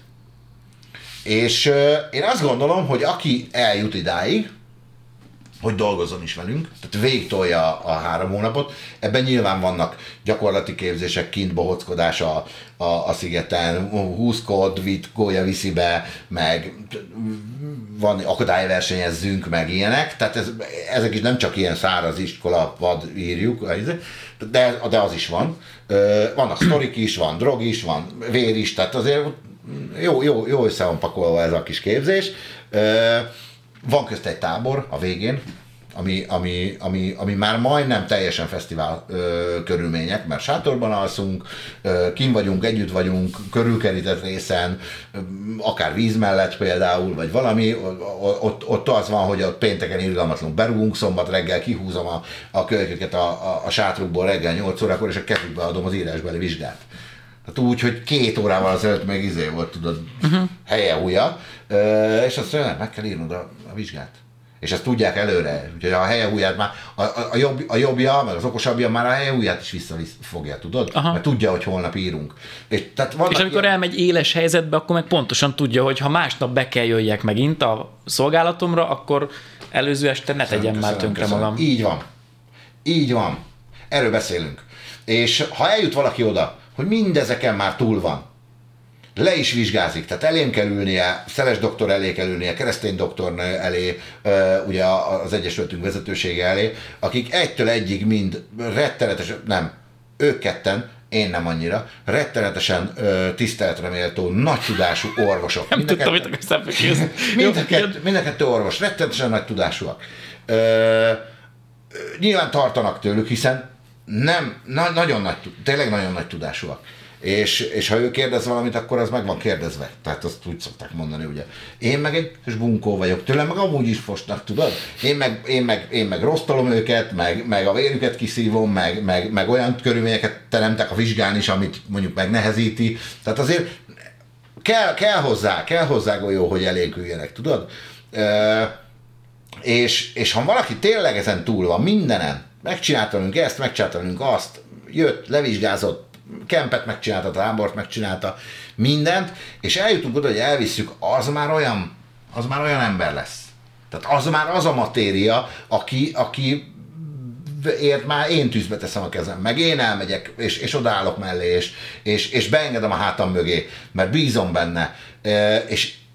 És euh, én azt gondolom, hogy aki eljut idáig, hogy dolgozzon is velünk, tehát végtolja a három hónapot, ebben nyilván vannak gyakorlati képzések, kint bohockodás a, a, a szigeten, húszkod, vitt, gólya viszi be, meg van akadályversenyezzünk, meg ilyenek, tehát ez, ezek is nem csak ilyen száraz iskola, vad írjuk, de, de az is van. Vannak sztorik is, van drog is, van vér is, tehát azért jó, jó, jó össze van pakolva ez a kis képzés. Van közt egy tábor a végén, ami, ami, ami, ami már majdnem teljesen fesztivál ö, körülmények, mert sátorban alszunk, ö, kint vagyunk, együtt vagyunk, körülkerített részen, ö, akár víz mellett például, vagy valami, ott, ott az van, hogy ott pénteken irgalmatlanul berúgunk, szombat reggel kihúzom a, a kölyköket a, a, a sátrukból reggel nyolc órakor, és a kezükbe adom az írásbeli vizsgát. Tehát úgy, hogy két órával azelőtt még izé volt, tudod, uh-huh. helye újja, és azt mondja, meg kell írnod a, a vizsgát. És ezt tudják előre, úgyhogy a helye újját már, a, a, a, jobb, a jobbja, meg az okosabbja már a helye újját is visszafogja, tudod? Aha. Mert tudja, hogy holnap írunk. És, tehát és amikor ilyen... elmegy éles helyzetbe, akkor meg pontosan tudja, hogy ha másnap be kell jöjjek megint a szolgálatomra, akkor előző este ne tegyem már tönkre köszönöm. magam. Így van. Így van. Erről beszélünk. És ha eljut valaki oda, hogy mindezeken már túl van, le is vizsgázik, tehát elém kell ülnie, Szeles doktor elé kell ülnie, Keresztény doktor elé, ugye az Egyesületünk vezetősége elé, akik egytől egyig mind rettenetesen, nem, ők ketten, én nem annyira, rettenetesen tiszteletre méltó, nagy tudású orvosok. Nem mind tudtam, mit akarsz Mind a kettő orvos, rettenetesen nagy tudásúak. Nyilván tartanak tőlük, hiszen nem, na, nagyon nagy, tényleg nagyon nagy tudásúak. És, és ha ő kérdez valamit, akkor az meg van kérdezve. Tehát azt úgy szokták mondani, ugye. Én meg egy kis bunkó vagyok, tőlem meg amúgy is fosnak, tudod? Én meg, én meg, én meg rossztolom őket, meg, meg a vérüket kiszívom, meg, meg, meg olyan körülményeket teremtek a vizsgán is, amit mondjuk megnehezíti. Tehát azért kell, kell hozzá, kell hozzá golyó, hogy elénküljenek, tudod? E, és, és ha valaki tényleg ezen túl van, mindenen, megcsinálta velünk ezt, megcsinálta velünk azt, jött, levizsgázott, kempet megcsinálta, tábort megcsinálta, mindent, és eljutunk oda, hogy elvisszük, az már olyan, az már olyan ember lesz. Tehát az már az a matéria, aki, aki ért már én tűzbe teszem a kezem, meg én elmegyek, és, és odaállok mellé, és, és, és beengedem a hátam mögé, mert bízom benne, és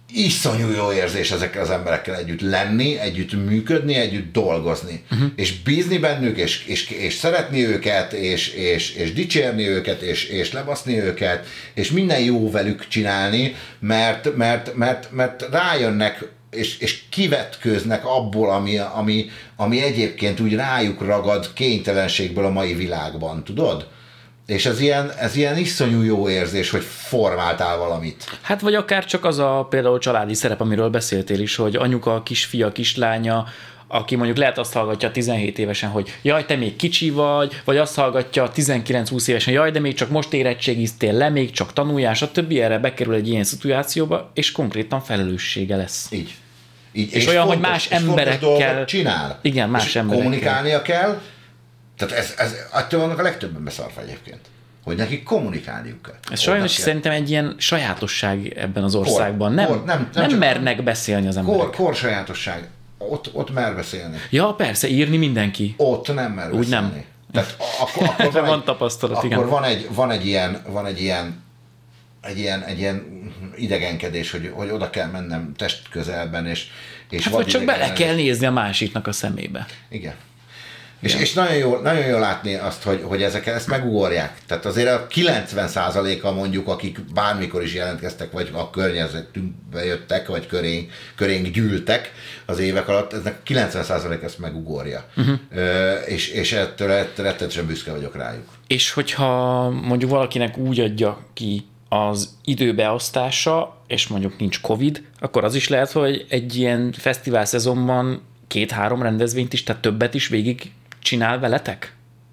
iszonyú jó érzés ezekkel az emberekkel együtt lenni, együtt működni, együtt dolgozni. Uh-huh. És bízni bennük, és, és, és szeretni őket, és, és, és dicsérni őket, és, és lebaszni őket, és minden jó velük csinálni, mert, mert, mert, mert rájönnek, és, és kivetkőznek abból, ami, ami, ami egyébként úgy rájuk ragad kénytelenségből a mai világban, tudod? És ez ilyen, ez ilyen iszonyú jó érzés, hogy formáltál valamit. Hát vagy akár csak az a például családi szerep, amiről beszéltél is, hogy anyuka, kisfia, kislánya, aki mondjuk lehet azt hallgatja tizenhét évesen, hogy jaj, te még kicsi vagy, vagy azt hallgatja tizenkilenc-húsz évesen, jaj, de még csak most érettségiztél le, még csak tanuljál, stb. Erre bekerül egy ilyen szituációba, és konkrétan felelőssége lesz. Így. Így. És, és olyan, fontos, hogy más emberekkel... csinál. Igen, más és emberekkel. Kommunikálnia kell. Tehát ez, ez attól vannak a legtöbben beszarva egyébként, hogy nekik kommunikálniuk kell. Ez sajnos kell. Szerintem egy ilyen sajátosság ebben az országban. Kor, nem, kor, nem, nem, nem mernek beszélni az emberek. Kor, kor sajátosság. Ott, ott mer beszélni. Ja, persze, írni mindenki. Ott nem mer Úgy beszélni. nem. Tehát akkor, akkor van, van egy, tapasztalat, akkor igen. Van egy, van egy ilyen, van egy ilyen egy ilyen, egy ilyen idegenkedés, hogy, hogy oda kell mennem test közelben, és, és hát, vagy csak bele kell nézni a másiknak a szemébe. Igen. És, és nagyon, jó, nagyon jó látni azt, hogy, hogy ezeket ezt megugorják. Tehát azért a kilencven százaléka mondjuk, akik bármikor is jelentkeztek, vagy a környezetünkbe jöttek, vagy körénk, körénk gyűltek az évek alatt, eznek kilencven százalék ezt megugorja. Uh-huh. Ö, és, és ettől rettenetesen büszke vagyok rájuk. És hogyha mondjuk valakinek úgy adja ki az időbeosztása, és mondjuk nincs Covid, akkor az is lehet, hogy egy ilyen fesztivál szezonban két-három rendezvényt is, tehát többet is végig csinál veletek?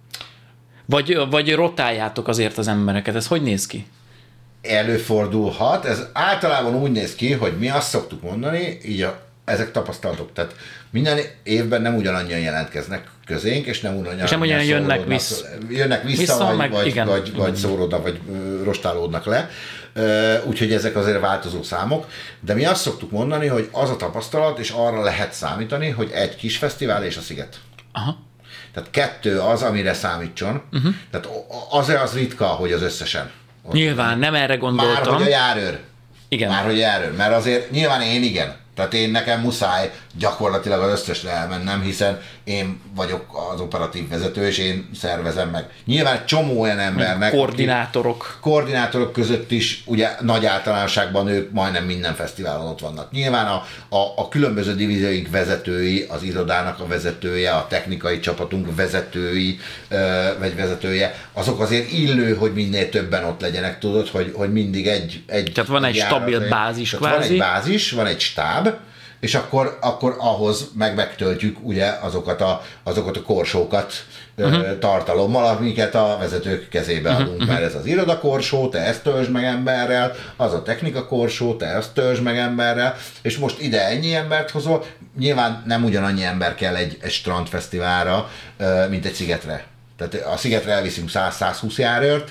Vagy, vagy rotáljátok azért az embereket? Ez hogy néz ki? Előfordulhat. Ez általában úgy néz ki, hogy mi azt szoktuk mondani, így a, ezek tapasztalatok. Tehát minden évben nem ugyanannyian jelentkeznek közénk, és nem ugyanannyian, és nem ugyanannyian jönnek vissza. Jönnek vissza, vissza vagy, meg, vagy, igen. vagy, vagy szóródnak, vagy rostálódnak le. Úgyhogy ezek azért változó számok. De mi azt szoktuk mondani, hogy az a tapasztalat, és arra lehet számítani, hogy egy kis fesztivál és a Sziget. Aha. Tehát kettő az, amire számítson. Uh-huh. Tehát azért az ritka, hogy az összesen. Nyilván, nem erre gondoltam. Már, hogy a járőr. Igen. Már, hogy a járőr. Mert azért nyilván én igen. Tehát én nekem muszáj gyakorlatilag az összesre elmennem, hiszen én vagyok az operatív vezető, és én szervezem meg. Nyilván csomó olyan embernek... Koordinátorok. Koordinátorok között is, ugye nagy általánosságban ők majdnem minden fesztiválon ott vannak. Nyilván a, a, a különböző divízióink vezetői, az irodának a vezetője, a technikai csapatunk vezetői, vagy vezetője, azok azért illő, hogy minél többen ott legyenek, tudod, hogy, hogy mindig egy... egy Tehát van egy, egy stabil járat, bázis kvázi. Van egy bázis, van egy stáb, és akkor, akkor ahhoz meg megtöltjük ugye azokat a, azokat a korsókat uh-huh. tartalommal, amiket a vezetők kezébe uh-huh. adunk, mert ez az irodakorsó, te ezt töltsd meg emberrel, az a technika korsó, te ezt töltsd meg emberrel, és most ide ennyi embert hozol, nyilván nem ugyanannyi ember kell egy, egy strandfesztiválra, mint egy Szigetre. Tehát a Szigetre elviszünk száz-százhúsz járőrt,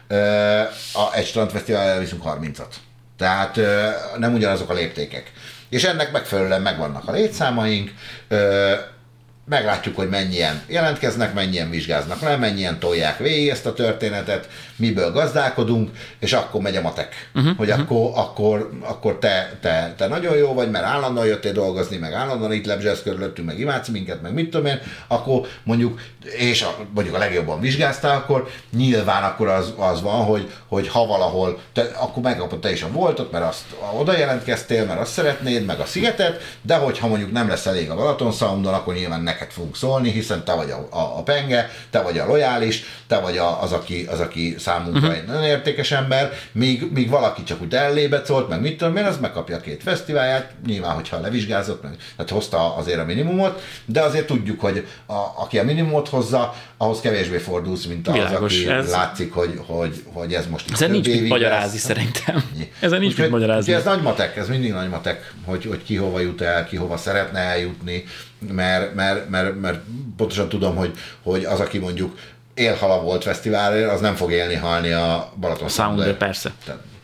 egy strandfesztiválra elviszünk harmincat. Tehát nem ugyanazok a léptékek. És ennek megfelelően megvannak a létszámaink, meglátjuk, hogy mennyien jelentkeznek, mennyien vizsgáznak le, mennyien tolják végig ezt a történetet, miből gazdálkodunk, és akkor megy a matek. Uh-huh, hogy uh-huh. akkor, akkor, akkor te, te, te nagyon jó vagy, mert állandóan jöttél dolgozni, meg állandóan itt lebzselsz körülöttünk, meg imádsz minket, meg mit tudom én, akkor mondjuk, és a, mondjuk a legjobban vizsgáztál, akkor nyilván akkor az, az van, hogy, hogy ha valahol, te, akkor megkapod te is a voltot, mert azt oda jelentkeztél, mert azt szeretnéd, meg a Szigetet, de hogyha mondjuk nem lesz elég a Balaton Soundon, akkor nyilván neked fogunk szólni, hiszen te vagy a, a, a penge, te vagy a lojális, te vagy a, az, aki, az, aki számunkra uh-huh. egy nagyon értékes ember, míg, míg valaki csak úgy ellébet szólt, meg mit tudom én, az megkapja a két fesztiválját, nyilván, hogyha levizsgázott, meg, tehát hozta azért a minimumot, de azért tudjuk, hogy a, aki a minimumot hozza, ahhoz kevésbé fordulsz, mint az, Világos, aki ez... látszik, hogy, hogy, hogy ez most ezen nincs mit magyarázni szerintem. Ezen nincs mit magyarázni. Ez nagy matek, ez mindig nagy matek, hogy, hogy ki hova jut el, ki hova szeretne eljutni, mert, mert, mert, mert pontosan tudom, hogy, hogy az, aki mondjuk élhala volt fesztiválért, az nem fog élni halni a Balaton Soundért. Persze. Tehát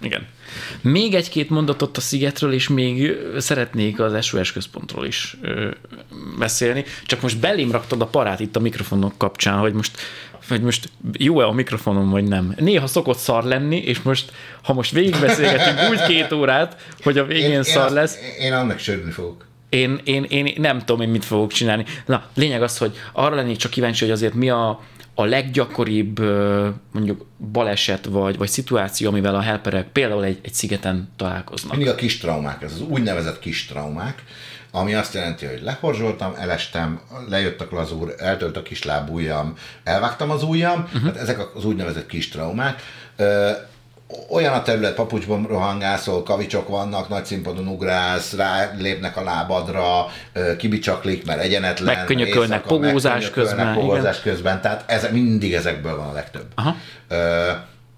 Igen. Még egy-két mondatot a szigetről, és még szeretnék az es o es központról is ö, beszélni. Csak most belém raktad a parát itt a mikrofonok kapcsán, hogy most, hogy most jó-e a mikrofonom, vagy nem. Néha szokott szar lenni, és most, ha most végigbeszélgetünk úgy két órát, hogy a végén én, szar én lesz. Azt, én annak sörülni fogok. Én, én, én nem tudom, én mit fogok csinálni. Na, lényeg az, hogy arra lennék csak kíváncsi, hogy azért mi a, a leggyakoribb mondjuk baleset vagy, vagy szituáció, amivel a helperek például egy, egy szigeten találkoznak. Mindig a kis traumák, ez az úgynevezett kis traumák, ami azt jelenti, hogy lehorzsoltam, elestem, lejött a glazúr, eltölt a kis lábujjam, elvágtam az ujjam, uh-huh. hát ezek az úgynevezett kis traumák. Ö, olyan a terület, papucsban rohangászol, kavicsok vannak, nagy színpadon ugrálsz, rálépnek a lábadra, kibicsaklik, mert egyenetlen. Megkönyökölnek pogózás közben. Pogózás közben, tehát ezek, mindig ezekből van a legtöbb. Aha. Ö,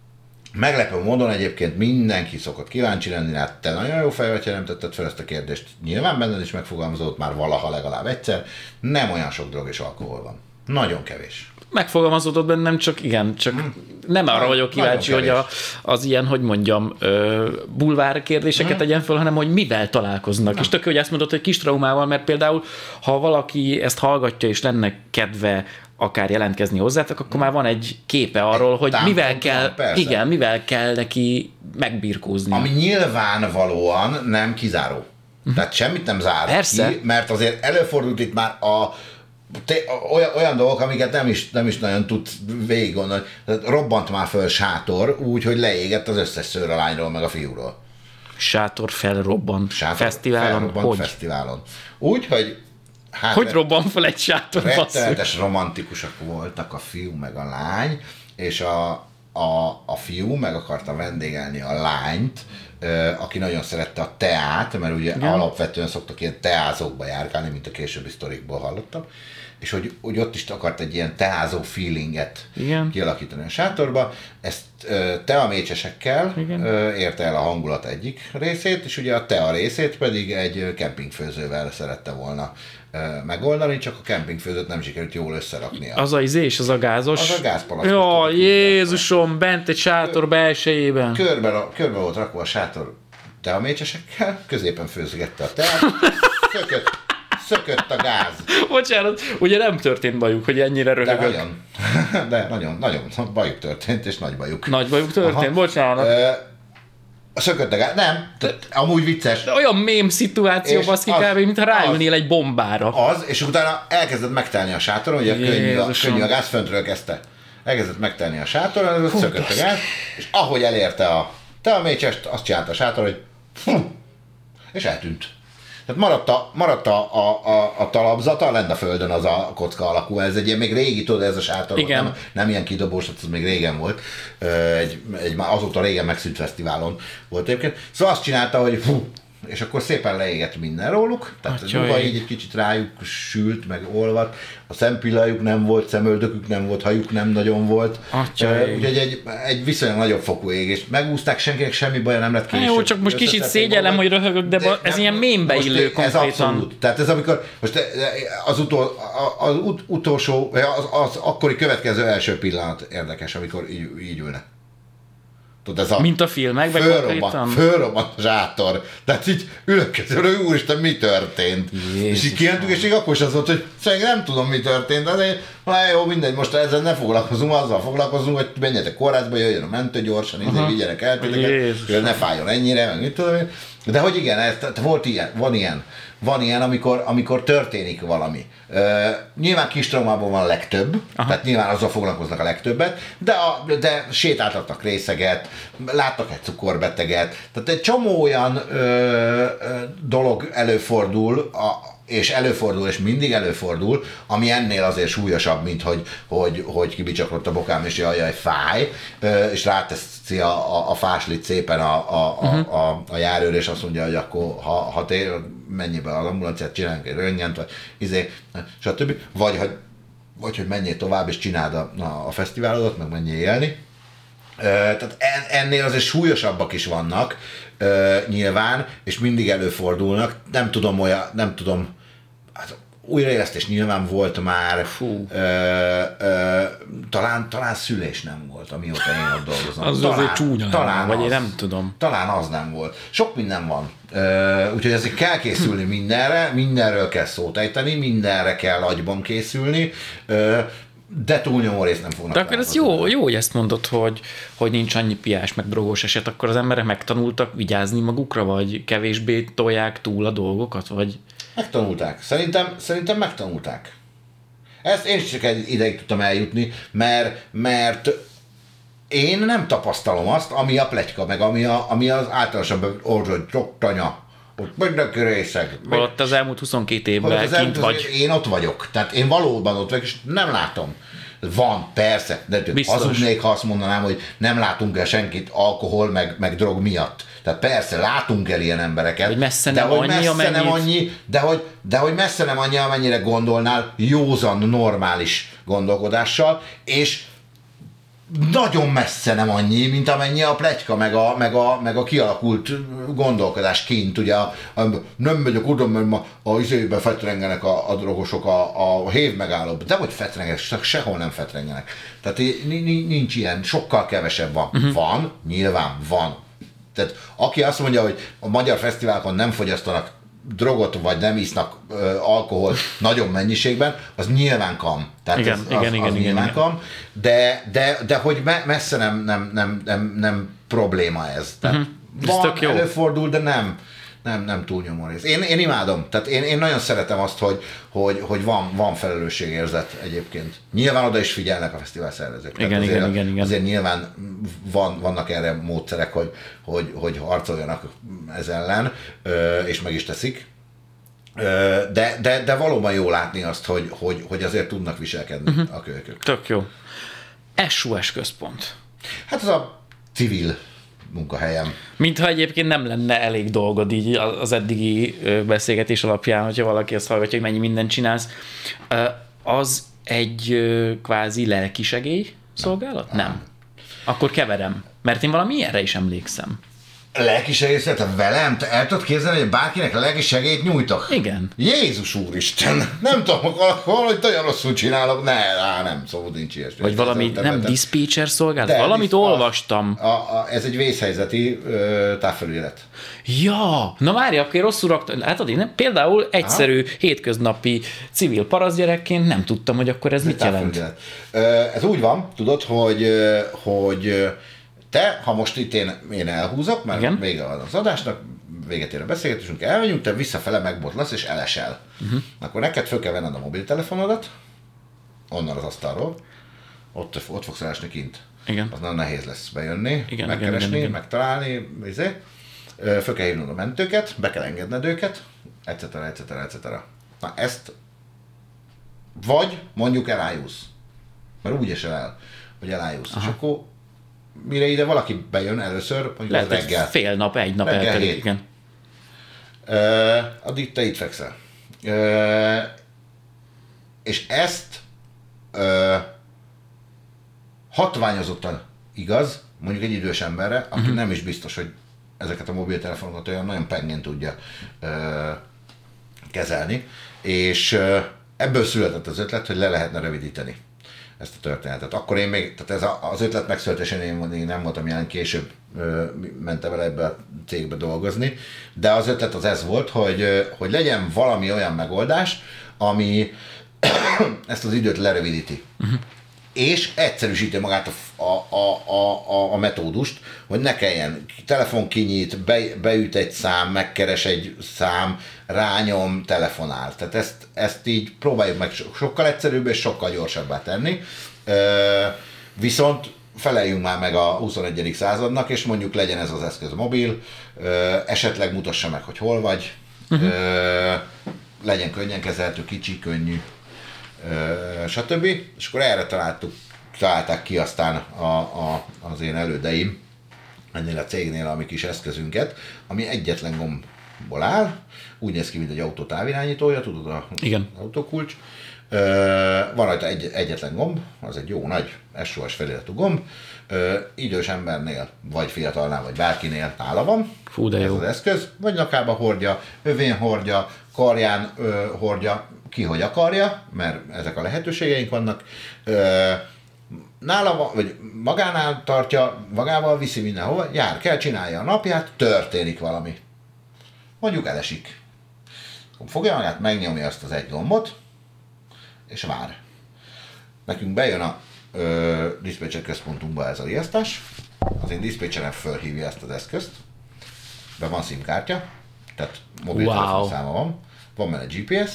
Meglepő módon egyébként mindenki szokott kíváncsi lenni, hát te nagyon jó fej vagy, ha nem tetted fel ezt a kérdést. Nyilván benned is megfogalmazott már valaha legalább egyszer, nem olyan sok drog és alkohol van. Nagyon kevés. Megfogalmazódott bennem, csak igen, csak hmm. nem arra vagyok kíváncsi, hogy a, az ilyen, hogy mondjam, ö, bulvár kérdéseket hmm. tegyen föl, hanem hogy mivel találkoznak. Nem. És tök, hogy ezt mondod, hogy kis traumával, mert például, ha valaki ezt hallgatja, és lenne kedve akár jelentkezni hozzátok, akkor hmm. már van egy képe arról, hogy Tám, mivel kell, persze. igen, mivel kell neki megbirkózni. Ami nyilvánvalóan nem kizáró. Hmm. Tehát semmit nem zár persze. ki, mert azért előfordult itt már a Te, olyan, olyan dolgok, amiket nem is, nem is nagyon tud végig gondolni. Robbant már föl sátor úgy, hogy leégett az összes szőr a lányról, meg a fiúról. Sátor felrobbant sátor fesztiválon? Felrobbant hogy? fesztiválon. Úgy, hogy... Hát hogy robban fel egy sátor? Rettenetes romantikusak voltak a fiú meg a lány, és a, a, a fiú meg akarta vendégelni a lányt, aki nagyon szerette a teát, mert ugye igen. alapvetően szoktak ilyen teázókba járkálni, mint a későbbi sztorikból hallottam, és hogy, hogy ott is akart egy ilyen teázó feelinget igen. kialakítani a sátorba. Ezt teamécsesekkel érte el a hangulat egyik részét, és ugye a tea részét pedig egy kempingfőzővel szerette volna megoldani, csak a kempingfőzőt nem sikerült jól összeraknia. Az a izé és az a gázos? Az a gázpalackos. Jaj, Jézusom, bent egy sátor belsejében. Körbe, körbe volt rakva a sátor teamécsesekkel, középen főzgette a teát, szökött, szökött a gáz. Bocsánat, ugye nem történt bajuk, hogy ennyire röhögök. De nagyon, de nagyon, nagyon bajuk történt, és nagy bajuk. Nagy bajuk történt, aha. Bocsánat. Ö, szökött a gáz, nem, amúgy vicces. De olyan mém szituáció, baszki kb. Mintha ráülnél egy bombára. Az, és utána elkezdett megtelni a sátoron, ugye könnyű a, könnyű a gáz, föntről kezdte. Elkezdett megtelni a sátoron, Hú, szökött a gáz, és ahogy elérte a teamécsest, azt csinálta a sátor, hogy hm, és eltűnt. Tehát maradt a, maradt a, a, a, a talapzata, lent a földön az a kocka alakú, ez egy ilyen még régi, tudod, ez a sátor volt, nem, nem ilyen kidobós, ez még régen volt, egy, egy azóta régen megszűnt fesztiválon volt egyébként. Szóval azt csinálta, hogy fú, és akkor szépen leégett minden róluk, tehát a ruha így egy kicsit rájuk sült, meg olvadt, a szempillajuk nem volt, szemöldökük nem volt, hajuk nem nagyon volt, úgyhogy egy, egy viszonylag nagyobb fokú égés. Megúzták, senkinek semmi baja nem lett később. Jó, csak most kicsit szégyellem, hogy röhögök, de, de ez nem, ilyen mémbe illő konkrétan. Ez abszolút. Tehát ez amikor, most az, utol, az ut, utolsó, az, az akkori következő első pillanat érdekes, amikor így, így ülne. Tudod, ez a mint a filmekben konkrétan? Fölrobbant a zsátor. Tehát így ülök közül, hogy úristen, mi történt? Jézus, és így kijöntünk, és így akkor is az volt, hogy szerintem nem tudom, mi történt, de hát jó, mindegy, most ezzel ne foglalkozunk, azzal foglalkozunk, hogy menjetek kórházba, jöjjön a mentő gyorsan, így vigyenek el titeket, ne fájjon ennyire, meg mit tudom én. De hogy igen, ez, volt ilyen, van ilyen. Van ilyen, amikor, amikor történik valami. Uh, nyilván kis traumában van a legtöbb, aha. tehát nyilván azzal foglalkoznak a legtöbbet, de, a, de sétáltatnak részeget, láttak egy cukorbeteget, tehát egy csomó olyan uh, uh, dolog előfordul, a, és előfordul, és mindig előfordul, ami ennél azért súlyosabb, mint hogy, hogy, hogy kibicsaklott a bokám, és jaj, jaj, fáj, és ráteszi a, a, a fáslit szépen a, a, uh-huh. a, a, a járőr, és azt mondja, hogy akkor ha, ha tér, menjél be az ambulanciát, csináljunk egy röntgent, vagy izé, stb. Vagy, hogy, vagy hogy menjél tovább, és csináld a, a, a fesztiválodat, meg menjél élni. Tehát ennél azért súlyosabbak is vannak, nyilván, és mindig előfordulnak. Nem tudom olyan, nem tudom, hát újraélesztés nyilván volt már, Fú. Ö, ö, talán, talán szülés nem volt, amióta én ott dolgozom. Az talán, azért csúnya talán vagy az, én nem tudom. Talán az nem volt. Sok minden van. Ö, úgyhogy ezért kell készülni mindenre, mindenről kell szót ejteni, mindenre kell agyban készülni, ö, de túlnyomó részt nem fognak. De akkor ez jó, jó, hogy ezt mondod, hogy, hogy nincs annyi piás meg drogos eset, akkor az emberek megtanultak vigyázni magukra, vagy kevésbé tolják túl a dolgokat, vagy... Megtanulták. Szerintem, szerintem megtanulták. Ezt én is csak egy ideig tudtam eljutni, mert, mert én nem tapasztalom azt, ami a pletyka, meg ami, a, ami az általánosabb orvos, hogy troktanya, ott mindenki részeg. Holott az elmúlt huszonkét évben kint vagy. Én ott vagyok. Tehát én valóban ott vagyok, és nem látom. Van, persze, de hazudnék, ha azt mondanám, hogy nem látunk el senkit alkohol, meg, meg drog miatt. Tehát persze, látunk el ilyen embereket. Hogy messze de nem hogy annyi, messze amennyit... nem annyi, de hogy, de hogy messze nem annyi, amennyire gondolnál, józan, normális gondolkodással, és nagyon messze nem annyi, mint amennyi a pletyka, meg a, meg a, meg a kialakult gondolkodás kint. Ugye a, a, nem megyek oda, mert ma a izébe fetrengenek a, a drogosok a, a hév megállóban. De hogy fetrengenek, sehol nem fetrengenek. Tehát nincs ilyen, sokkal kevesebb van. Uh-huh. Van, nyilván van. Tehát aki azt mondja, hogy a magyar fesztiválokon nem fogyasztanak drogot, vagy nem isznak ö, alkoholt nagyon mennyiségben, az nyilván kam. Tehát igen, az, igen, az, igen, az igen, nyilván igen. kam, de, de, de hogy me, messze nem, nem, nem, nem, nem probléma ez. Tehát uh-huh. van, előfordul, de nem, nem, nem túlnyomó rész. Én, én imádom, tehát én, én nagyon szeretem azt, hogy, hogy, hogy van, van felelősségérzet egyébként. Nyilván oda is figyelnek a fesztivál szervezők. Igen, azért, igen, igen, igen. Azért nyilván van, vannak erre módszerek, hogy, hogy, hogy harcoljanak ez ellen, és meg is teszik. De, de, de valóban jó látni azt, hogy, hogy, hogy azért tudnak viselkedni uh-huh. a kölykök. Tök jó. es o es központ. Hát az a civil munkahelyem. Mintha egyébként nem lenne elég dolgod így az eddigi beszélgetés alapján, hogyha valaki azt hallgatja, hogy mennyi mindent csinálsz. Az egy kvázi lelkisegély szolgálat? Nem. nem. Akkor keverem, mert én valami ilyenre is emlékszem. Lelkisegélyt velem? Te el tudod képzelni, hogy bárkinek lelkisegélyt nyújtok? Igen. Jézus úristen! Nem tudom, valahogy nagyon rosszul csinálok. Ne, á, nem, szóval nincs ilyesmi. Vagy valami, nem diszpécser szolgálat? De, Valamit a, olvastam. A, a, ez egy vészhelyzeti ö, távfelügyelet. Ja, na várj, akkor rosszul raktam. Látod, én nem, például egyszerű, aha, hétköznapi civil parasztgyerekként nem tudtam, hogy akkor ez, ez mit jelent. Ez úgy van, tudod, hogy, hogy te, ha most itt én, én elhúzok, mert igen, vége van az adásnak, véget ér a beszélgetésünk, elmegyünk, te visszafele megbotlasz és elesel. Uh-huh. Akkor neked föl kell venned a mobiltelefonodat, onnan az asztalról, ott, ott fogsz elesni kint. Igen. Az nagyon nehéz lesz bejönni, igen, megkeresni, igen, igen, megtalálni, izé. Föl kell hívnod a mentőket, be kell engedned őket, et cetera, et cetera, et cetera. Na ezt vagy mondjuk elájulsz, mert úgy esel el, hogy elájulsz, és akkor mire ide valaki bejön először, mondjuk lehet, az reggel. Fél nap, egy nap eltelik, igen. Uh, addig te itt fekszel. Uh, és ezt uh, hatványozottan igaz, mondjuk egy idős emberre, aki uh-huh. nem is biztos, hogy ezeket a mobiltelefonokat olyan nagyon pengén tudja uh, kezelni, és uh, ebből született az ötlet, hogy le lehetne rövidíteni ezt a történetet. Akkor én még, tehát ez a, az ötlet megszületésén én, én nem voltam jelen, később ö, mentem el ebbe a cégbe dolgozni, de az ötlet az ez volt, hogy, ö, hogy legyen valami olyan megoldás, ami ezt az időt lerövidíti. Uh-huh. És egyszerűsíti magát a, a, a, a, a metódust, hogy ne kelljen telefon kinyit, be, beüt egy szám, megkeres egy szám, rányom, telefonál. Tehát ezt, ezt így próbáljuk meg sokkal egyszerűbb és sokkal gyorsabbá tenni. Viszont feleljünk már meg a huszonegyedik századnak, és mondjuk legyen ez az eszköz mobil, esetleg mutassa meg, hogy hol vagy, uh-huh. legyen könnyen kezelhető, kicsi, könnyű, stb. És akkor erre találtuk, találták ki aztán a, a, az én elődeim ennél a cégnél a mi kis eszközünket, ami egyetlen gombból áll, úgy néz ki, mint egy autó távirányítója, tudod, a, igen, autókulcs, Van rajta egy, egyetlen gomb, az egy jó nagy es o es feliratú gomb, idős embernél, vagy fiatalnál, vagy bárkinél nála van. Fú, de ez jó. az eszköz, vagy nyakába hordja, övén hordja, karján ö, hordja, ki hogy akarja, mert ezek a lehetőségeink vannak. Ö, nála van, vagy magánál tartja, magával viszi mindenhova, jár, kell, csinálja a napját, történik valami. Mondjuk elesik. Fogja magát, megnyomja azt az egy gombot, és vár. Nekünk bejön a ö, diszpécser központunkba ez a riasztás, az én diszpécserem fölhívja ezt az eszközt, be van SIM-kártya, tehát mobiltelefonszáma wow. van, van benne gé pé es,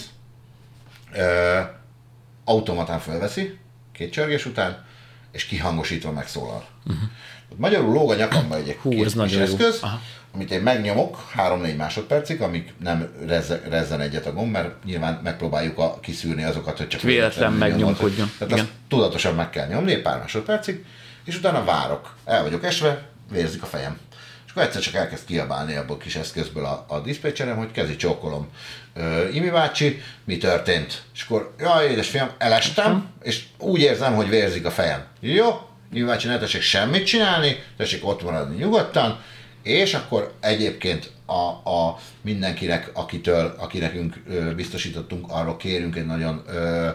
ö, automatán fölveszi, két csörgés után, és kihangosítva megszólal. Uh-huh. Magyarul lóg a nyakamba egy Hú, kis eszköz, Aha. amit én megnyomok három-négy másodpercig, amíg nem rezze, rezzen egyet a gomb, mert nyilván megpróbáljuk a, kiszűrni azokat, hogy csak véletlen megnyomkodjon. Tehát azt tudatosan meg kell nyomni, egy pár másodpercig, és utána várok. El vagyok esve, vérzik a fejem. És akkor egyszer csak elkezd kiabálni abból a kis eszközből a, a diszpécserem, hogy kezi csókolom. Ö, Imi bácsi, mi történt? És akkor, jaj, édesfiam, elestem, uh-huh. és úgy érzem, hogy vérzik a fejem. Jó, Imi bácsi, ne tessék semmit csinálni, tessék ott maradni nyugodtan, és akkor egyébként a, a mindenkinek, akitől, aki nekünk ö, biztosítottunk, arról kérünk egy nagyon ö,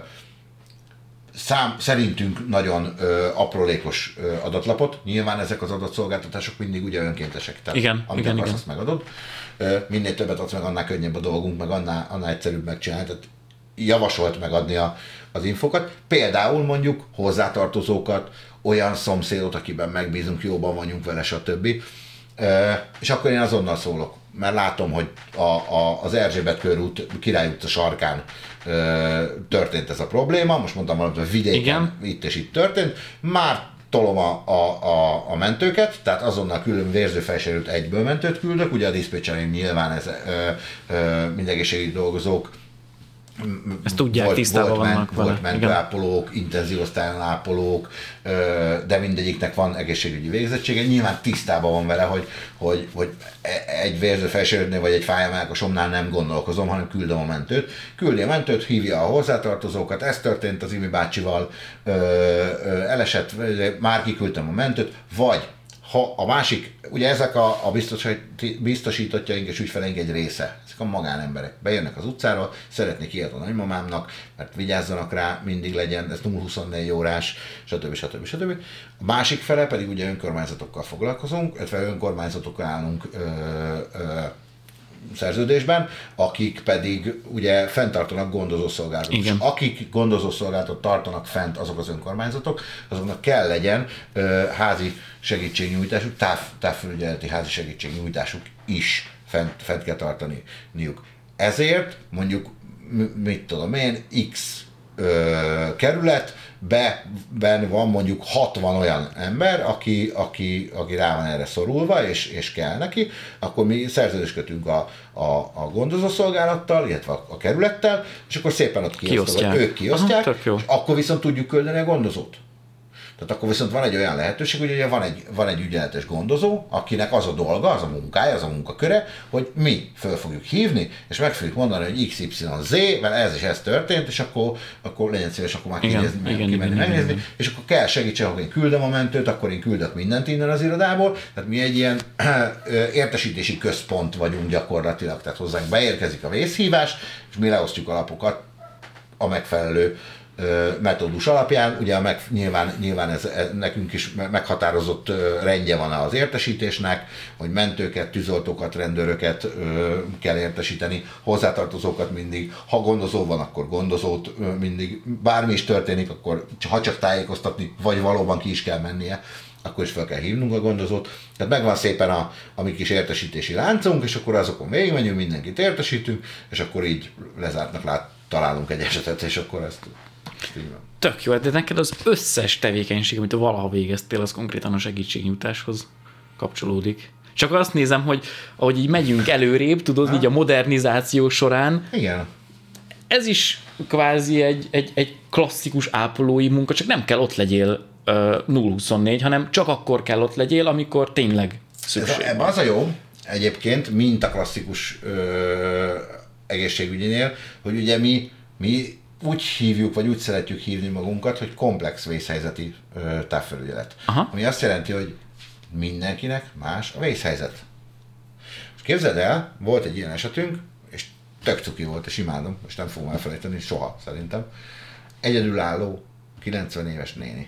szám, szerintünk nagyon ö, aprólékos ö, adatlapot. Nyilván ezek az adatszolgáltatások mindig ugye önkéntesek. Tehát igen, amit igen, akarsz, igen. azt megadod. Ö, minél többet adsz meg, annál könnyebb a dolgunk, meg annál, annál egyszerűbb megcsinálni. Tehát javasolt megadni a, az infokat. Például mondjuk hozzátartozókat, olyan szomszédot, akiben megbízunk, jóban vagyunk vele, stb. E, és akkor én azonnal szólok, mert látom, hogy a, a, az Erzsébet körút, Király utca sarkán e, történt ez a probléma, most mondtam valamit, vidéken, igen. Itt és itt történt, már tolom a, a, a, a mentőket, tehát azonnal külön vérzőfelsérült egyből mentőt küldök, ugye a diszpécsereim nyilván ez e, e, mindegészségügyi dolgozók, ezt tudják, volt, tisztában volt vannak ment, vele. Volt mentőápolók, intenzív osztályon ápolók, de mindegyiknek van egészségügyi végzettsége. Nyilván tisztában van vele, hogy, hogy, hogy egy vérzőfelsérültnél vagy egy fájamelkosomnál nem gondolkozom, hanem küldöm a mentőt. Küldi a mentőt, hívja a hozzátartozókat, ez történt az Imi bácsival, elesett, már kiküldtem a mentőt, vagy ha a másik, ugye ezek a, a biztosítottjaink és ügyfeleink egy része, ezek a magánemberek bejönnek az utcáról, szeretnék ilyet a nagymamámnak, mert vigyázzanak rá, mindig legyen, ez nulla huszonnégy órás, stb. stb. stb. A másik fele pedig ugye önkormányzatokkal foglalkozunk, illetve önkormányzatokkal állunk ö, ö, szerződésben, akik pedig ugye fenntartanak gondozószolgálatot. És akik gondozószolgálatot tartanak fent, azok az önkormányzatok, azoknak kell legyen ö, házi segítségnyújtásuk, táv, távfelügyeleti házi segítségnyújtásuk is fent, fent kell tartaniuk. Ezért mondjuk, mit tudom én, X ö, kerület, be, ben van mondjuk hatvan olyan ember, aki, aki, aki rá van erre szorulva, és, és kell neki, akkor mi szerződést kötünk a, a, a gondozószolgálattal, illetve a, a kerülettel, és akkor szépen ott kiosztják, vagy ők kiosztják, aha, és akkor viszont tudjuk küldeni a gondozót. Tehát akkor viszont van egy olyan lehetőség, hogy ugye van egy, van egy ügyeletes gondozó, akinek az a dolga, az a munkája, az a munkaköre, hogy mi föl fogjuk hívni, és meg fogjuk mondani, hogy iksz ipszilon zé, mert ez és ez történt, és akkor, akkor legyen szíves, akkor már kinézni, igen, kimenni, igen, megnézni, igen. És akkor kell segítsen, akkor én küldöm a mentőt, akkor én küldök mindent innen az irodából, tehát mi egy ilyen értesítési központ vagyunk gyakorlatilag, tehát hozzánk beérkezik a vészhívás, és mi leosztjuk a lapokat a megfelelő metódus alapján, ugye meg, nyilván, nyilván ez, ez nekünk is meghatározott rendje van az értesítésnek, hogy mentőket, tűzoltókat, rendőröket ö, kell értesíteni, hozzátartozókat mindig, ha gondozó van, akkor gondozót ö, mindig, bármi is történik, akkor ha csak tájékoztatni, vagy valóban ki is kell mennie, akkor is fel kell hívnunk a gondozót. Tehát megvan szépen a, a mi kis értesítési láncunk, és akkor azokon végigmegyünk, mindenkit értesítünk, és akkor így lezártnak lát, találunk egy esetet, és akkor ezt tök jó, de neked az összes tevékenység, amit valaha végeztél, az konkrétan a segítségnyújtáshoz kapcsolódik. Csak azt nézem, hogy ahogy így megyünk előrébb, tudod, ha. így a modernizáció során. Igen. Ez is kvázi egy, egy, egy klasszikus ápolói munka, csak nem kell ott legyél uh, nulla huszonnégy, hanem csak akkor kell ott legyél, amikor tényleg szükség van. Ebben az a jó, egyébként, mint a klasszikus ö, egészségügyinél, hogy ugye mi, mi úgy hívjuk, vagy úgy szeretjük hívni magunkat, hogy komplex vészhelyzeti ö, távfelügyelet. Aha. Ami azt jelenti, hogy mindenkinek más a vészhelyzet. És képzeld el, volt egy ilyen esetünk, és tök cuki volt, és imádom, és nem fogom elfelejteni soha szerintem. Egyedülálló, kilencven éves néni.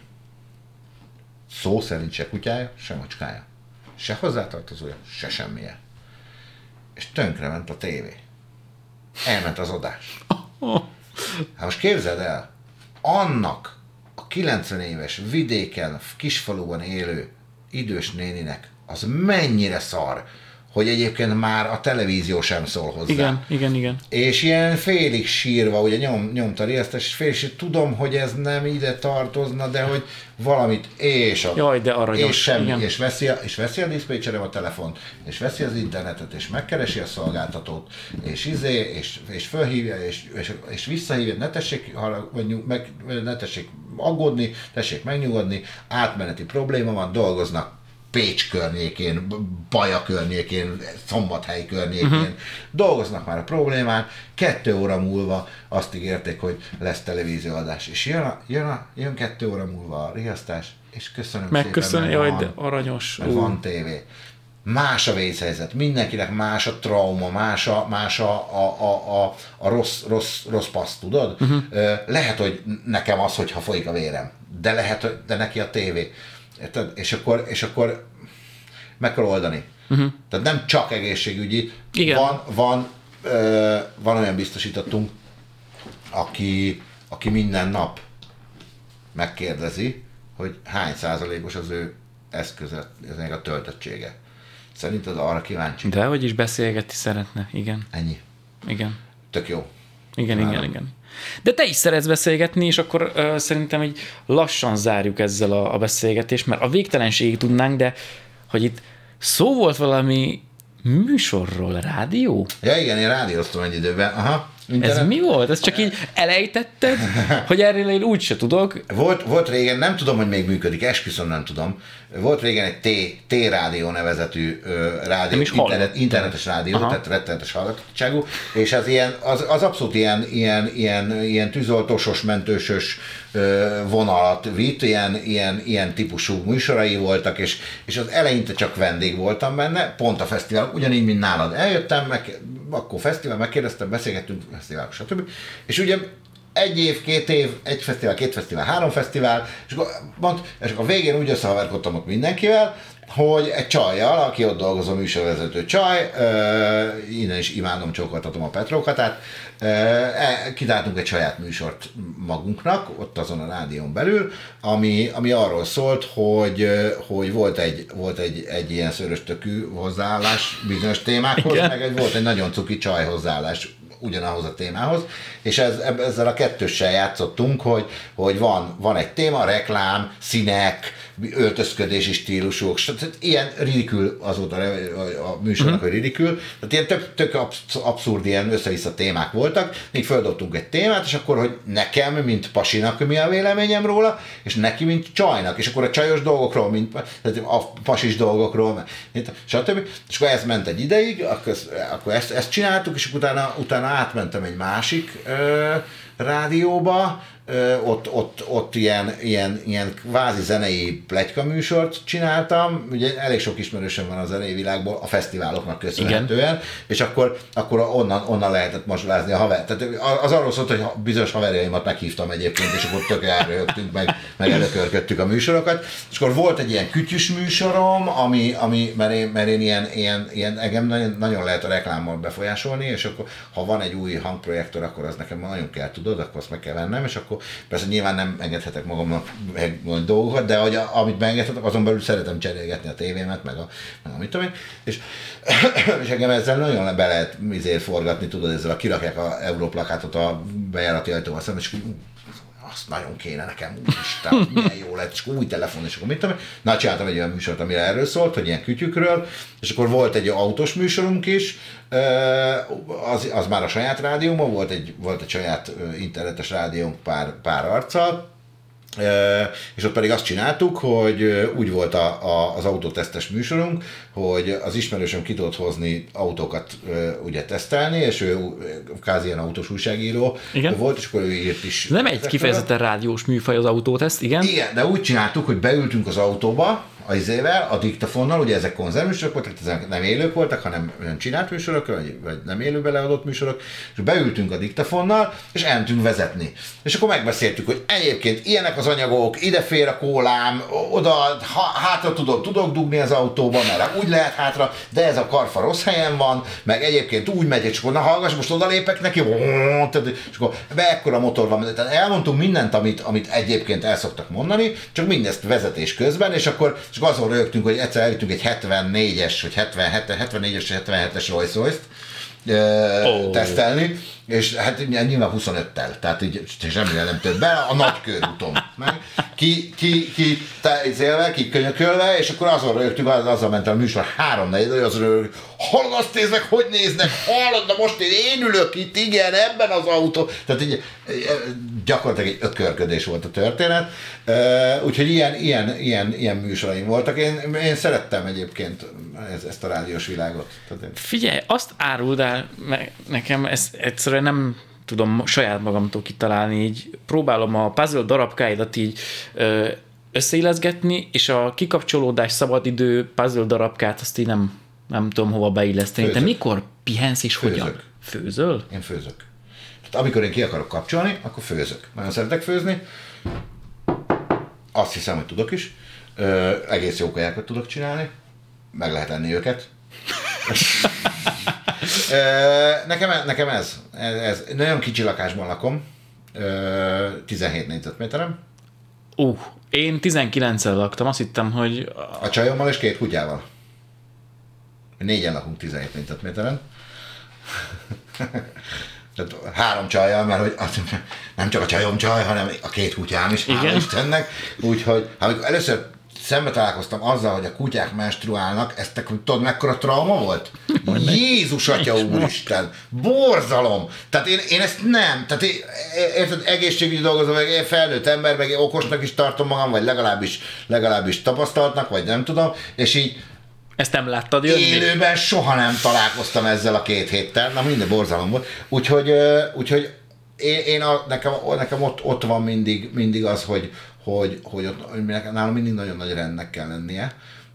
Szó szerint se kutyája, se macskája. Se hozzátartozója, se semmije. És tönkrement a tévé. Elment az adás. Hát most képzeld el, annak a kilencven éves vidéken, kisfaluban élő idős néninek az mennyire szar, hogy egyébként már a televízió sem szól hozzá. Igen, igen, igen. És ilyen félig sírva, ugye nyom, nyomta a riasztás, és félig sírva, tudom, hogy ez nem ide tartozna, de hogy valamit, és a... Jaj, de aranyos. És, semmi, és, veszi a, és veszi a diszpécserem a telefont, és veszi az internetet, és megkeresi a szolgáltatót, és izé, és, és fölhívja, és, és, és visszahívja, ne tessék, vagy meg, ne tessék aggódni, tessék megnyugodni, átmeneti probléma van, dolgoznak Pécs környékén, Baja környékén, Szombathely környékén, uh-huh. dolgoznak már a problémán, kettő óra múlva azt ígérték, hogy lesz televízióadás, és jön, a, jön, a, jön kettő óra múlva a riasztás, és köszönöm Megköszönöm, szépen, jaj, van, de aranyos. mert van tévé. Más a vészhelyzet, mindenkinek más a trauma, más a, más a, a, a, a, a rossz, rossz, rossz passz, tudod? Uh-huh. Lehet, hogy nekem az, hogyha folyik a vérem, de lehet, de neki a tévé. Érted? És akkor, és akkor meg kell oldani. Uh-huh. Tehát nem csak egészségügyi. Igen. Van, van, ö, van olyan biztosítottunk, aki, aki minden nap megkérdezi, hogy hány százalékos az ő eszköznek a töltöttsége. Szerinted arra kíváncsi? De hogy is beszélgetni szeretne, igen. Ennyi. Igen. Tök jó. Igen, Várom. igen, igen. De te is szeretsz beszélgetni, és akkor uh, szerintem így lassan zárjuk ezzel a, a beszélgetést, mert a végtelenségig tudnánk, de hogy itt szó volt valami műsorról, rádió? Ja igen, én rádióztam egy időben. Aha. Internet. Ez mi volt? Ez csak így elejtetted, hogy erről én úgyse tudok. Volt, volt régen, nem tudom, hogy még működik, esküszöm nem tudom. Volt régen egy T, T-rádió nevezetű uh, rádió, internet, internetes rádió, Aha. tehát rettenetes hallgatottságú, és az, ilyen, az, az abszolút ilyen, ilyen, ilyen, ilyen tűzoltósos, mentősös uh, vonalat vitt, ilyen, ilyen, ilyen típusú műsorai voltak, és, és az eleinte csak vendég voltam benne, pont a fesztivál, ugyanígy, mint nálad. Eljöttem, meg, akkor fesztivál, megkérdeztem, beszélgettünk, fesztivál, stb. És ugye egy év, két év, egy fesztivál, két fesztivál, három fesztivál, és akkor, mond, és akkor a végén úgy összehaverkodtam ott mindenkivel, hogy egy csajjal, aki ott dolgozó műsorvezető csaj, uh, innen is imádom, csókoltatom a Petrókatát, uh, kitáltunk egy saját műsort magunknak, ott azon a rádión belül, ami, ami arról szólt, hogy, hogy volt, egy, volt egy, egy ilyen szöröstökű hozzáállás bizonyos témákhoz, Igen. meg egy, volt egy nagyon cuki csaj hozzáállás ugyanahoz a témához, és ez, ezzel a kettőssel játszottunk, hogy, hogy van, van egy téma, reklám, színek, öltözködési stílusok, ilyen ridikül azóta a műsornak, uh-huh. hogy ridikül, tehát ilyen tök, tök abszurd ilyen össze-vissza témák voltak, még földobtunk egy témát, és akkor, hogy nekem, mint pasinak mi a véleményem róla, és neki, mint csajnak, és akkor a csajos dolgokról, mint a pasis dolgokról, stb. És akkor ez ment egy ideig, akkor, akkor ezt, ezt csináltuk, és utána, utána átmentem egy másik ö, rádióba, Ö, ott, ott, ott ilyen, ilyen, ilyen kvázi zenei pletyka műsort csináltam, ugye elég sok ismerősöm van a zenei világból, a fesztiváloknak köszönhetően, Igen. és akkor, akkor onnan, onnan lehetett mazsolázni a haver. Tehát az arról szólt, hogy bizonyos haverjaimat meghívtam egyébként, és akkor tök elröhögtünk, meg, meg előkörködtük a műsorokat, és akkor volt egy ilyen kütyüs műsorom, ami, ami mert én, mert én ilyen, ilyen, ilyen engem nagyon, nagyon lehet a reklámmal befolyásolni, és akkor ha van egy új hangprojektor, akkor az nekem nagyon kell, tudod, akkor azt meg kell vennem, és akkor persze nyilván nem engedhetek magamnak dolgokat, de hogy a, amit beengedhetek, azon belül szeretem cserélgetni a tévémet, meg a, meg a mit tudom én, és, és engem ezzel nagyon be lehet izért forgatni, tudod, ezzel a kirakják a európlakátot a bejárati ajtóval szemben, és azt nagyon kéne nekem, úristen, milyen jó lett, és akkor új telefon, és akkor mit tudom én. Na, csináltam egy olyan műsort, amire erről szólt, hogy ilyen kütyükről, és akkor volt egy autós műsorunk is, az, az már a saját rádióban, volt egy, volt egy saját internetes rádiónk pár, pár arccal, És ott pedig azt csináltuk, hogy úgy volt a, a, az autótesztes műsorunk, hogy az ismerősöm ki tudott hozni autókat ugye tesztelni, és ő kázi ilyen autós újságíró igen. volt, és akkor ő írt is. Nem egy kifejezetten rádiós műfaj az autóteszt, igen? Igen, de úgy csináltuk, hogy beültünk az autóba, az izével, a diktafonnal, ugye ezek konzervműsorok voltak, ezek nem élők voltak, hanem olyan csinált műsorok, vagy, vagy nem élőbe leadott műsorok, és beültünk a diktafonnal, és elmentünk vezetni. És akkor megbeszéltük, hogy egyébként ilyenek az anyagok, ide fér a kólám, oda, ha, hátra tudok, tudok dugni az autóba, mert úgy lehet hátra, de ez a karfa rossz helyen van, meg egyébként úgy megy, és akkor na hallgass, most odalépek neki, és akkor be ekkora motor van, tehát elmondtunk mindent, amit, amit egyébként el szoktak mondani, csak mindezt vezetés közben, és akkor és azon rögtünk, hogy egyszer elvittünk egy hetvennégyes, vagy hetvennégyes, hetvenhetes Rolls-Royce-t oh. tesztelni, és hát nyilván huszonöttel, tehát így semmire nem többen, a nagy körúton. Ki, ki, ki izélve, ki könyökölve, és akkor azon rögtünk, az, azzal ment a műsor három-négy, hogy azon rögtünk, hallod azt néznek, hogy néznek, hallod, de most én ülök itt, igen, ebben az autó. Tehát így gyakorlatilag egy ökörködés volt a történet. Úgyhogy ilyen, ilyen, ilyen, ilyen műsoraim voltak. Én, én szerettem egyébként ezt a rádiós világot. Én... Figyelj, azt áruld el, nekem ez egyszerűen nem tudom saját magamtól kitalálni, így próbálom a puzzle darabkáidat így összeilleszgetni, és a kikapcsolódás szabadidő puzzle darabkát azt így nem, nem tudom hova beilleszteni. Te mikor pihensz és főzök. Hogyan? Főzöl? Én főzök. Tehát amikor én ki akarok kapcsolni, akkor főzök. Nagyon szeretek főzni. Azt hiszem, hogy tudok is. Ö, egész jó kajákat tudok csinálni. Meg lehet enni őket. nekem, nekem ez, ez, ez. Nagyon kicsi lakásban lakom. tizenhét négyzetméterem. Uh, én tizenkilenccel laktam, azt hittem, hogy... A csajommal és két kutyával. Négyen lakunk tizenhét négyzetméteren. Tehát három csajjal, mert hogy az, nem csak a csajom csaj, hanem a két kutyám is, hála Istennek. Úgyhogy amikor először szembe találkoztam azzal, hogy a kutyák menstruálnak, ezt te tudod, mekkora trauma volt? Jézus Atya Úristen! Borzalom! Tehát én, én ezt nem, tehát én, érted, egészségügyi dolgozom, meg én felnőtt ember, meg én okosnak is tartom magam, vagy legalábbis, legalábbis tapasztaltnak, vagy nem tudom, és így ezt nem láttad jönni? Élőben soha nem találkoztam ezzel a két héttel, na minden borzalom volt. Úgyhogy, úgyhogy én, én a, nekem, nekem ott, ott van mindig, mindig az, hogy, hogy, hogy ott, nálam mindig nagyon nagy rendnek kell lennie.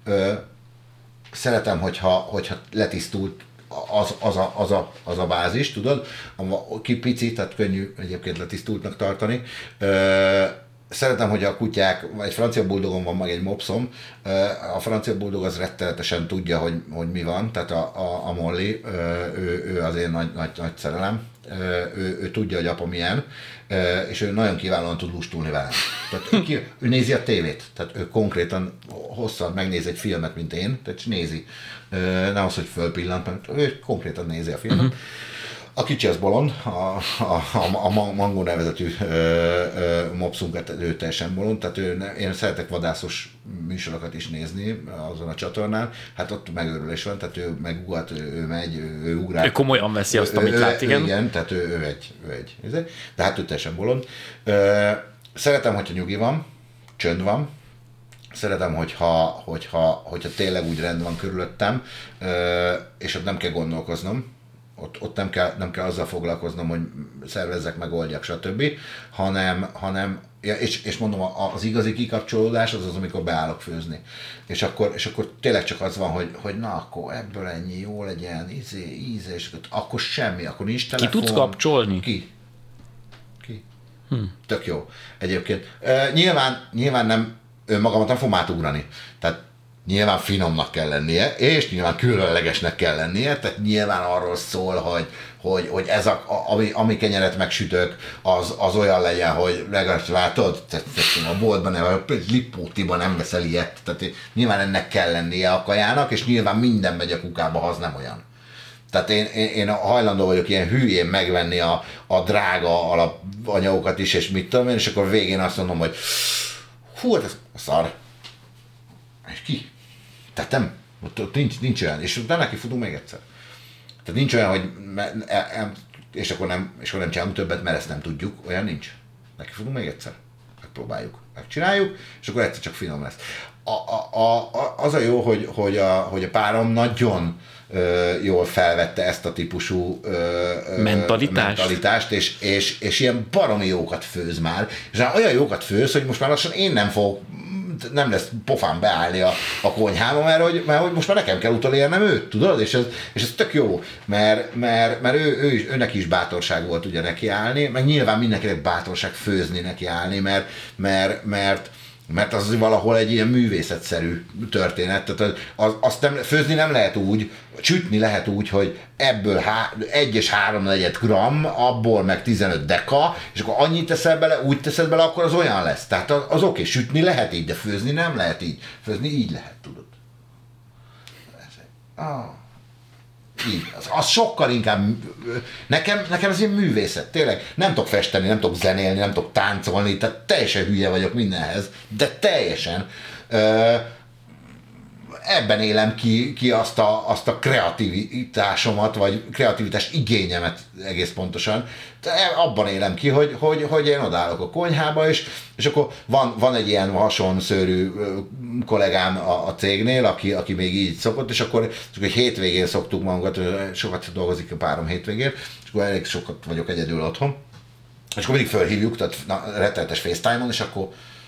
Szeretem, hogyha, hogyha letisztult az, az, a, az, a, az a bázis, tudod? Ki pici, tehát könnyű egyébként letisztultnak tartani. Szeretem, hogy a kutyák, egy francia buldogom van, meg egy mopszom, a francia buldog az rettenetesen tudja, hogy, hogy mi van, tehát a, a, a Molly, ő, ő az én nagy, nagy, nagy szerelem, ő, ő tudja, hogy apa milyen, és ő nagyon kiválóan tud lustulni velem. Tehát ő, ki, ő nézi a tévét, tehát ő konkrétan hosszan megnéz egy filmet, mint én, tehát nézi, nem az, hogy fölpillant, ő konkrétan nézi a filmet. Uh-huh. A kicsi az bolond, a, a, a, a Mango nevezetű ö, ö, mopszunkat, ő teljesen bolond, tehát ő ne, én szeretek vadászos műsorokat is nézni azon a csatornán, hát ott megőrülés van, tehát ő megugat, ő, ő megy, ő, ő ugrál. Ő komolyan veszi azt, amit ő, lát, igen. Igen, tehát ő, ő egy, ő egy, de hát ő teljesen bolond. Ö, szeretem, hogyha nyugi van, csönd van, szeretem, hogyha, hogyha, hogyha tényleg úgy rend van körülöttem, ö, és ott nem kell gondolkoznom. Ott, ott nem, kell, nem kell azzal foglalkoznom, hogy szervezzek, megoldjak, stb., hanem, hanem és, és mondom, az igazi kikapcsolódás az az, amikor beállok főzni. És akkor, és akkor tényleg csak az van, hogy, hogy na, akkor ebből ennyi jó legyen, íze, íze, és akkor semmi, akkor nincs telefon. Ki tudsz kapcsolni? Ki? Ki? Hm. Tök jó. Egyébként. Uh, nyilván, nyilván nem, önmagamat nem fogom átugrani. Tehát nyilván finomnak kell lennie, és nyilván különlegesnek kell lennie, tehát nyilván arról szól, hogy, hogy, hogy ez a, ami, ami kenyeret megsütök, az, az olyan legyen, hogy legalább látod, tehát a boltban, a Lipótiban nem veszel ilyet, tehát nyilván ennek kell lennie a kajának, és nyilván minden megy a kukába, ha az nem olyan. Tehát én, én, én hajlandó vagyok ilyen hülyén megvenni a, a drága alapanyagokat is, és mit tudom én, és akkor végén azt mondom, hogy hú, ez a szar. És ki? Tehát nem, ott, ott nincs, nincs olyan, és utána neki futunk még egyszer. Tehát nincs olyan, hogy me, e, és akkor nem, és akkor nem csinálunk többet, mert ezt nem tudjuk, olyan nincs. Neki futunk még egyszer. Megpróbáljuk. megcsináljuk, és akkor egyszer csak finom lesz. A, a, a, az a jó, hogy, hogy, a, hogy a párom nagyon ö, jól felvette ezt a típusú ö, mentalitást, mentalitást és, és, és ilyen baromi jókat főz már, és olyan jókat főz, hogy most már lassan én nem fogok nem lesz pofán beállni a, a konyhába, mert hogy, mert hogy most már nekem kell utolérnem őt, tudod? És ez, és ez tök jó, mert, mert, mert ő, ő is, őnek is bátorság volt ugye nekiállni, meg nyilván mindenkinek bátorság főzni nekiállni, mert, mert, mert mert az valahol egy ilyen művészetszerű történet, tehát az, azt nem, főzni nem lehet úgy, sütni lehet úgy, hogy ebből há, egy és három negyed gram, abból meg tizenöt deka, és akkor annyit teszel bele, úgy teszed bele, akkor az olyan lesz. Tehát az, az oké, sütni lehet így, de főzni nem lehet így. Főzni így lehet, tudod. Ah. Így. Az, az sokkal inkább, nekem, nekem ez ilyen művészet, tényleg. Nem tudok festeni, nem tudok zenélni, nem tudok táncolni, tehát teljesen hülye vagyok mindenhez, de teljesen. Ö, ebben élem ki, ki azt, a, azt a kreativitásomat, vagy kreativitás igényemet egész pontosan. De abban élem ki, hogy, hogy, hogy én odállok a konyhába, és, és akkor van, van egy ilyen hasonszőrű kollégám a, a cégnél, aki, aki még így szokott, és akkor csak egy hétvégén szoktuk magunkat, sokat dolgozik a párom hétvégén, és akkor elég sokat vagyok egyedül otthon, és akkor mindig felhívjuk, tehát na, rettenetes FaceTime-on, és akkor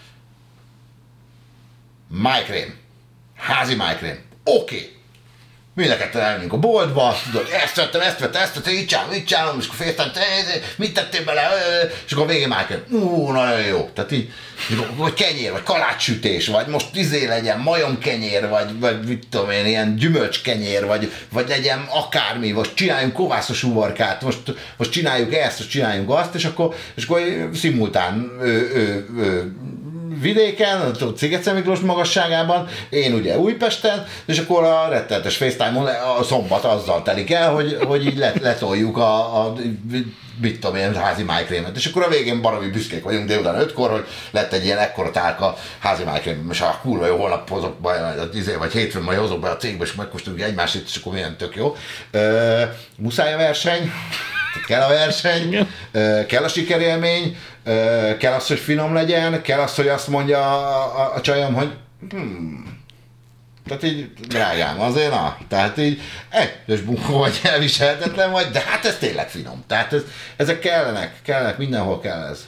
májkrém, házi májkrém, oké. Okay. Mindenket elmegyünk a boltba, tudod, ezt vettem, ezt vettem, ezt vettem, így csinálom, így csinálom, és akkor féltem, mit tettél bele, és akkor a végén májkrém, ú, nagyon jó. Tehát így, vagy kenyér, vagy kalácssütés, vagy most izé legyen majomkenyér, vagy, vagy mit tudom én, ilyen gyümölcskenyér, vagy, vagy legyen akármi, vagy csináljunk kovászos uvarkát, most, most csináljuk ezt, most csináljunk azt, és akkor, és akkor szimultán ő, ő, ő, vidéken, a Sziget Miklós magasságában, én ugye Újpesten, és akkor a rettenetes FaceTime-on a szombat azzal telik el, hogy, hogy így let, letoljuk a, a mit tudom én, házi májkrémet. És akkor a végén baromi büszkék vagyunk délután ötkor, hogy lett egy ilyen ekkora tálka házi májkrém, és a kurva jó, holnap hozok be, vagy hétfőn majd hozok be a cégbe, és megkóstoljuk egymást, és akkor milyen tök jó. Ö, muszáj a verseny, kell a verseny, kell a sikerélmény, kell az, hogy finom legyen, kell az, hogy azt mondja a, a, a csajom, hogy hmm, tehát így, drágám, azért na, tehát így egyes bunkó vagy, elviselhetetlen vagy, de hát ez tényleg finom. Tehát ez, ezek kellenek, kellenek, mindenhol kell ez.